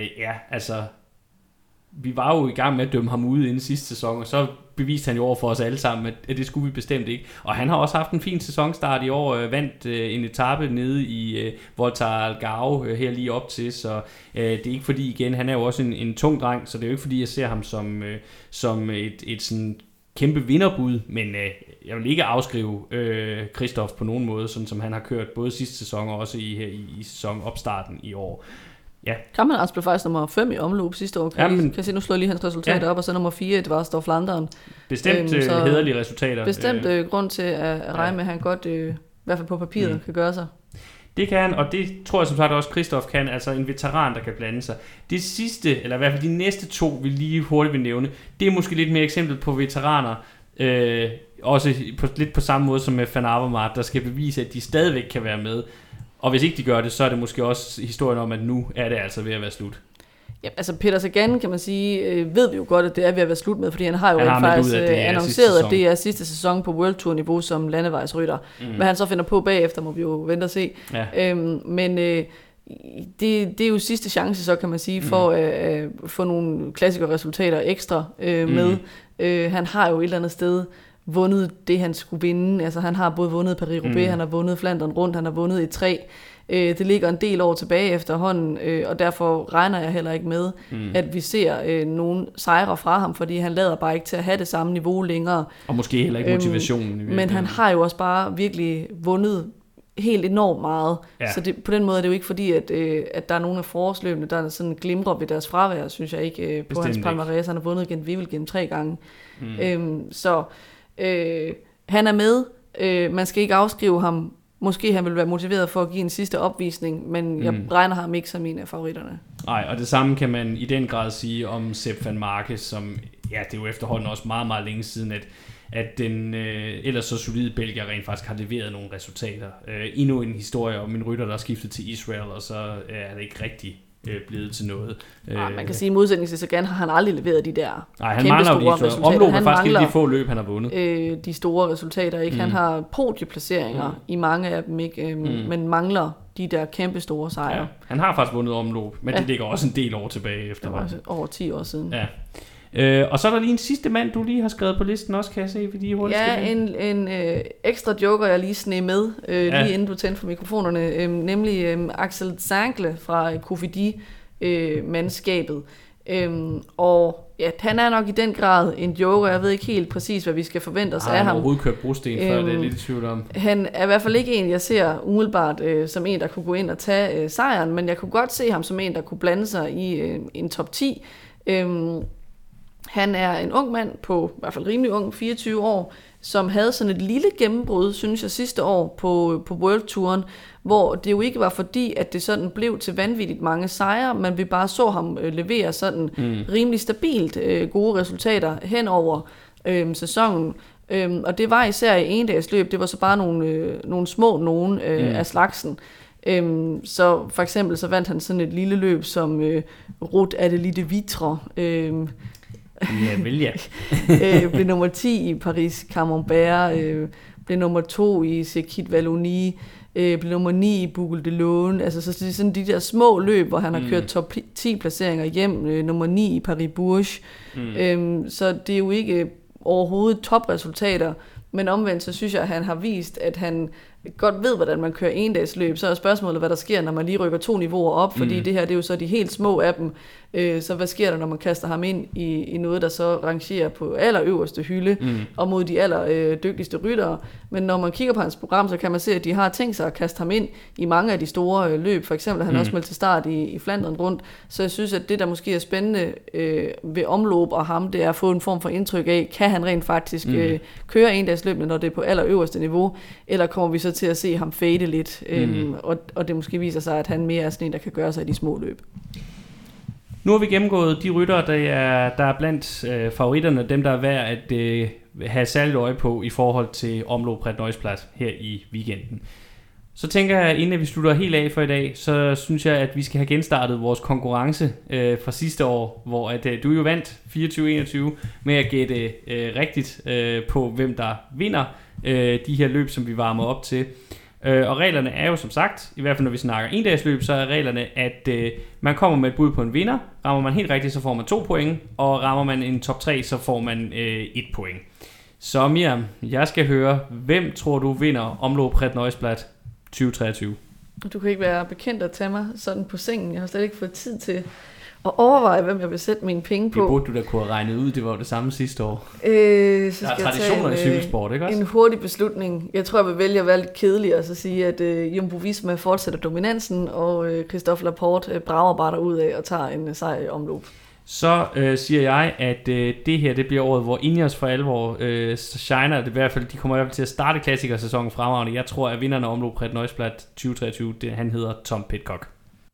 vi var jo i gang med at dømme ham ude inden sidste sæson, og så beviste han jo over for os alle sammen, at det skulle vi bestemt ikke. Og han har også haft en fin sæsonstart i år, vandt en etape nede i Volta al Garve her lige op til, så det er ikke fordi, igen, han er jo også en tung dreng, så det er jo ikke fordi, jeg ser ham som et sådan kæmpe vinderbud, men jeg vil ikke afskrive Kristoff på nogen måde, sådan som han har kørt både sidste sæson og også i sæsonopstarten i år. Ja. Campenaerts blev faktisk nummer 5 i omløb sidste år. Kan se, nu slår jeg lige hans resultater op, og så nummer 4, det var Stoff Flandern. Bestemt hæderlige resultater. Bestemt grund til at regne med, at han godt, i hvert fald på papiret, kan gøre sig. Det kan han, og det tror jeg som sagt også Kristoff kan, altså en veteran, der kan blande sig. Det sidste, eller i hvert fald de næste to, vi lige hurtigt vil nævne, det er måske lidt mere eksempel på veteraner, også lidt på samme måde som med Van Avermaet, der skal bevise, at de stadigvæk kan være med. Og hvis ikke de gør det, så er det måske også historien om, at nu er det altså ved at være slut. Ja, altså Peter Sagan, kan man sige, ved vi jo godt, at det er ved at være slut med, fordi han har jo faktisk annonceret, at det er sidste sæson på World Tour niveau som landevejsrytter. Hvad han så finder på bagefter, må vi jo vente og se. Ja. Men det er jo sidste chance, så kan man sige, for at få nogle klassikerresultater ekstra med. Han har jo et eller andet sted vundet det, han skulle vinde. Altså han har både vundet Paris-Roubaix, han har vundet Flandern rundt, han har vundet E3. Det ligger en del år tilbage efterhånden, og derfor regner jeg heller ikke med, at vi ser nogle sejre fra ham, fordi han lader bare ikke til at have det samme niveau længere. Og måske heller ikke motivationen. Men han har jo også bare virkelig vundet helt enormt meget. Ja. Så på den måde er det jo ikke fordi, at der er nogle af forårsløbene, der sådan glimrer ved deres fravær, synes jeg ikke, på hans palmarès. Han har vundet gennem Wevelgem 3 gange. Så han er med. Man skal ikke afskrive ham. Måske han vil være motiveret for at give en sidste opvisning, men jeg regner ham ikke som en af favoritterne. Nej, og det samme kan man i den grad sige om Sepp van Marke, som, det er jo efterhånden også meget, meget længe siden, at den ellers så solide belgier rent faktisk har leveret nogle resultater. Endnu en historie om en rytter, der er skiftet til Israel, og så er det ikke rigtig blevet til noget. Man kan sige, i modsætning til Sagan har han aldrig leveret de der han mangler jo de omløb er faktisk de få løb, han har vundet. De store resultater, ikke? Han har podieplaceringer i mange af dem, ikke? Men mangler de der kæmpe store sejre. Ja, han har faktisk vundet omløb, men det ligger også en del år tilbage efter. Det var over 10 år siden. Ja. Og så er der lige en sidste mand, du lige har skrevet på listen også, kan jeg se, fordi en ekstra joker, jeg lige sneg med, lige inden du tændte for mikrofonerne, nemlig Axel Zangle fra Cofidis-mandskabet. Og han er nok i den grad en joker. Jeg ved ikke helt præcis, hvad vi skal forvente os af ham. Han har overhovedet kørt brosten før, det er lidt i tvivl om. Han er i hvert fald ikke en, jeg ser umiddelbart som en, der kunne gå ind og tage sejren, men jeg kunne godt se ham som en, der kunne blande sig i en top 10. Han er en ung mand på, i hvert fald rimelig ung, 24 år, som havde sådan et lille gennembrud, synes jeg, sidste år på World Touren, hvor det jo ikke var fordi, at det sådan blev til vanvittigt mange sejre, men vi bare så ham levere sådan rimelig stabilt gode resultater hen over sæsonen. Og det var især i endagsløb, det var så bare nogle små af slagsen. Så for eksempel så vandt han sådan et lille løb som Route Adélie de Vitre. Blev nummer 10 i Paris-Camembert, blev nummer 2 i Circuit Wallonie, blev nummer 9 i Boucle de Lône. Altså så det er sådan de der små løb, hvor han har kørt top 10 placeringer hjem, nummer 9 i Paris-Bourges. Så det er jo ikke overhovedet topresultater, men omvendt så synes jeg, at han har vist, at han godt ved, hvordan man kører endagsløb. Så er spørgsmålet, hvad der sker, når man lige rykker 2 niveauer op, fordi det her det er jo så de helt små af dem. Så hvad sker der, når man kaster ham ind i noget, der så rangerer på allerøverste hylde, og mod de allerdygtigste ryttere. Men når man kigger på hans program, så kan man se, at de har tænkt sig at kaste ham ind i mange af de store løb. For eksempel han også meldt til start i Flandern rundt. Så jeg synes, at det, der måske er spændende ved omløb og ham, det er at få en form for indtryk af, kan han rent faktisk køre endagsløbene, når det er på allerøverste niveau, eller kommer vi så til at se ham fade lidt, og det måske viser sig, at han mere er sådan en, der kan gøre sig i de små løb. Nu har vi gennemgået de ryttere, der er blandt favoritterne, dem der er værd at have særligt øje på i forhold til omløb Pret Neusplat her i weekenden. Så tænker jeg, inden vi slutter helt af for i dag, så synes jeg, at vi skal have genstartet vores konkurrence fra sidste år, hvor at, du jo vandt 24-21 med at gætte rigtigt på, hvem der vinder de her løb, som vi varmer op til. Og reglerne er jo som sagt, i hvert fald når vi snakker endagsløb, så er reglerne, at man kommer med et bud på en vinder. Rammer man helt rigtigt, så får man 2 point, og rammer man en top 3, så får man 1 point. Så Miriam, jeg skal høre, hvem tror du vinder omløb Pret Neusplat 2023? Du kan ikke være bekendt at tage mig sådan på sengen. Jeg har slet ikke fået tid til at overveje, hvem jeg vil sætte mine penge på. Det burde du da kunne have regnet ud, det var jo det samme sidste år. Så skal der er traditioner i cykelsport, ikke også? En hurtig beslutning. Jeg tror, jeg vil vælge at være lidt kedelig og så sige, at Jumbo-Visma fortsætter dominansen, og Christophe Laporte brager bare derud af og tager en sejr i omløb. Så siger jeg, at det her det bliver året, hvor Ineos for alvor shiner. Det i hvert fald, de kommer i hvert fald til at starte klassikersæsonen fremragende. Jeg tror, at vinderne af omløb Pret Neusplat 2023, han hedder Tom Pidcock.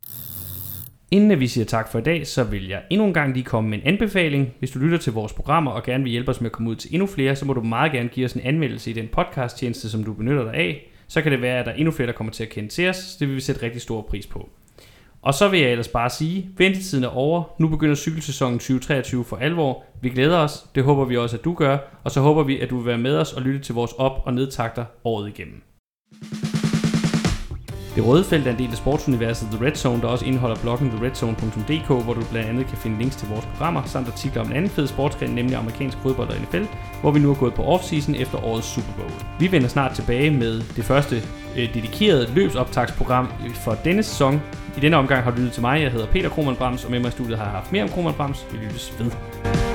Inden vi siger tak for i dag, så vil jeg endnu en gang lige komme med en anbefaling. Hvis du lytter til vores programmer og gerne vil hjælpe os med at komme ud til endnu flere, så må du meget gerne give os en anmeldelse i den podcasttjeneste, som du benytter dig af. Så kan det være, at der er endnu flere, der kommer til at kende til os. Det vil vi sætte rigtig stor pris på. Og så vil jeg ellers bare sige, ventetiden er over. Nu begynder cykelsæsonen 2023 for alvor. Vi glæder os. Det håber vi også, at du gør. Og så håber vi, at du vil være med os og lytte til vores op- og nedtakter året igennem. Det røde felt er en del af sportsuniverset The Red Zone, der også indeholder bloggen theredzone.dk, hvor du blandt andet kan finde links til vores programmer, samt artikler om en anden fed sportsgren, nemlig amerikansk fodbold og NFL, hvor vi nu er gået på off-season efter årets Super Bowl. Vi vender snart tilbage med det første dedikerede løbsoptagsprogram for denne sæson. I denne omgang har du lyttet til mig. Jeg hedder Peter Krohmann Brams, og med mig i studiet har jeg haft Miriam Krohmann Brams. Vi lyttes ved.